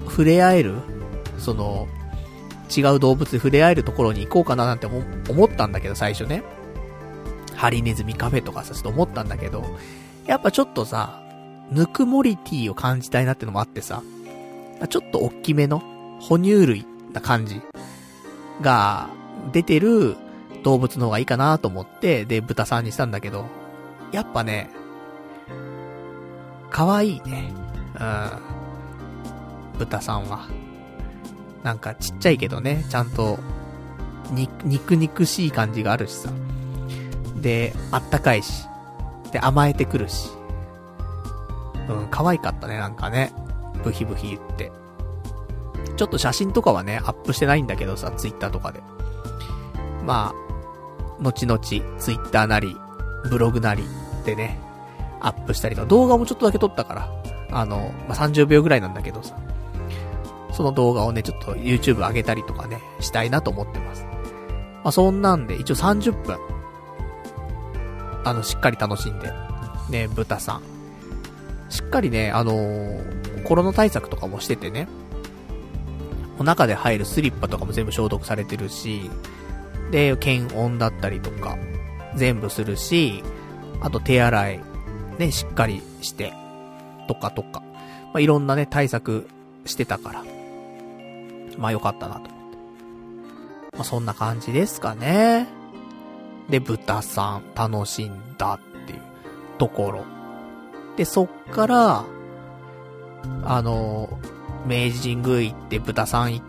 触れ合える、違う動物で触れ合えるところに行こうかななんて思ったんだけど、最初ね。ハリネズミカフェとかさ、ちょっと思ったんだけど、やっぱちょっとさ、ぬくもりティーを感じたいなってのもあってさ、ちょっと大きめの、哺乳類な感じが出てる動物の方がいいかなと思って、で、豚さんにしたんだけど、やっぱね、可愛いね。豚さんは。なんかちっちゃいけどね、ちゃんと、肉々しい感じがあるしさ。で、あったかいし。で、甘えてくるし。可愛かったね、なんかね。ブヒブヒ言って。ちょっと写真とかはね、アップしてないんだけどさ、ツイッターとかで。まあ、後々、ツイッターなり、ブログなりでね、アップしたりとか、動画もちょっとだけ撮ったから、30秒ぐらいなんだけどさ、その動画をね、ちょっと YouTube 上げたりとかね、したいなと思ってます。まあ、そんなんで、一応30分、しっかり楽しんで、ね、豚さん。しっかりね、コロナ対策とかもしててね、中で入るスリッパとかも全部消毒されてるし、で、検温だったりとか、全部するし、あと手洗い、ね、しっかりして、とか。まあ、いろんなね、対策してたから。まあ、よかったなと思って。まあ、そんな感じですかね。で、豚さん、楽しんだっていうところ。で、そっから、明治神宮行って、豚さん行って、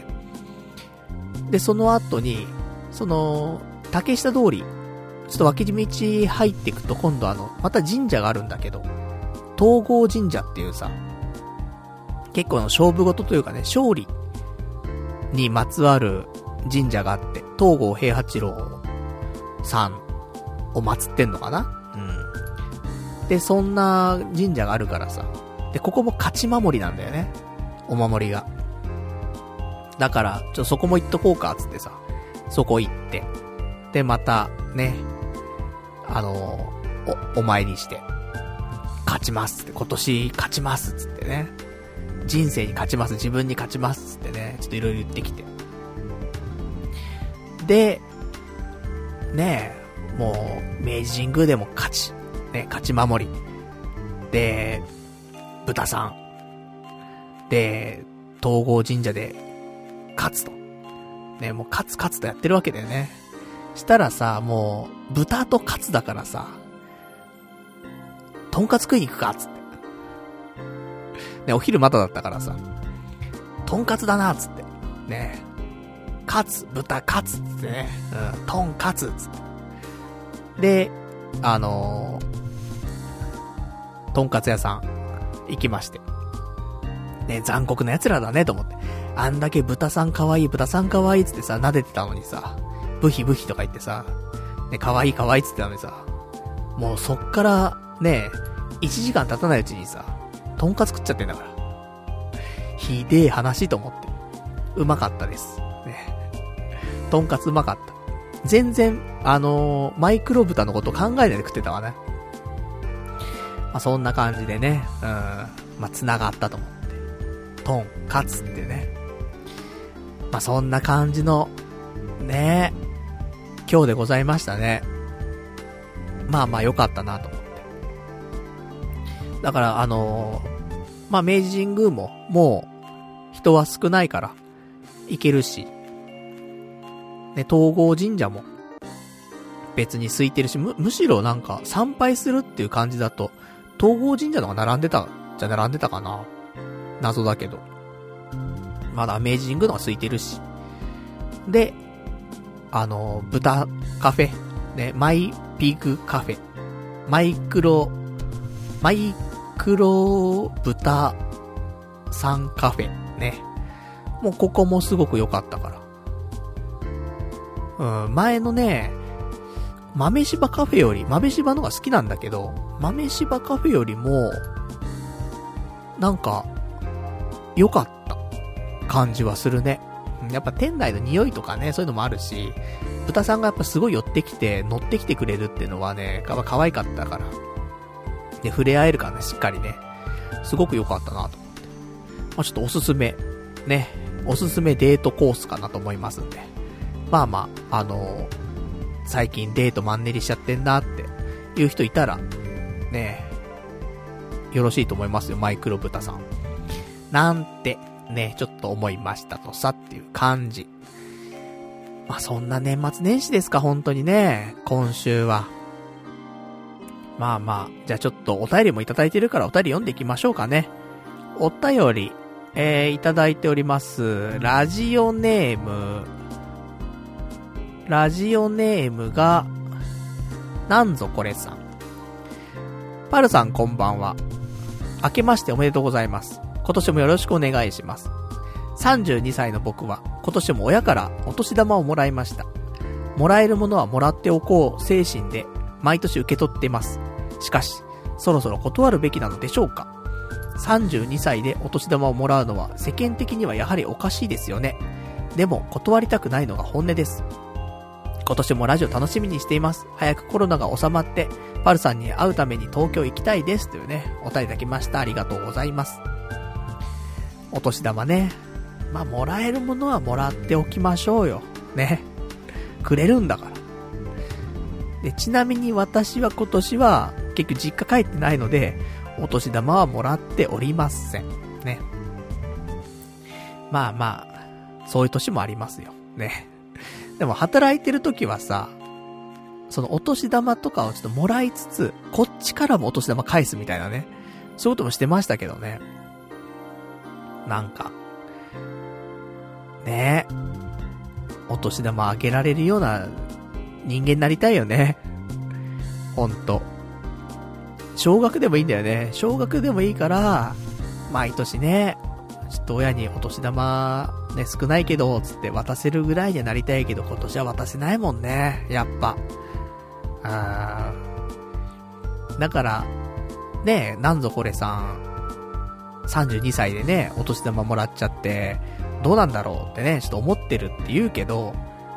で、その後に、竹下通り、ちょっと脇道入っていくと、今度また神社があるんだけど、東郷神社っていうさ、結構勝負事というかね、勝利にまつわる神社があって、東郷平八郎さんを祀ってんのかな？で、そんな神社があるからさ、で、ここも勝ち守りなんだよね。お守りが。だから、そこも行っとこうか、つってさ、そこ行って、で、また、ね、お参りして、勝ちますって、今年勝ちますつってね、人生に勝ちます、自分に勝ちますつってね、ちょっといろいろ言ってきて。で、ねえ、もう、明治神宮でも勝ち守り。で、豚さん。で、東郷神社で、勝つと。ね、もう勝つとやってるわけだよね。したらさ、もう、豚とカツだからさ、とんかつ食いに行くかつって。ね、お昼まだだったからさ、とんかつだなつって。ね、豚カツつってね、とんかつつって。で、とんかつ屋さん、行きまして。ね、残酷な奴らだねと思って。あんだけ豚さんかわいいつってさ、撫でてたのにさ、ブヒブヒとか言ってさ、ね、かわいいつってたのにさ、もうそっから、ね、1時間経たないうちにさ、とんかつ食っちゃってんだから。ひでえ話と思って。うまかったです。ね。とんかつうまかった。全然、マイクロ豚のこと考えないで食ってたわね。まあ、そんな感じでね、まあ、繋がったと思って。とんかつってね。まあ、そんな感じの、ね、今日でございましたね。まあまあ良かったなと思って。だから、まあ、明治神宮も、もう、人は少ないから、行けるし、ね、東郷神社も、別に空いてるし、むしろなんか、参拝するっていう感じだと、東郷神社の方が並んでたかな。謎だけど。まだ明治神宮の方が空いてるし。で、豚カフェ、ね、マイピグカフェ、マイクロ豚さんカフェ、ね。もうここもすごく良かったから。前のね、豆柴カフェより、豆柴のが好きなんだけど、豆柴カフェよりも、なんか、良かった感じはするね。やっぱ店内の匂いとかね、そういうのもあるし、豚さんがやっぱすごい寄ってきて、乗ってきてくれるっていうのはね、やっぱ可愛かったから。で、触れ合えるからね、しっかりね。すごく良かったなと思って。 ちょっとおすすめ、ね、おすすめデートコースかなと思いますんで。まあまあ、最近デートマンネリしちゃってんなっていう人いたら、ね、よろしいと思いますよ、マイクロブタさん。なんて、ね、ちょっと思いましたとさっていう感じ。まあそんな年末年始ですか、本当にね、今週は。まあまあ、じゃあちょっとお便りもいただいてるからお便り読んでいきましょうかね。お便り、いただいております。ラジオネームが、なんぞこれさん。パルさんこんばんは。明けましておめでとうございます。今年もよろしくお願いします。32歳の僕は今年も親からお年玉をもらいました。もらえるものはもらっておこう精神で毎年受け取っています。しかし、そろそろ断るべきなのでしょうか。32歳でお年玉をもらうのは世間的にはやはりおかしいですよね。でも断りたくないのが本音です。今年もラジオ楽しみにしています。早くコロナが収まってパルさんに会うために東京行きたいですというね、お便りいただきました。ありがとうございます。お年玉ね、まあもらえるものはもらっておきましょうよね。くれるんだから。で、ちなみに私は今年は結局実家帰ってないのでお年玉はもらっておりませんね。まあまあそういう年もありますよね。でも働いてる時はさ、そのお年玉とかをちょっともらいつつ、こっちからもお年玉返すみたいなね、そういうこともしてましたけどね。なんかねえ、お年玉あげられるような人間になりたいよね。ほんと。少額でもいいんだよね。少額でもいいから毎年ね、ちょっと親にお年玉ね、少ないけどつって渡せるぐらいにはなりたいけど、今年は渡せないもんね、やっぱ。だからね、なんぞこれさん32歳でね、お年玉もらっちゃってどうなんだろうってね、ちょっと思ってるって言うけど、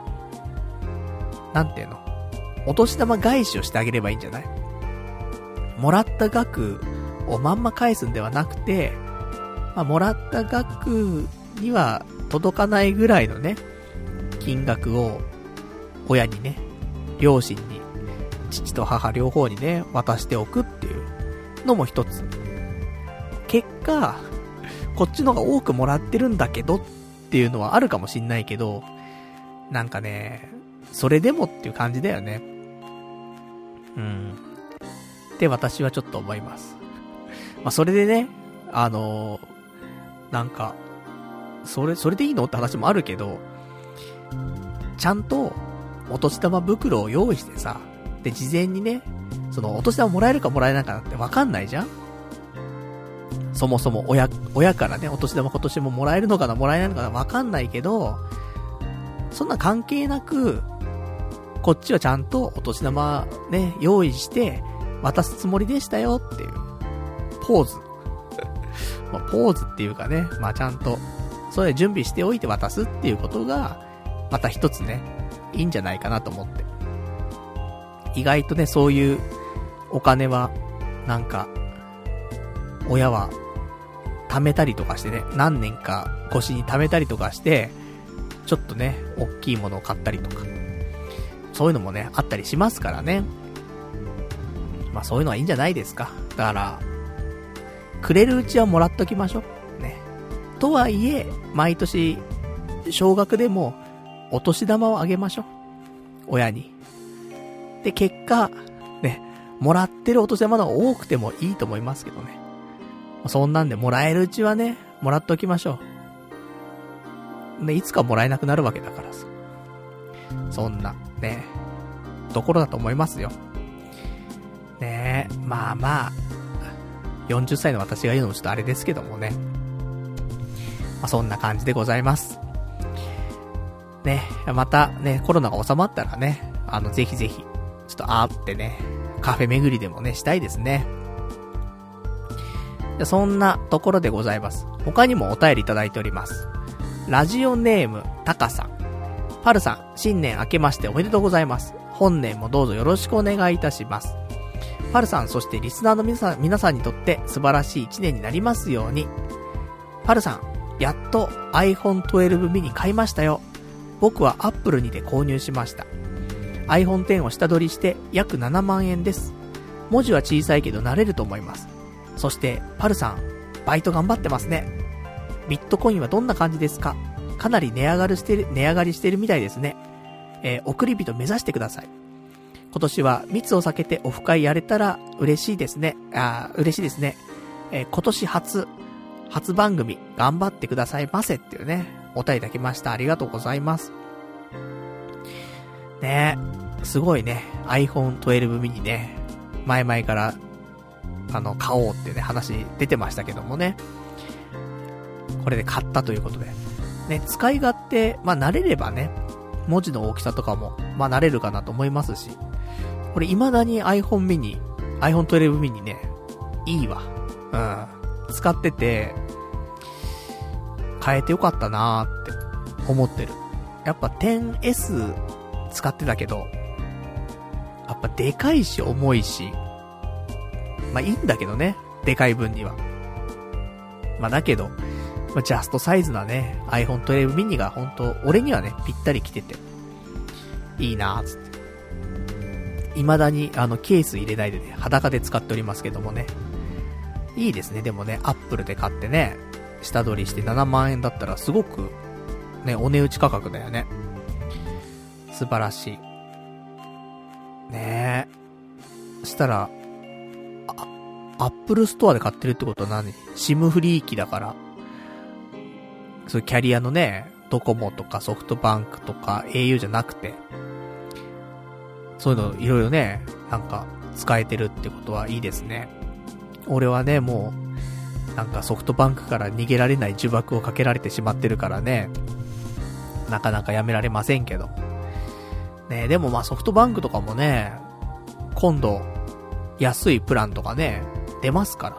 なんていうの、お年玉返しをしてあげればいいんじゃない？もらった額をまんま返すんではなくて、まあ、もらった額には届かないぐらいのね、金額を親にね、両親に、父と母両方にね、渡しておくっていうのも一つ。結果、こっちの方が多くもらってるんだけどっていうのはあるかもしんないけど、なんかね、それでもっていう感じだよね。って私はちょっと思います。まあ、それでね、なんか、それでいいのって話もあるけど、ちゃんとお年玉袋を用意してさ、で、事前にね、そのお年玉もらえるかもらえないかなんてわかんないじゃん？そもそも親からね、お年玉今年ももらえるのかなもらえないのかなわかんないけど、そんな関係なく、こっちはちゃんとお年玉ね、用意して渡すつもりでしたよっていうポーズ。まあ、ポーズっていうかね、まあちゃんとそれ準備しておいて渡すっていうことがまた一つね、いいんじゃないかなと思って。意外とね、そういうお金はなんか親は貯めたりとかしてね、何年か越しに貯めたりとかしてちょっとね、大きいものを買ったりとか、そういうのもね、あったりしますからね。まあそういうのはいいんじゃないですか。だからくれるうちはもらっときましょうね。とはいえ毎年少額でもお年玉をあげましょう、親に。で、結果ね、もらってるお年玉の方が多くてもいいと思いますけどね。そんなんでもらえるうちはね、もらっときましょう。で、いつかもらえなくなるわけだからさ。そんなね、ところだと思いますよ。ねえ、まあまあ40歳の私が言うのもちょっとあれですけどもね。まあ、そんな感じでございます。ね、またね、コロナが収まったらね、ぜひぜひ、ちょっと会ってね、カフェ巡りでもね、したいですね。そんなところでございます。他にもお便りいただいております。ラジオネーム、タカさん。パルさん、新年明けましておめでとうございます。本年もどうぞよろしくお願いいたします。パルさん、そしてリスナーの皆さんにとって素晴らしい一年になりますように。 パルさん、やっと iPhone 12 mini 買いましたよ。僕は Apple にて購入しました。iPhone X を下取りして約7万円です。文字は小さいけど慣れると思います。そしてパルさん、バイト頑張ってますね。ビットコインはどんな感じですか？かなり値上がりしてるみたいですね。送り人目指してください。今年は密を避けてオフ会やれたら嬉しいですね。嬉しいですね。今年初番組頑張ってくださいませっていうね、お便りいただきました。ありがとうございます。ねえ、すごいね、iPhone 12 mini ね、前々から買おうってね話出てましたけどもね、これで買ったということでね、使い勝手慣れればね、文字の大きさとかも慣れるかなと思いますし、これ未だに iPhone 12 mini ね、いいわ。使ってて変えてよかったなーって思ってる。やっぱ 10S 使ってたけど、やっぱでかいし重いし、いいんだけどね、でかい分には。だけど、ジャストサイズなね、iPhone 12 mini が本当俺にはね、ぴったり来てて、いいなーつって。未だにケース入れないでね、裸で使っておりますけどもね。いいですね、でもね、Apple で買ってね、下取りして7万円だったらすごく、ね、お値打ち価格だよね。素晴らしい。ねえ。したら、Apple ストアで買ってるってことは何？ SIM フリー機だから、そういうキャリアのね、ドコモとかソフトバンクとか au じゃなくて、そういうのいろいろね、なんか使えてるってことはいいですね。俺はね、もうなんかソフトバンクから逃げられない呪縛をかけられてしまってるからね、なかなかやめられませんけどね。でもソフトバンクとかもね、今度安いプランとかね出ますから、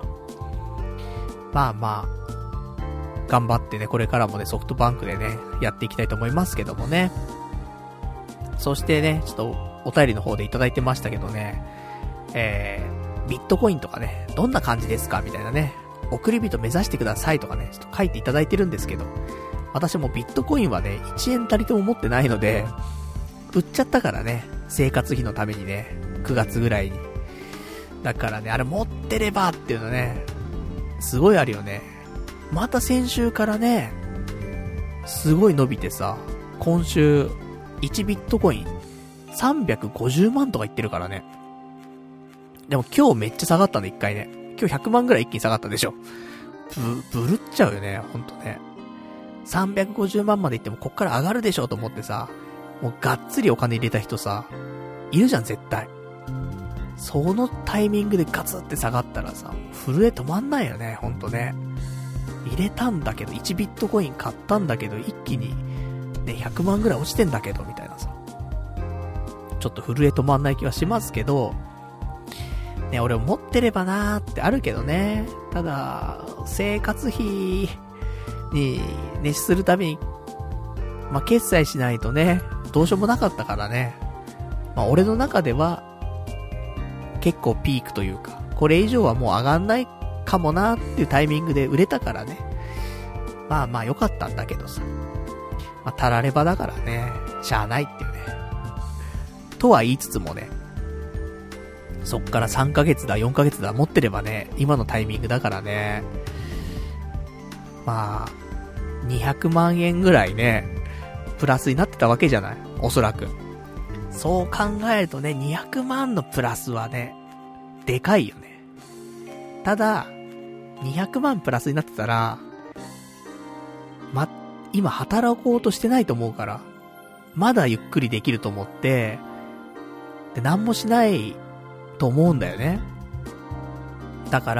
頑張ってね、これからもね、ソフトバンクでね、やっていきたいと思いますけどもね。そしてね、ちょっとお便りの方でいただいてましたけどね、ビットコインとかね、どんな感じですかみたいなね、送り人目指してくださいとかね、ちょっと書いていただいてるんですけど、私もビットコインはね、1円たりとも持ってないので、売っちゃったからね、生活費のためにね、9月ぐらいに。だからね、あれ持ってればっていうのね、すごいあるよね。また先週からね、すごい伸びてさ、今週、1ビットコイン、350万とか言ってるからね。でも今日めっちゃ下がったんだ、1回ね。今日100万ぐらい一気に下がったでしょ。ぶるっちゃうよね、ほんとね。350万までいってもこっから上がるでしょと思ってさ、もうがっつりお金入れた人さ、いるじゃん絶対。そのタイミングでガツって下がったらさ、震え止まんないよね、ほんとね。入れたんだけど、1ビットコイン買ったんだけど、一気にね、100万ぐらい落ちてんだけど、みたいなさ。ちょっと震え止まんない気はしますけど、ね、俺持ってればなーってあるけどね。ただ、生活費に熱するために、決済しないとね、どうしようもなかったからね。俺の中では、結構ピークというか、これ以上はもう上がんないかもなーっていうタイミングで売れたからね。良かったんだけどさ。たらればだからね、しゃあないっていうね。とは言いつつもね、そっから3ヶ月だ4ヶ月だ持ってればね、今のタイミングだからね、200万円ぐらいね、プラスになってたわけじゃない、おそらく。そう考えるとね、200万のプラスはね、でかいよね。ただ、200万プラスになってたら、今働こうとしてないと思うから、まだゆっくりできると思って、で、なんもしないと思うんだよね。だから、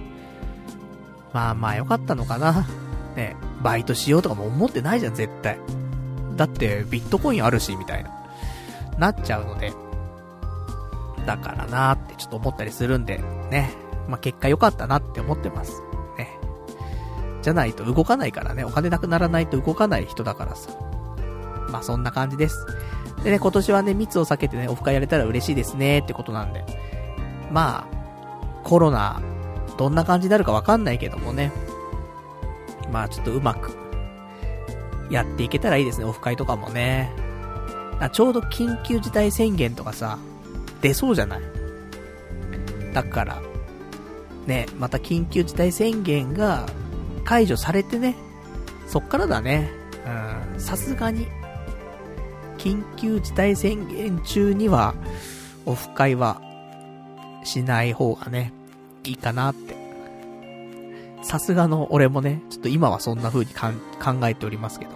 よかったのかな。ね、バイトしようとかも思ってないじゃん、絶対。だって、ビットコインあるし、みたいな。なっちゃうので。だからなーってちょっと思ったりするんで、ね。結果良かったなって思ってます。ね。じゃないと動かないからね。お金なくならないと動かない人だからさ。そんな感じです。でね、今年はね、密を避けてね、オフ会やれたら嬉しいですねってことなんで。コロナ、どんな感じになるかわかんないけどもね。 まあちょっとうまくやっていけたらいいですね、オフ会とかもね。ちょうど緊急事態宣言とかさ、出そうじゃない。だから、ね、また緊急事態宣言が解除されてね、そっからだね。さすがに、緊急事態宣言中には、オフ会は、しない方がね、いいかなって。さすがの俺もね、ちょっと今はそんな風に考えておりますけど。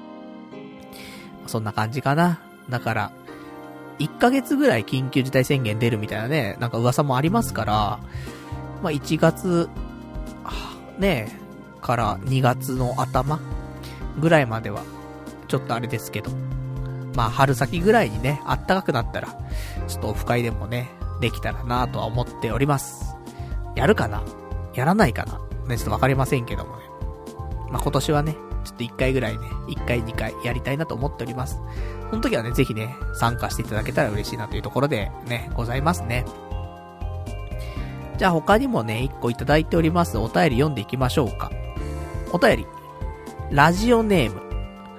そんな感じかな。だから、1ヶ月ぐらい緊急事態宣言出るみたいなね、なんか噂もありますから、まあ1月、ね、から2月の頭ぐらいまでは、ちょっとあれですけど、まあ春先ぐらいにね、暖かくなったら、ちょっとオフ会でもね、できたらなとは思っております。やるかな？やらないかな？ね、ちょっとわかりませんけどもね。まあ今年はね、ちょっと1回ぐらいね、1回2回やりたいなと思っております。その時はね、ぜひね、参加していただけたら嬉しいなというところでね、ございますね。じゃあ他にもね、1個いただいております。お便り読んでいきましょうか。お便り。ラジオネーム。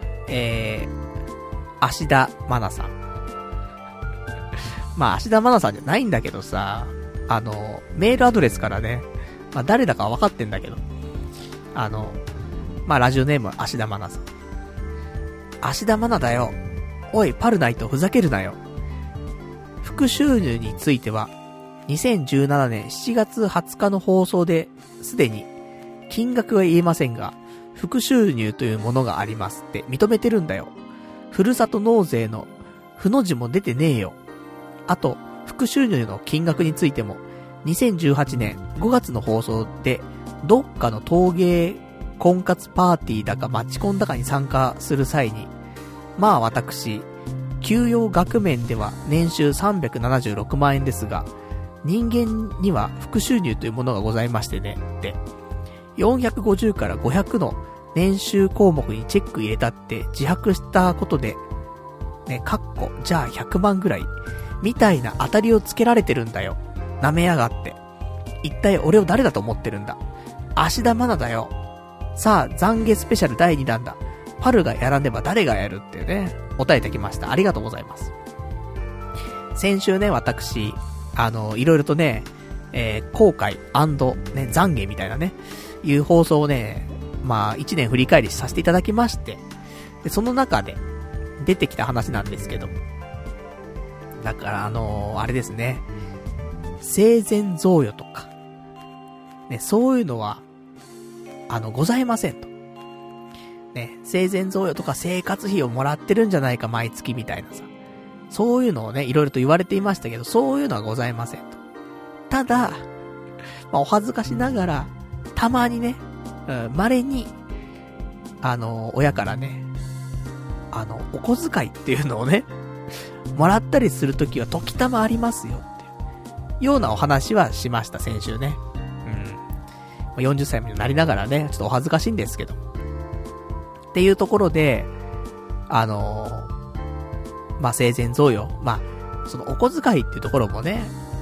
芦田愛菜さん。まあ、芦田愛菜さんじゃないんだけどさ、メールアドレスからね、まあ誰だかは分かってんだけど、まあラジオネームは芦田愛菜さん。芦田愛菜だよ。おい、パルナイトふざけるなよ。副収入については、2017年7月20日の放送ですでに金額は言えませんが、副収入というものがありますって認めてるんだよ。ふるさと納税のふの字も出てねえよ。あと、副収入の金額についても、2018年5月の放送で、どっかの陶芸婚活パーティーだかマチコンだかに参加する際に、まあ私、給与額面では年収376万円ですが、人間には副収入というものがございましてね、って。450から500の年収項目にチェック入れたって自白したことで、ね、じゃあ100万ぐらい、みたいな当たりをつけられてるんだよ。舐めやがって。一体俺を誰だと思ってるんだ。芦田愛菜だよ。さあ、懺悔スペシャル第2弾だ。パルがやらねば誰がやるってね、お答えいただきました。ありがとうございます。先週ね、私、いろいろとね、後悔&ね、懺悔みたいなね、いう放送をね、まあ、1年振り返りさせていただきまして、で、その中で出てきた話なんですけど、だからあれですね、生前贈与とか、ね、そういうのは、ございませんと。ね、生前贈与とか生活費をもらってるんじゃないか毎月みたいなさ。そういうのをね、いろいろと言われていましたけど、そういうのはございませんと。ただ、まあ、お恥ずかしながら、たまにね、稀に、親からね、お小遣いっていうのをね、もらったりするときは時たまありますよっていうようなお話はしました、先週ね。40歳になりながらね、ちょっとお恥ずかしいんですけど。っていうところで、まあ、生前贈与。まあ、そのお小遣いっていうところもね、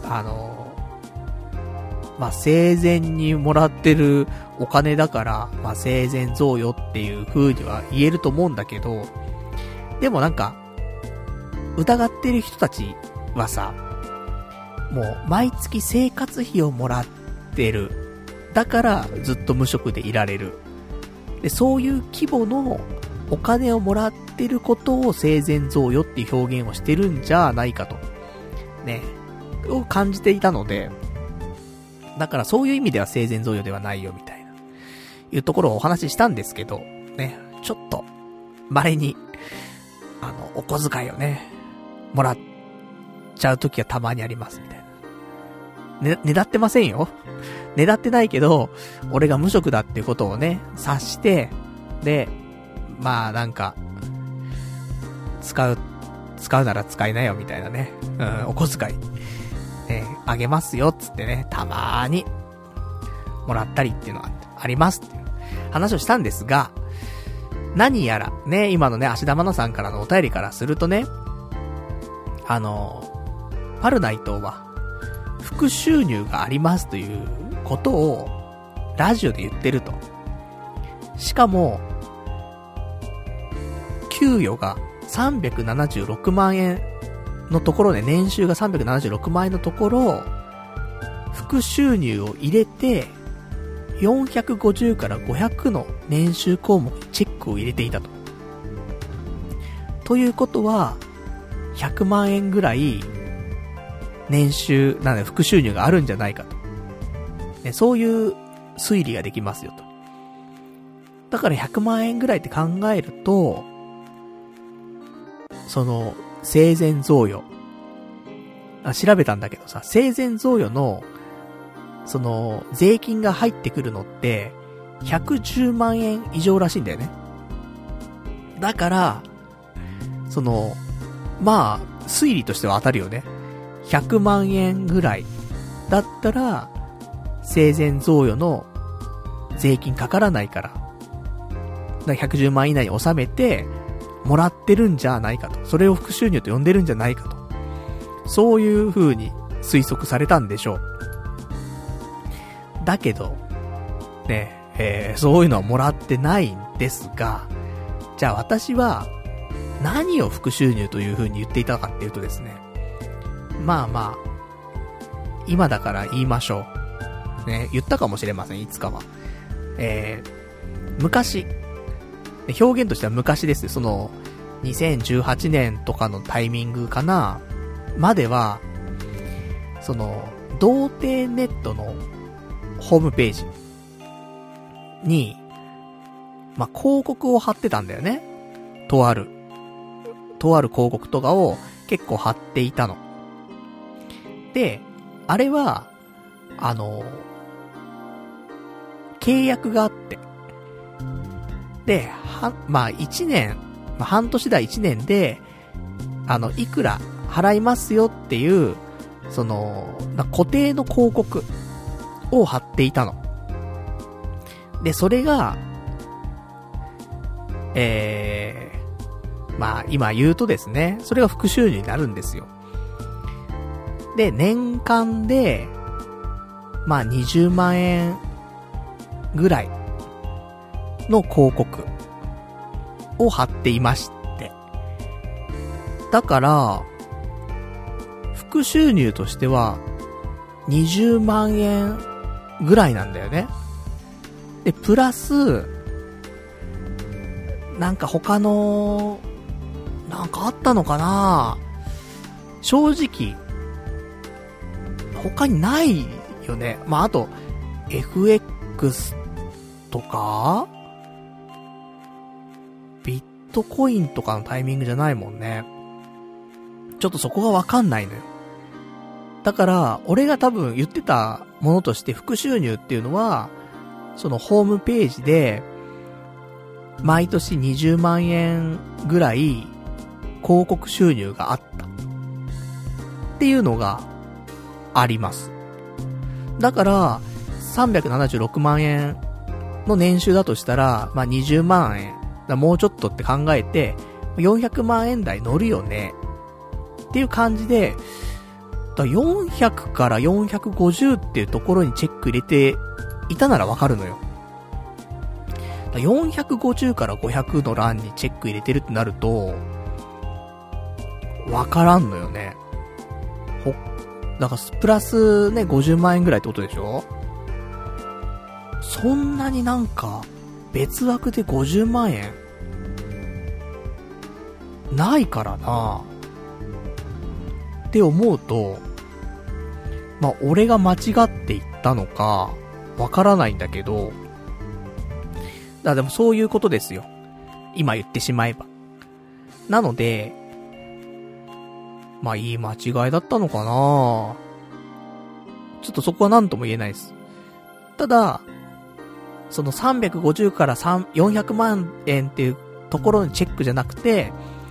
まあ、生前にもらってるお金だから、まあ、生前贈与っていう風には言えると思うんだけど、でもなんか、疑ってる人たちはさ、もう毎月生活費をもらってる。だからずっと無職でいられる。で、そういう規模のお金をもらってることを生前贈与っていう表現をしてるんじゃないかと。ね。を感じていたので、だからそういう意味では生前贈与ではないよみたいな、いうところをお話ししたんですけど、ね。ちょっと、稀に、お小遣いをね、もらっちゃうときはたまにありますみたいな。ねだってませんよ。ねだってないけど、俺が無職だっていうことをね、察して、で、まあなんか、使うなら使いなよみたいなね、お小遣い、あげますよっつってね、たまーに、もらったりっていうのがありますっていう話をしたんですが、何やら、ね、今のね、芦田愛菜さんからのお便りからするとね、パルナイトは、副収入がありますということを、ラジオで言ってると。 しかも、給与が376万円のところで、年収が376万円のところ、副収入を入れて、450から500の年収項目にチェックを入れていたと。ということは、100万円ぐらい、年収、副収入があるんじゃないかと。ね、そういう推理ができますよと。だから100万円ぐらいって考えると、生前贈与。調べたんだけどさ、生前贈与の、税金が入ってくるのって、110万円以上らしいんだよね。だから、推理としては当たるよね。100万円ぐらいだったら、生前贈与の税金かからないから、110万以内に収めて、もらってるんじゃないかと。それを副収入と呼んでるんじゃないかと。そういう風に推測されたんでしょう。だけど、ね、そういうのはもらってないんですが、じゃあ私は、何を副収入という風に言っていたかっていうとですね、今だから言いましょう。ね、言ったかもしれません、いつかは。昔、表現としては昔ですよ。2018年とかのタイミングかな、までは、童貞ネットのホームページに、広告を貼ってたんだよね。とある広告とかを結構貼っていたの。で、あれは、契約があって、で、1年、半年だ1年で、いくら払いますよっていう、固定の広告を貼っていたの。で、それが、今言うとですね、それが副収入になるんですよ。で、年間で、20万円ぐらいの広告を貼っていまして。だから、副収入としては、20万円ぐらいなんだよね。で、プラス、他の、あったのかな？正直、他にないよね。あと、FX とか、ビットコインとかのタイミングじゃないもんね。ちょっとそこがわかんないのよ。だから、俺が多分言ってたものとして副収入っていうのは、ホームページで、毎年20万円ぐらい広告収入があったっていうのがあります。だから376万円の年収だとしたら、20万円もうちょっとって考えて400万円台乗るよねっていう感じで、400から450っていうところにチェック入れていたならわかるのよ。450から500の欄にチェック入れてるってなると、わからんのよね。だからプラスね、50万円ぐらいってことでしょ？そんなに別枠で50万円ないからなって思うと、俺が間違っていったのかわからないんだけど、でもそういうことですよ。今言ってしまえば。なので、いい間違いだったのかな。ちょっとそこは何とも言えないです。ただ、350から400万円っていうところにチェックじゃなくて、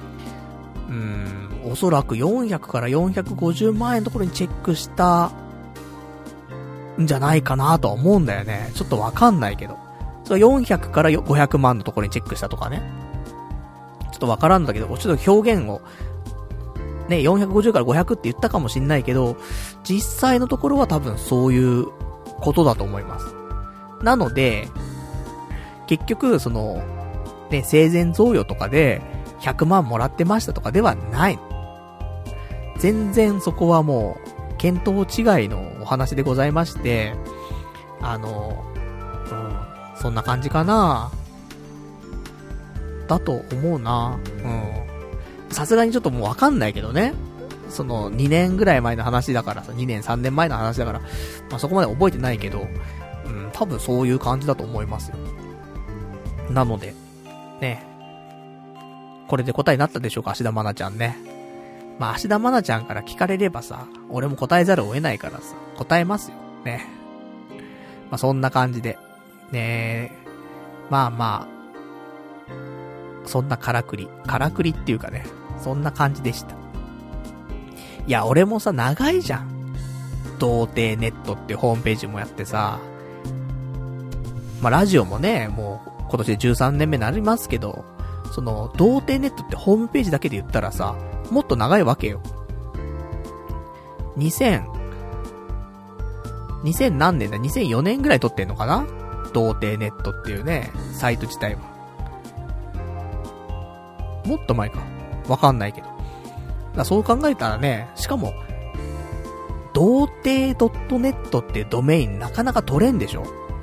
おそらく400から450万円のところにチェックしたんじゃないかなとは思うんだよね。ちょっとわかんないけど。400から500万のところにチェックしたとかね。ちょっとわからんだけど、ちょっと表現を、ね、450から500って言ったかもしんないけど、実際のところは多分そういうことだと思います。なので、 結局、その、ね、生前贈与とかで100万もらってましたとかではないの。全然そこはもう、見当違いのお話でございまして、そんな感じかなだと思うな。さすがにちょっともうわかんないけどね。その2年ぐらい前の話だからさ、2年3年前の話だから、まあ、そこまで覚えてないけど、多分そういう感じだと思いますよ。なので、ね。これで答えになったでしょうか、芦田愛菜ちゃんね。まあ、芦田愛菜ちゃんから聞かれればさ、俺も答えざるを得ないからさ、答えますよ。ね。まあ、そんな感じで。ねまあまあ、そんなからくりっていうかね、そんな感じでした。いや、俺もさ、長いじゃん。童貞ネットっていうホームページもやってさ、まあ、ラジオもね、もう今年で13年目になりますけど、その、童貞ネットってホームページだけで言ったらさ、もっと長いわけよ。2000何年だ ?2004 年ぐらい撮ってんのかな？童貞ネットっていうね、サイト自体は。もっと前か。わかんないけど。そう考えたらね、しかも、童貞 .net っていうドメインなかなか取れんでしょ？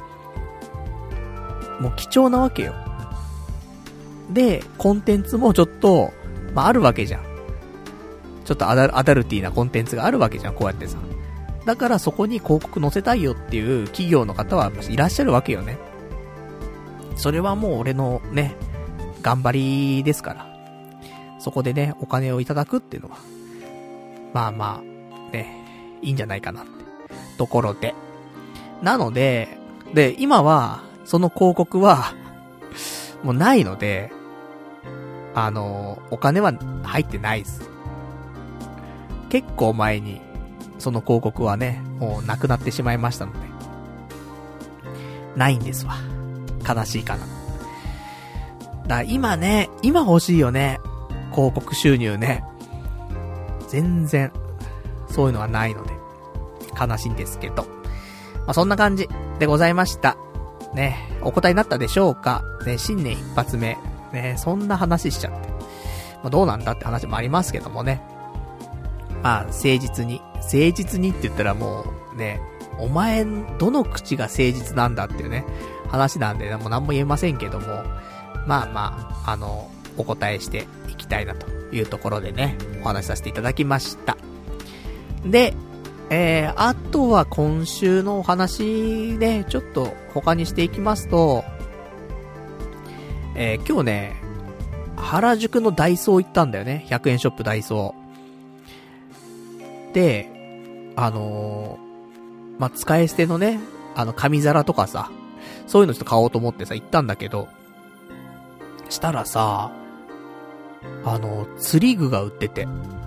もう貴重なわけよ。で、コンテンツもちょっと、まあ、あるわけじゃん。ちょっとアダルティーなコンテンツがあるわけじゃん、こうやってさ。だからそこに広告載せたいよっていう企業の方はいらっしゃるわけよね。それはもう俺のね、頑張りですから。そこでね、お金をいただくっていうのは、まあまあ、ね、いいんじゃないかなってところで。なので、今は、その広告は、もうないので、お金は入ってないです。結構前に、その広告はね、もうなくなってしまいましたので。ないんですわ。悲しいかな。だから今欲しいよね。広告収入ね。全然、そういうのはないので、悲しいんですけど。まあ、そんな感じでございました。ね、お答えになったでしょうか。ね、新年一発目。ね、そんな話しちゃって。まあ、どうなんだって話もありますけどもね。まあ、誠実にって言ったらもうね、お前、どの口が誠実なんだっていうね、話なんで、もう何も言えませんけども、まあまあ、お答えしていきたいなというところでね、お話しさせていただきました。で、あとは今週のお話ね、ちょっと他にしていきますと、今日ね、原宿のダイソー行ったんだよね。100円ショップダイソー。で、まあ、使い捨てのね、紙皿とかさ、そういうのちょっと買おうと思ってさ、行ったんだけど、したらさ、釣り具が売ってて、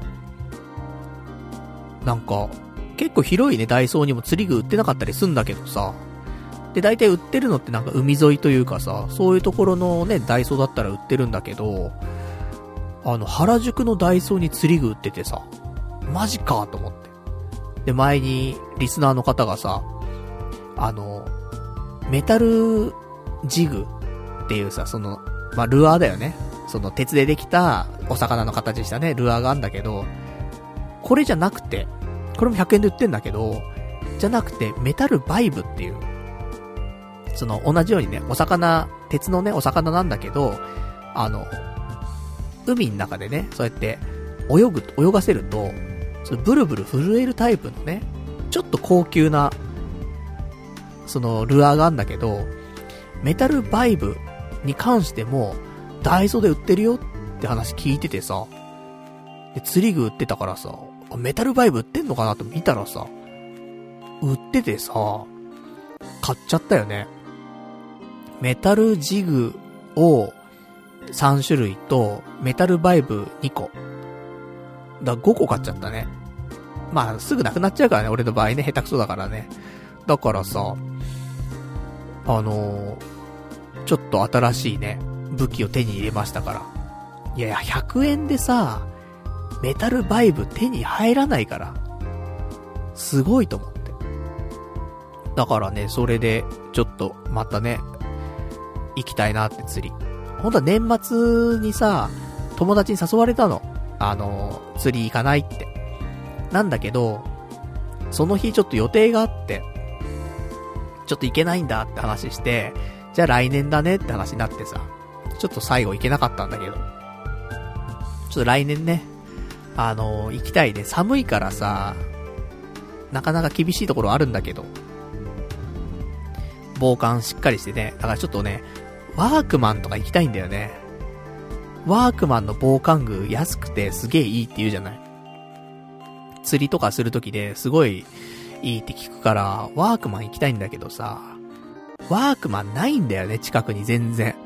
なんか、結構広いね、ダイソーにも釣り具売ってなかったりすんだけどさ、で、大体売ってるのってなんか海沿いというかさ、そういうところのね、ダイソーだったら売ってるんだけど、原宿のダイソーに釣り具売っててさ、マジかと思って。で、前に、リスナーの方がさ、メタルジグっていうさ、その、まあ、ルアーだよね。その、鉄でできた、お魚の形したね、ルアーがあるんだけど、これじゃなくて、これも100円で売ってんだけど、じゃなくて、メタルバイブっていう、その、同じようにね、お魚、鉄のね、お魚なんだけど、海の中でね、そうやって、泳がせると、そのブルブル震えるタイプのね、ちょっと高級な、そのルアーがあるんだけど、メタルバイブに関しても、ダイソーで売ってるよって話聞いててさ、で釣り具売ってたからさ、メタルバイブ売ってんのかなと見たらさ、売っててさ、買っちゃったよね。メタルジグを3種類と、メタルバイブ2個。だ5個買っちゃったね。まあ、すぐなくなっちゃうからね、俺の場合ね、下手くそだからね。だからさ、ちょっと新しいね、武器を手に入れましたから。いやいや、100円でさ、メタルバイブ手に入らないから。すごいと思って。だからね、それで、ちょっと、またね、 行きたいなって釣り。本当は年末にさ、友達に誘われたの。釣り行かないって。なんだけど、その日ちょっと予定があって、ちょっと行けないんだって話して、じゃあ来年だねって話になってさ、ちょっと最後行けなかったんだけど、ちょっと来年ね、行きたいね。寒いからさ、なかなか厳しいところあるんだけど、防寒しっかりしてね、だからちょっとね、ワークマンとか行きたいんだよね。ワークマンの防寒具安くてすげえいいって言うじゃない。釣りとかするときですごいいいって聞くから、ワークマン行きたいんだけどさ、ワークマンないんだよね、近くに全然。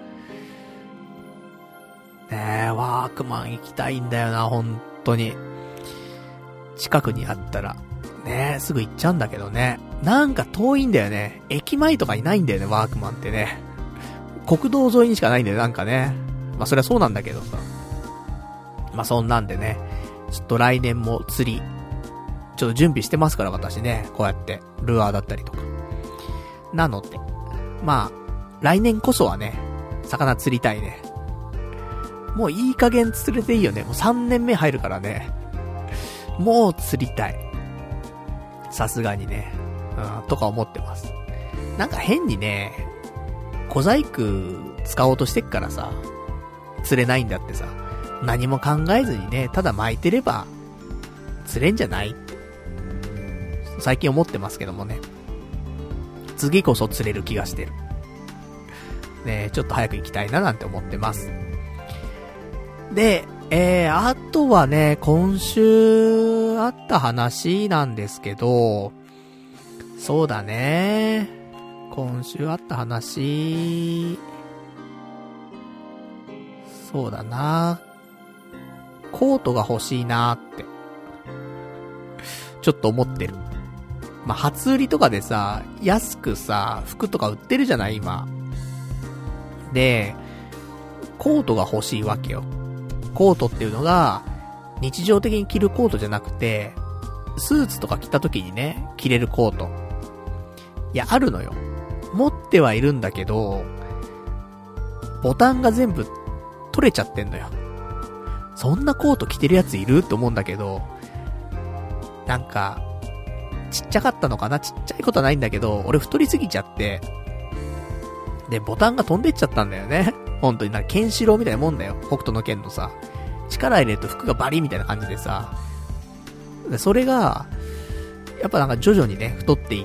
ねえ、ワークマン行きたいんだよな、本当に。近くにあったら、ねえ、すぐ行っちゃうんだけどね。なんか遠いんだよね。駅前とかにないんだよね、ワークマンってね。国道沿いにしかないんだよ、なんかね。まあそれはそうなんだけどさ。まあそんなんでね、ちょっと来年も釣り、ちょっと準備してますから私ね、こうやって、ルアーだったりとか。なので、まあ、来年こそはね、魚釣りたいね。もういい加減釣れていいよね。もう3年目入るからね。もう釣りたい。さすがにね。とか思ってます。なんか変にね、小細工使おうとしてっからさ、釣れないんだってさ、何も考えずにね、ただ巻いてれば、釣れんじゃない最近思ってますけどもね。次こそ釣れる気がしてる。ね、ちょっと早く行きたいななんて思ってます。で、あとはね、今週あった話なんですけど、そうだね。今週あった話、そうだな。コートが欲しいなって、ちょっと思ってる。まあ、初売りとかでさ、安くさ、服とか売ってるじゃない今。で、コートが欲しいわけよ。コートっていうのが、日常的に着るコートじゃなくて、スーツとか着た時にね、着れるコート。いや、あるのよ。持ってはいるんだけど、ボタンが全部取れちゃってんのよ。そんなコート着てるやついるって思うんだけど、なんか、ちっちゃかったのかな、ちっちゃいことはないんだけど、俺太りすぎちゃって、で、ボタンが飛んでっちゃったんだよね。本当になんか、ケンシロウみたいなもんだよ。北斗の剣のさ、力入れると服がバリみたいな感じでさ、でそれが、やっぱなんか徐々にね、太っていって、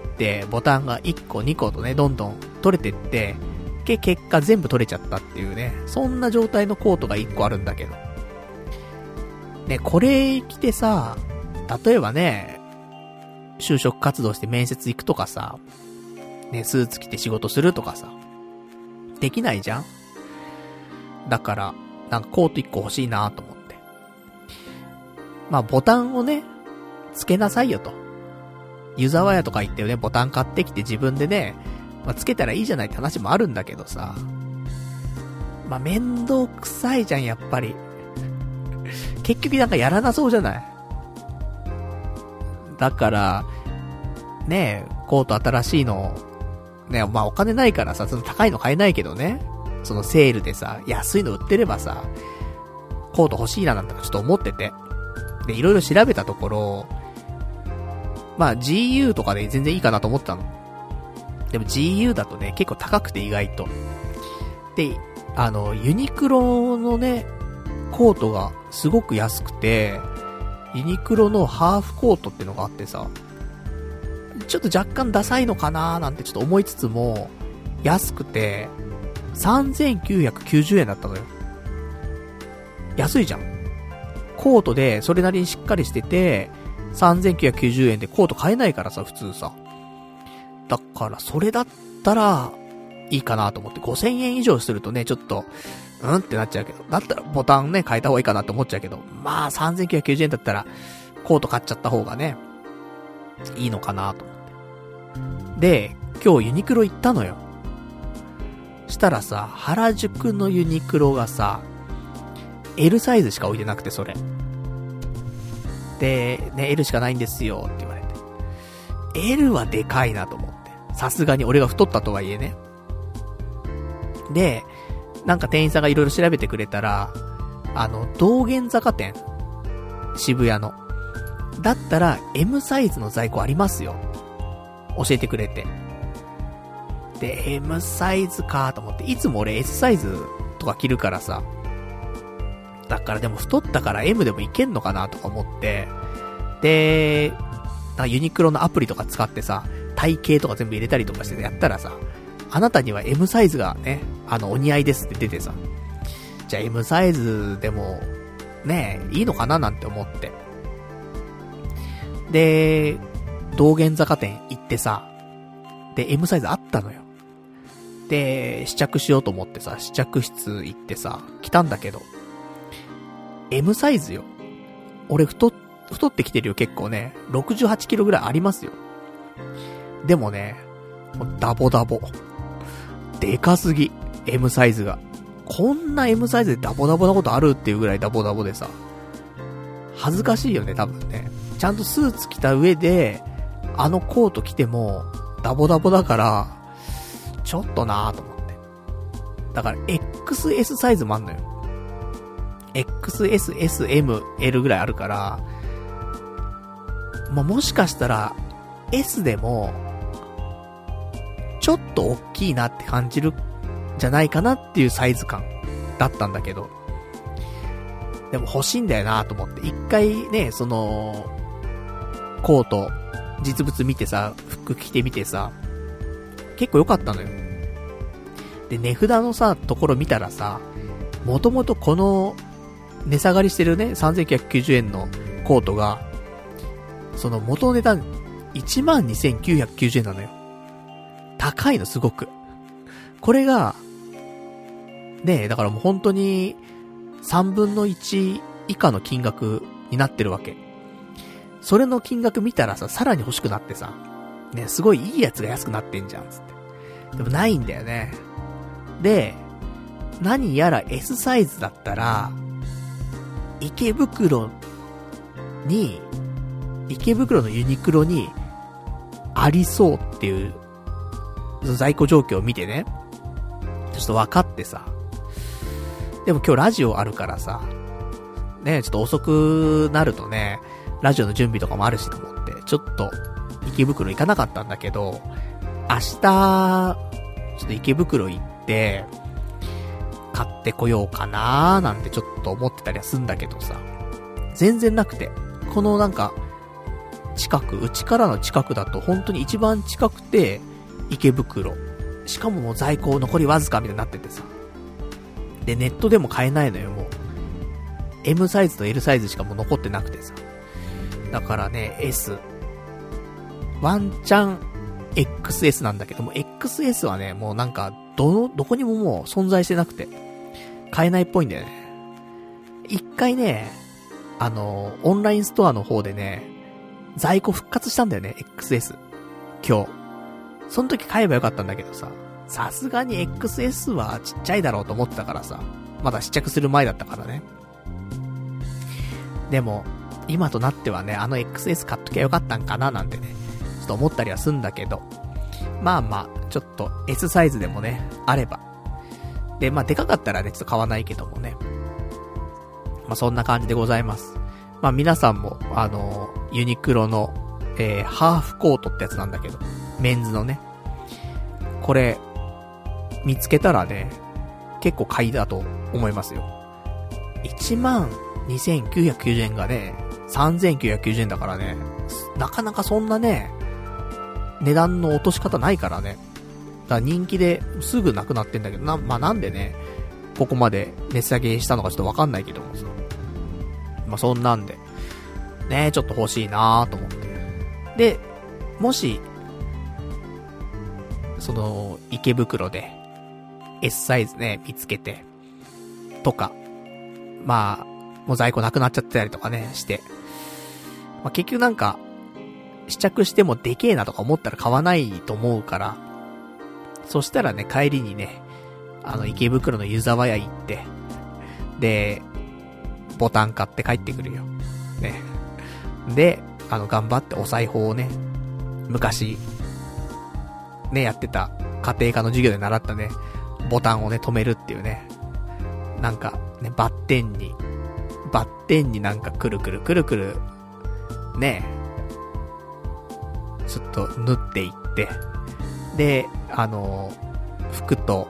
ボタンが1個2個とね、どんどん取れてって、結果全部取れちゃったっていうね、そんな状態のコートが1個あるんだけど。ね、これ着てさ、例えばね、就職活動して面接行くとかさ、ね、スーツ着て仕事するとかさ、できないじゃん？だから、なんかコート1個欲しいなと思って。まあボタンをね、つけなさいよと。湯沢屋とか行ってね、ボタン買ってきて自分でね、まあ、つけたらいいじゃないって話もあるんだけどさ。まあ面倒くさいじゃん、やっぱり。結局なんかやらなそうじゃない？だから、ねえ、コート新しいの、ね、まあお金ないからさ、その高いの買えないけどね、そのセールでさ、安いの売ってればさ、コート欲しいななんてちょっと思ってて。で、いろいろ調べたところ、まあ GU とかで全然いいかなと思ったの。でも GU だとね、結構高くて意外と。で、ユニクロのね、コートがすごく安くて、ユニクロのハーフコートってのがあってさ、ちょっと若干ダサいのかなーなんてちょっと思いつつも、安くて、3990円だったのよ。安いじゃん。コートでそれなりにしっかりしてて、3990円でコート買えないからさ、普通さ。だから、それだったら、いいかなと思って、5000円以上するとね、ちょっと、ってなっちゃうけど、だったらボタンね、変えた方がいいかなって思っちゃうけど、まあ、3990円だったら、コート買っちゃった方がね、いいのかなと思って。で、今日ユニクロ行ったのよ。したらさ、原宿のユニクロがさ、L サイズしか置いてなくて、それ。で、ね、L しかないんですよ、って言われて。L はでかいなと思って。さすがに俺が太ったとはいえね。 で、なんか店員さんがいろいろ調べてくれたら、道玄坂店、渋谷の。だったら M サイズの在庫ありますよ。教えてくれて。で、M サイズかと思って、いつも俺 S サイズとか着るからさ。だからでも太ったから M でもいけんのかなとか思って、で、ユニクロのアプリとか使ってさ、体型とか全部入れたりとかしてやったらさ、あなたには M サイズがね、お似合いですって出てさ、じゃあ M サイズでも、ね、いいのかななんて思って。で、道玄坂店行ってさ、で、M サイズあったのよ。で、試着しようと思ってさ、試着室行ってさ、着たんだけど、M サイズよ。俺太ってきてるよ、結構ね。68キロぐらいありますよ。でもね、ダボダボ。でかすぎ。M サイズが。こんな M サイズでダボダボなことあるっていうぐらいダボダボでさ。恥ずかしいよね、多分ね。ちゃんとスーツ着た上で、コート着ても、ダボダボだから、ちょっとなぁと思って。だから XS サイズもあんのよ。XS、S、M、L ぐらいあるから、もしかしたら S でもちょっと大きいなって感じるんじゃないかなっていうサイズ感だったんだけど、でも欲しいんだよなと思って、一回ね、そのコート実物見てさ、服着てみてさ、結構良かったのよ。で、値札のさところ見たらさ、もともとこの値下がりしてるね、3990円のコートが、その元の値段、12,990円なのよ。高いの、すごく。これが、ねえ、だからもう本当に、3分の1以下の金額になってるわけ。それの金額見たらさ、さらに欲しくなってさ、ね、すごいいいやつが安くなってんじゃん、つって。でもないんだよね。で、何やら S サイズだったら、池袋のユニクロにありそうっていう在庫状況を見てね、ちょっと分かってさ、でも今日ラジオあるからさ、ね、ちょっと遅くなるとね、ラジオの準備とかもあるしと思って、ちょっと池袋行かなかったんだけど、明日、ちょっと池袋行って、買ってこようかなーなんてちょっと思ってたりはすんだけどさ、全然なくて、このなんか、うちからの近くだと本当に一番近くて、池袋。しかももう在庫残りわずかみたいになっててさ。で、ネットでも買えないのよ、もう。M サイズと L サイズしかもう残ってなくてさ。だからね、S。ワンチャン XS なんだけども、XS はね、もうなんか、どこにももう存在してなくて、買えないっぽいんだよね。一回ね、オンラインストアの方でね、在庫復活したんだよね、XS。今日。その時買えばよかったんだけどさ、さすがに XS はちっちゃいだろうと思ってたからさ、まだ試着する前だったからね。でも、今となってはね、XS 買っときゃよかったんかななんてね、ちょっと思ったりはすんだけど、まあまあ、ちょっと S サイズでもね、あれば。で、まあでかかったらね、ちょっと買わないけどもね。まあそんな感じでございます。まあ皆さんも、ユニクロの、ハーフコートってやつなんだけど、メンズのね。これ、見つけたらね、結構買いだと思いますよ。12,990円がね、3,990円だからね、なかなかそんなね、値段の落とし方ないからね。だから人気ですぐなくなってんだけど、まあなんでね、ここまで値下げしたのかちょっとわかんないけどもさ。まあそんなんで、ね、ちょっと欲しいなーと思って。で、もし、その、池袋で、S サイズね、見つけて、とか、まあ、もう在庫なくなっちゃってたりとかね、して。まあ結局なんか、試着してもでけえなとか思ったら買わないと思うから、そしたらね、帰りにね、池袋の湯沢屋行って、で、ボタン買って帰ってくるよ。ね。で、頑張ってお裁縫をね、昔、ね、やってた家庭科の授業で習ったね、 ボタンをね、止めるっていうね。なんか、ね、バッテンになんかくるくる、ね、ちょっと縫っていって、で、服と、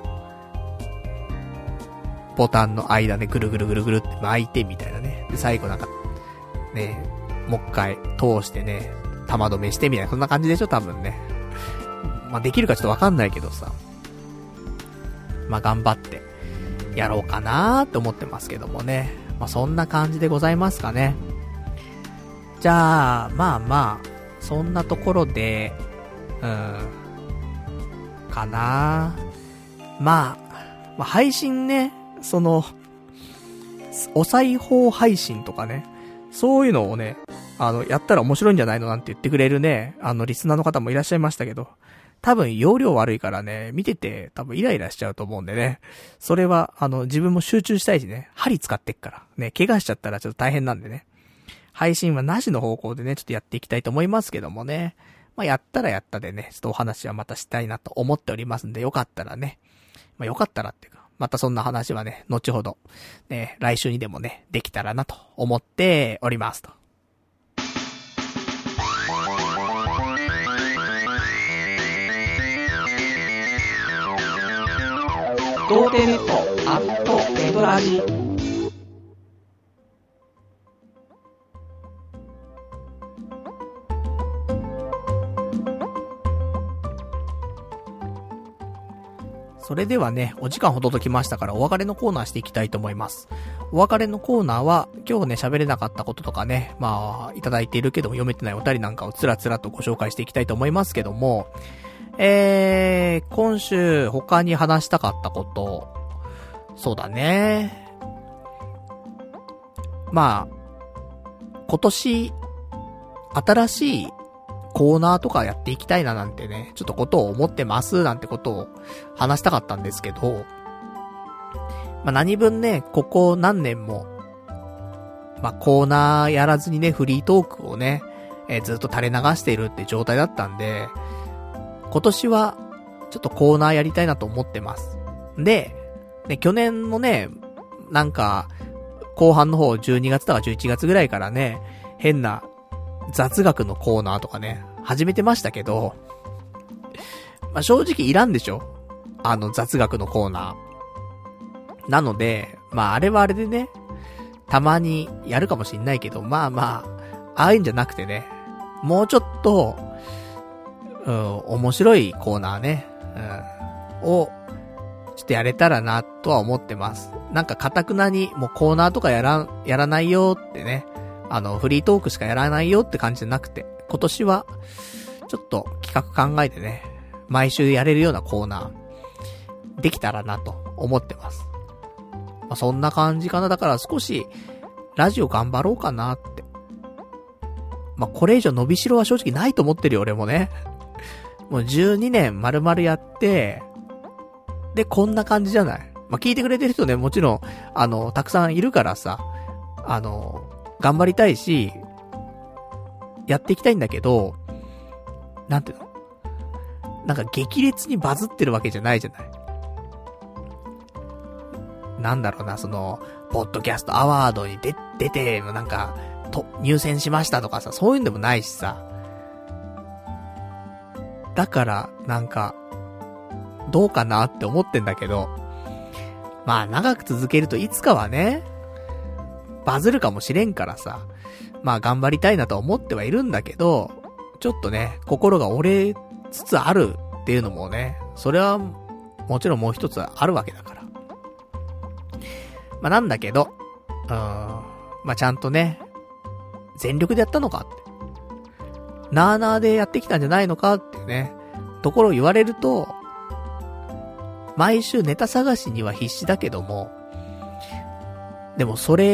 ボタンの間ね、ぐるぐるって巻いてみたいなね。で、最後なんか、ね、もう一回通してね、玉止めしてみたいな、そんな感じでしょ、多分ね。まあ、できるかちょっとわかんないけどさ。まあ、頑張って、やろうかなーって思ってますけどもね。まあ、そんな感じでございますかね。じゃあ、まあ、そんなところで、かなー。まあ、配信ね、お裁縫配信とかね、そういうのをね、やったら面白いんじゃないのなんて言ってくれるね、リスナーの方もいらっしゃいましたけど、多分容量悪いからね、見てて多分イライラしちゃうと思うんでね、それは、自分も集中したいしね、針使ってっから、ね、怪我しちゃったらちょっと大変なんでね、配信はなしの方向でね、ちょっとやっていきたいと思いますけどもね、まあ、やったらやったでね、ちょっとお話はまたしたいなと思っておりますんで、よかったらね、まあ、よかったらっていうか、またそんな話はね、後ほど、ね、来週にでもね、できたらなと思っておりますと。 童貞ネットアットネトラジ。 それではね、お時間ほどときましたからお別れのコーナーしていきたいと思います。お別れのコーナーは、今日ね、喋れなかったこととかね、まあ、いただいているけども読めてないお便りなんかをつらつらとご紹介していきたいと思いますけども、今週他に話したかったこと、そうだね。まあ、今年、新しいコーナーとかやっていきたいななんてね、ちょっとことを思ってますなんてことを話したかったんですけど、まあ何分ね、ここ何年も、まあコーナーやらずにね、フリートークをね、ずっと垂れ流しているって状態だったんで、今年はちょっとコーナーやりたいなと思ってます。で、ね、去年のね、なんか、後半の方12月とか11月ぐらいからね、変な雑学のコーナーとかね、始めてましたけど、まあ、正直いらんでしょ？雑学のコーナー。なので、まああれはあれでね、たまにやるかもしんないけど、まあ、ああいうんじゃなくてね、もうちょっと、面白いコーナーね、を、ちょっとやれたらな、とは思ってます。なんか、堅くなに、もうコーナーとかやらないよってね、フリートークしかやらないよって感じじゃなくて、今年は、ちょっと企画考えてね、毎週やれるようなコーナー、できたらなと思ってます。まあ、そんな感じかな。だから少し、ラジオ頑張ろうかなって。まあ、これ以上伸びしろは正直ないと思ってるよ、俺もね。もう12年丸々やって、で、こんな感じじゃない。まあ、聞いてくれてる人ね、もちろん、たくさんいるからさ、頑張りたいし、やっていきたいんだけど、なんていうの？なんか激烈にバズってるわけじゃないじゃない。なんだろうな、ポッドキャストアワードに出て、なんか、入選しましたとかさ、そういうんでもないしさ。だから、なんか、どうかなって思ってんだけど、まあ長く続けるといつかはね、バズるかもしれんからさ、まあ頑張りたいなと思ってはいるんだけど、ちょっとね、心が折れつつあるっていうのもね、それはもちろんもう一つあるわけだから。まあなんだけど、まあちゃんとね、全力でやったのかって。なーなーでやってきたんじゃないのかっていうね、ところを言われると、毎週ネタ探しには必死だけども、でもそ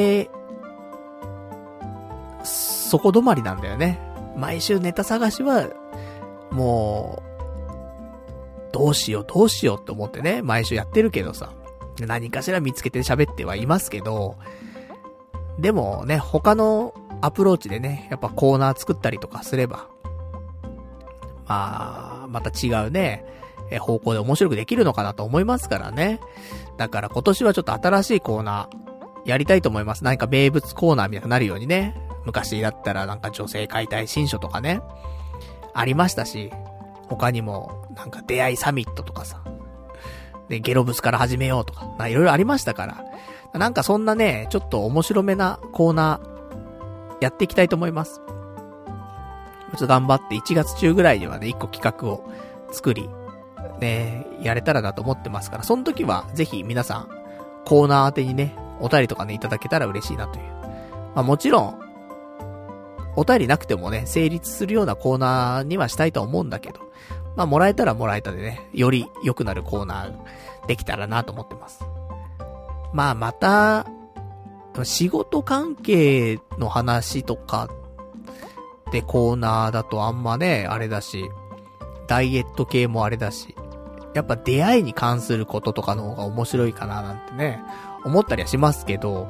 こ止まりなんだよね。毎週ネタ探しは、もう、どうしようって思ってね、毎週やってるけどさ、何かしら見つけて喋ってはいますけど、でもね、他のアプローチでね、やっぱコーナー作ったりとかすれば、まあ、また違うね、 方向で面白くできるのかなと思いますからね。だから今年はちょっと新しいコーナーやりたいと思います。何か名物コーナーみたいになるようにね。昔だったらなんか女性解体新書とかね、ありましたし、他にもなんか出会いサミットとかさ、でゲロブスから始めようとか、いろいろありましたから、なんかそんなね、ちょっと面白めなコーナーやっていきたいと思います。ちょっと頑張って1月中ぐらいにはね、1個企画を作り、ね、やれたらなと思ってますから、その時はぜひ皆さん、コーナー宛てにね、お便りとかね、いただけたら嬉しいなという。まあもちろん、お便りなくてもね、成立するようなコーナーにはしたいと思うんだけど、まあもらえたらもらえたでね、より良くなるコーナーできたらなと思ってます。まあまた、仕事関係の話とかでコーナーだとあんまね、あれだし、ダイエット系もあれだし、やっぱ出会いに関することとかの方が面白いかななんてね、思ったりはしますけど、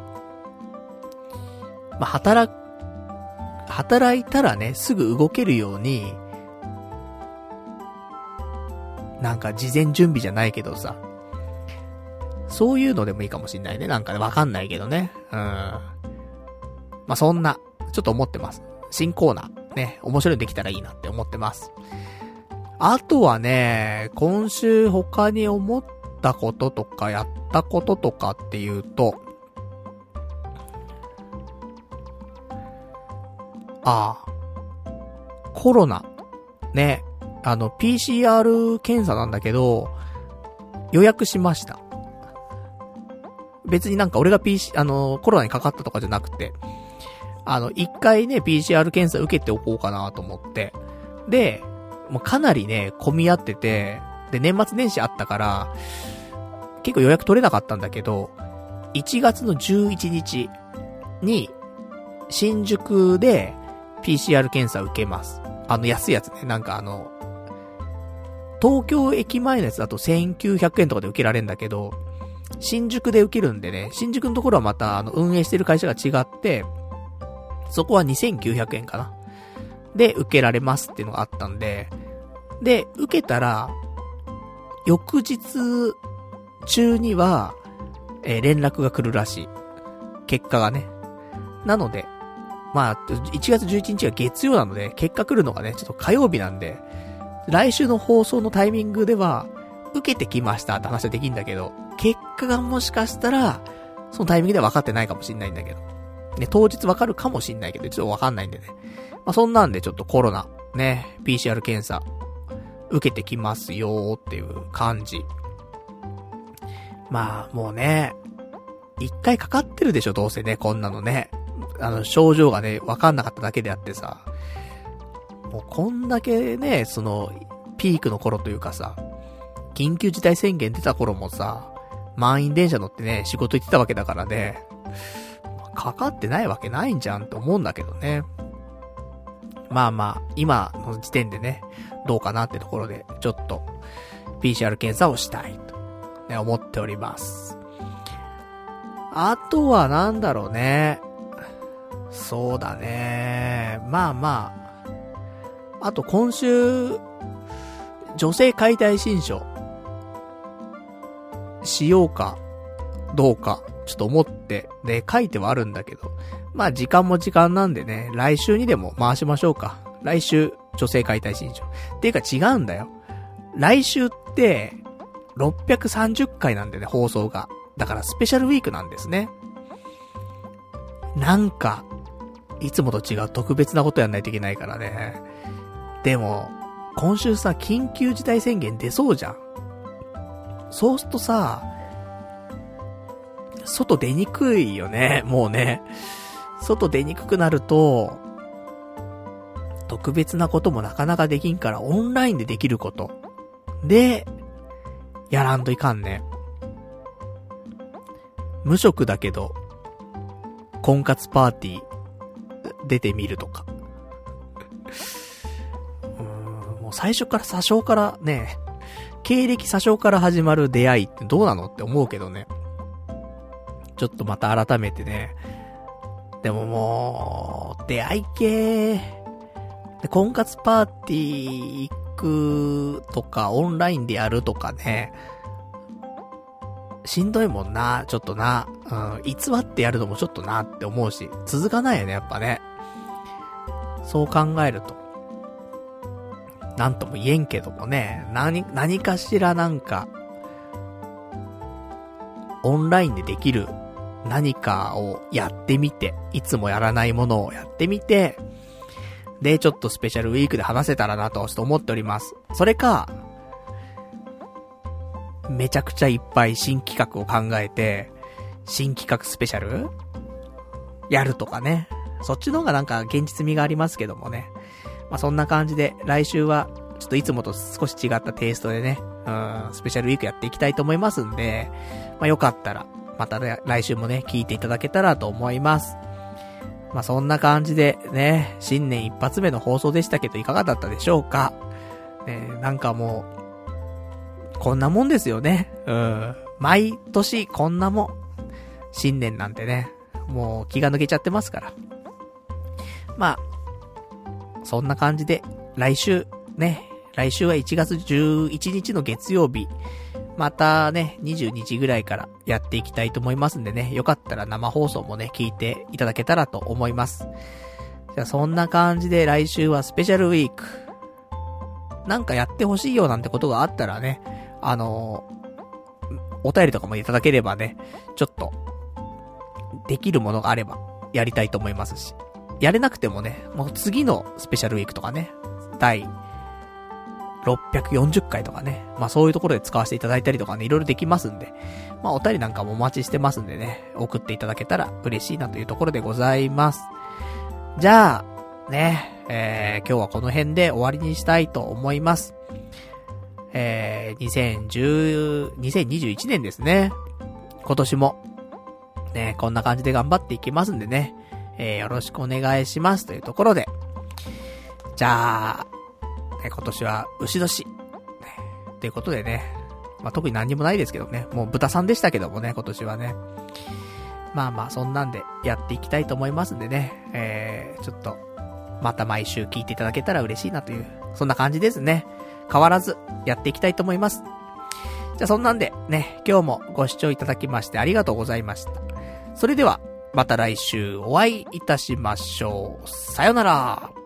まあ働いたらね、すぐ動けるように、なんか事前準備じゃないけどさ、そういうのでもいいかもしんないね。なんかね、わかんないけどね。まあ、そんな、ちょっと思ってます。新コーナー、ね、面白いのできたらいいなって思ってます。あとはね、今週他に思ったこととかやったこととかっていうと、コロナ、ね、PCR 検査なんだけど、予約しました。別になんか俺がコロナにかかったとかじゃなくて、一回ね、PCR 検査受けておこうかなと思って。で、もうかなりね、混み合ってて、で、年末年始あったから、結構予約取れなかったんだけど、1月の11日に、新宿で PCR 検査受けます。安いやつね、なんか東京駅前のやつだと1900円とかで受けられるんだけど、新宿で受けるんでね、新宿のところはまた運営してる会社が違って、そこは2900円かな。で、受けられますっていうのがあったんで、で、受けたら、翌日中には、連絡が来るらしい。結果がね。なので、まあ、1月11日が月曜なので、結果来るのがね、ちょっと火曜日なんで、来週の放送のタイミングでは、受けてきましたって話はできるんだけど、結果がもしかしたら、そのタイミングでは分かってないかもしんないんだけど。ね、当日分かるかもしんないけど、ちょっと分かんないんでね。まあ、そんなんでちょっとコロナ、ね、PCR 検査、受けてきますよーっていう感じ。まあ、もうね、一回かかってるでしょ、どうせね、こんなのね。症状がね、分かんなかっただけであってさ。もうこんだけね、ピークの頃というかさ、緊急事態宣言出た頃もさ、満員電車乗ってね、仕事行ってたわけだからね、かかってないわけないんじゃんって思うんだけどね。まあまあ、今の時点でね、どうかなってところで、ちょっと、PCR 検査をしたいと、ね、思っております。あとはなんだろうね。そうだね。まあまあ。あと今週、女性解体新書、しようか、どうか、ちょっと思って、で、書いてはあるんだけど、まあ時間も時間なんでね、来週にでも回しましょうか。来週、女性解体新書。っていうか違うんだよ。来週って、630回なんでね、放送が。だからスペシャルウィークなんですね。なんか、いつもと違う特別なことやんないといけないからね。でも、今週さ、緊急事態宣言出そうじゃん。そうするとさ、外出にくいよね、もうね。外出にくくなると、特別なこともなかなかできんから、オンラインでできること。で、やらんといかんね。無職だけど、婚活パーティー、出てみるとか。もう最初から詐称からね、経歴詐称から始まる出会いってどうなのって思うけどね。ちょっとまた改めてね。でももう、出会い系、で婚活パーティー行学とかオンラインでやるとかね、しんどいもんな、ちょっとな。偽ってやるのもちょっとなって思うし、続かないよね、やっぱね。そう考えると。なんとも言えんけどもね、何かしらなんか、オンラインでできる何かをやってみて、いつもやらないものをやってみて、で、ちょっとスペシャルウィークで話せたらなと、ちょっと思っております。それか、めちゃくちゃいっぱい新企画を考えて、新企画スペシャルやるとかね。そっちの方がなんか現実味がありますけどもね。まあ、そんな感じで、来週は、ちょっといつもと少し違ったテイストでね、スペシャルウィークやっていきたいと思いますんで、まあ、よかったら、またね、来週もね、聞いていただけたらと思います。まあ、そんな感じでね、新年一発目の放送でしたけど、いかがだったでしょうか。なんかもう、こんなもんですよね。毎年こんなもん。新年なんてね、もう気が抜けちゃってますから。まあ、そんな感じで、来週は1月11日の月曜日、またね、22時ぐらいからやっていきたいと思いますんでね、よかったら生放送もね、聞いていただけたらと思います。じゃあそんな感じで来週はスペシャルウィーク。なんかやってほしいよなんてことがあったらね、お便りとかもいただければね、ちょっと、できるものがあれば、やりたいと思いますし。やれなくてもね、もう次のスペシャルウィークとかね、第640回とかね、まあそういうところで使わせていただいたりとかね、いろいろできますんで、まあお便りなんかもお待ちしてますんでね、送っていただけたら嬉しいなというところでございます。じゃあ、ね、今日はこの辺で終わりにしたいと思います。2021年ですね。今年も、ね、こんな感じで頑張っていきますんでね、よろしくお願いしますというところで、じゃあ、今年は牛年、ということでね、まあ、特に何にもないですけどね、もう豚さんでしたけどもね、今年はね。まあまあ、そんなんでやっていきたいと思いますんでね、ちょっと、また毎週聞いていただけたら嬉しいなという、そんな感じですね。変わらずやっていきたいと思います。じゃあそんなんでね、今日もご視聴いただきましてありがとうございました。それでは、また来週お会いいたしましょう。さよなら。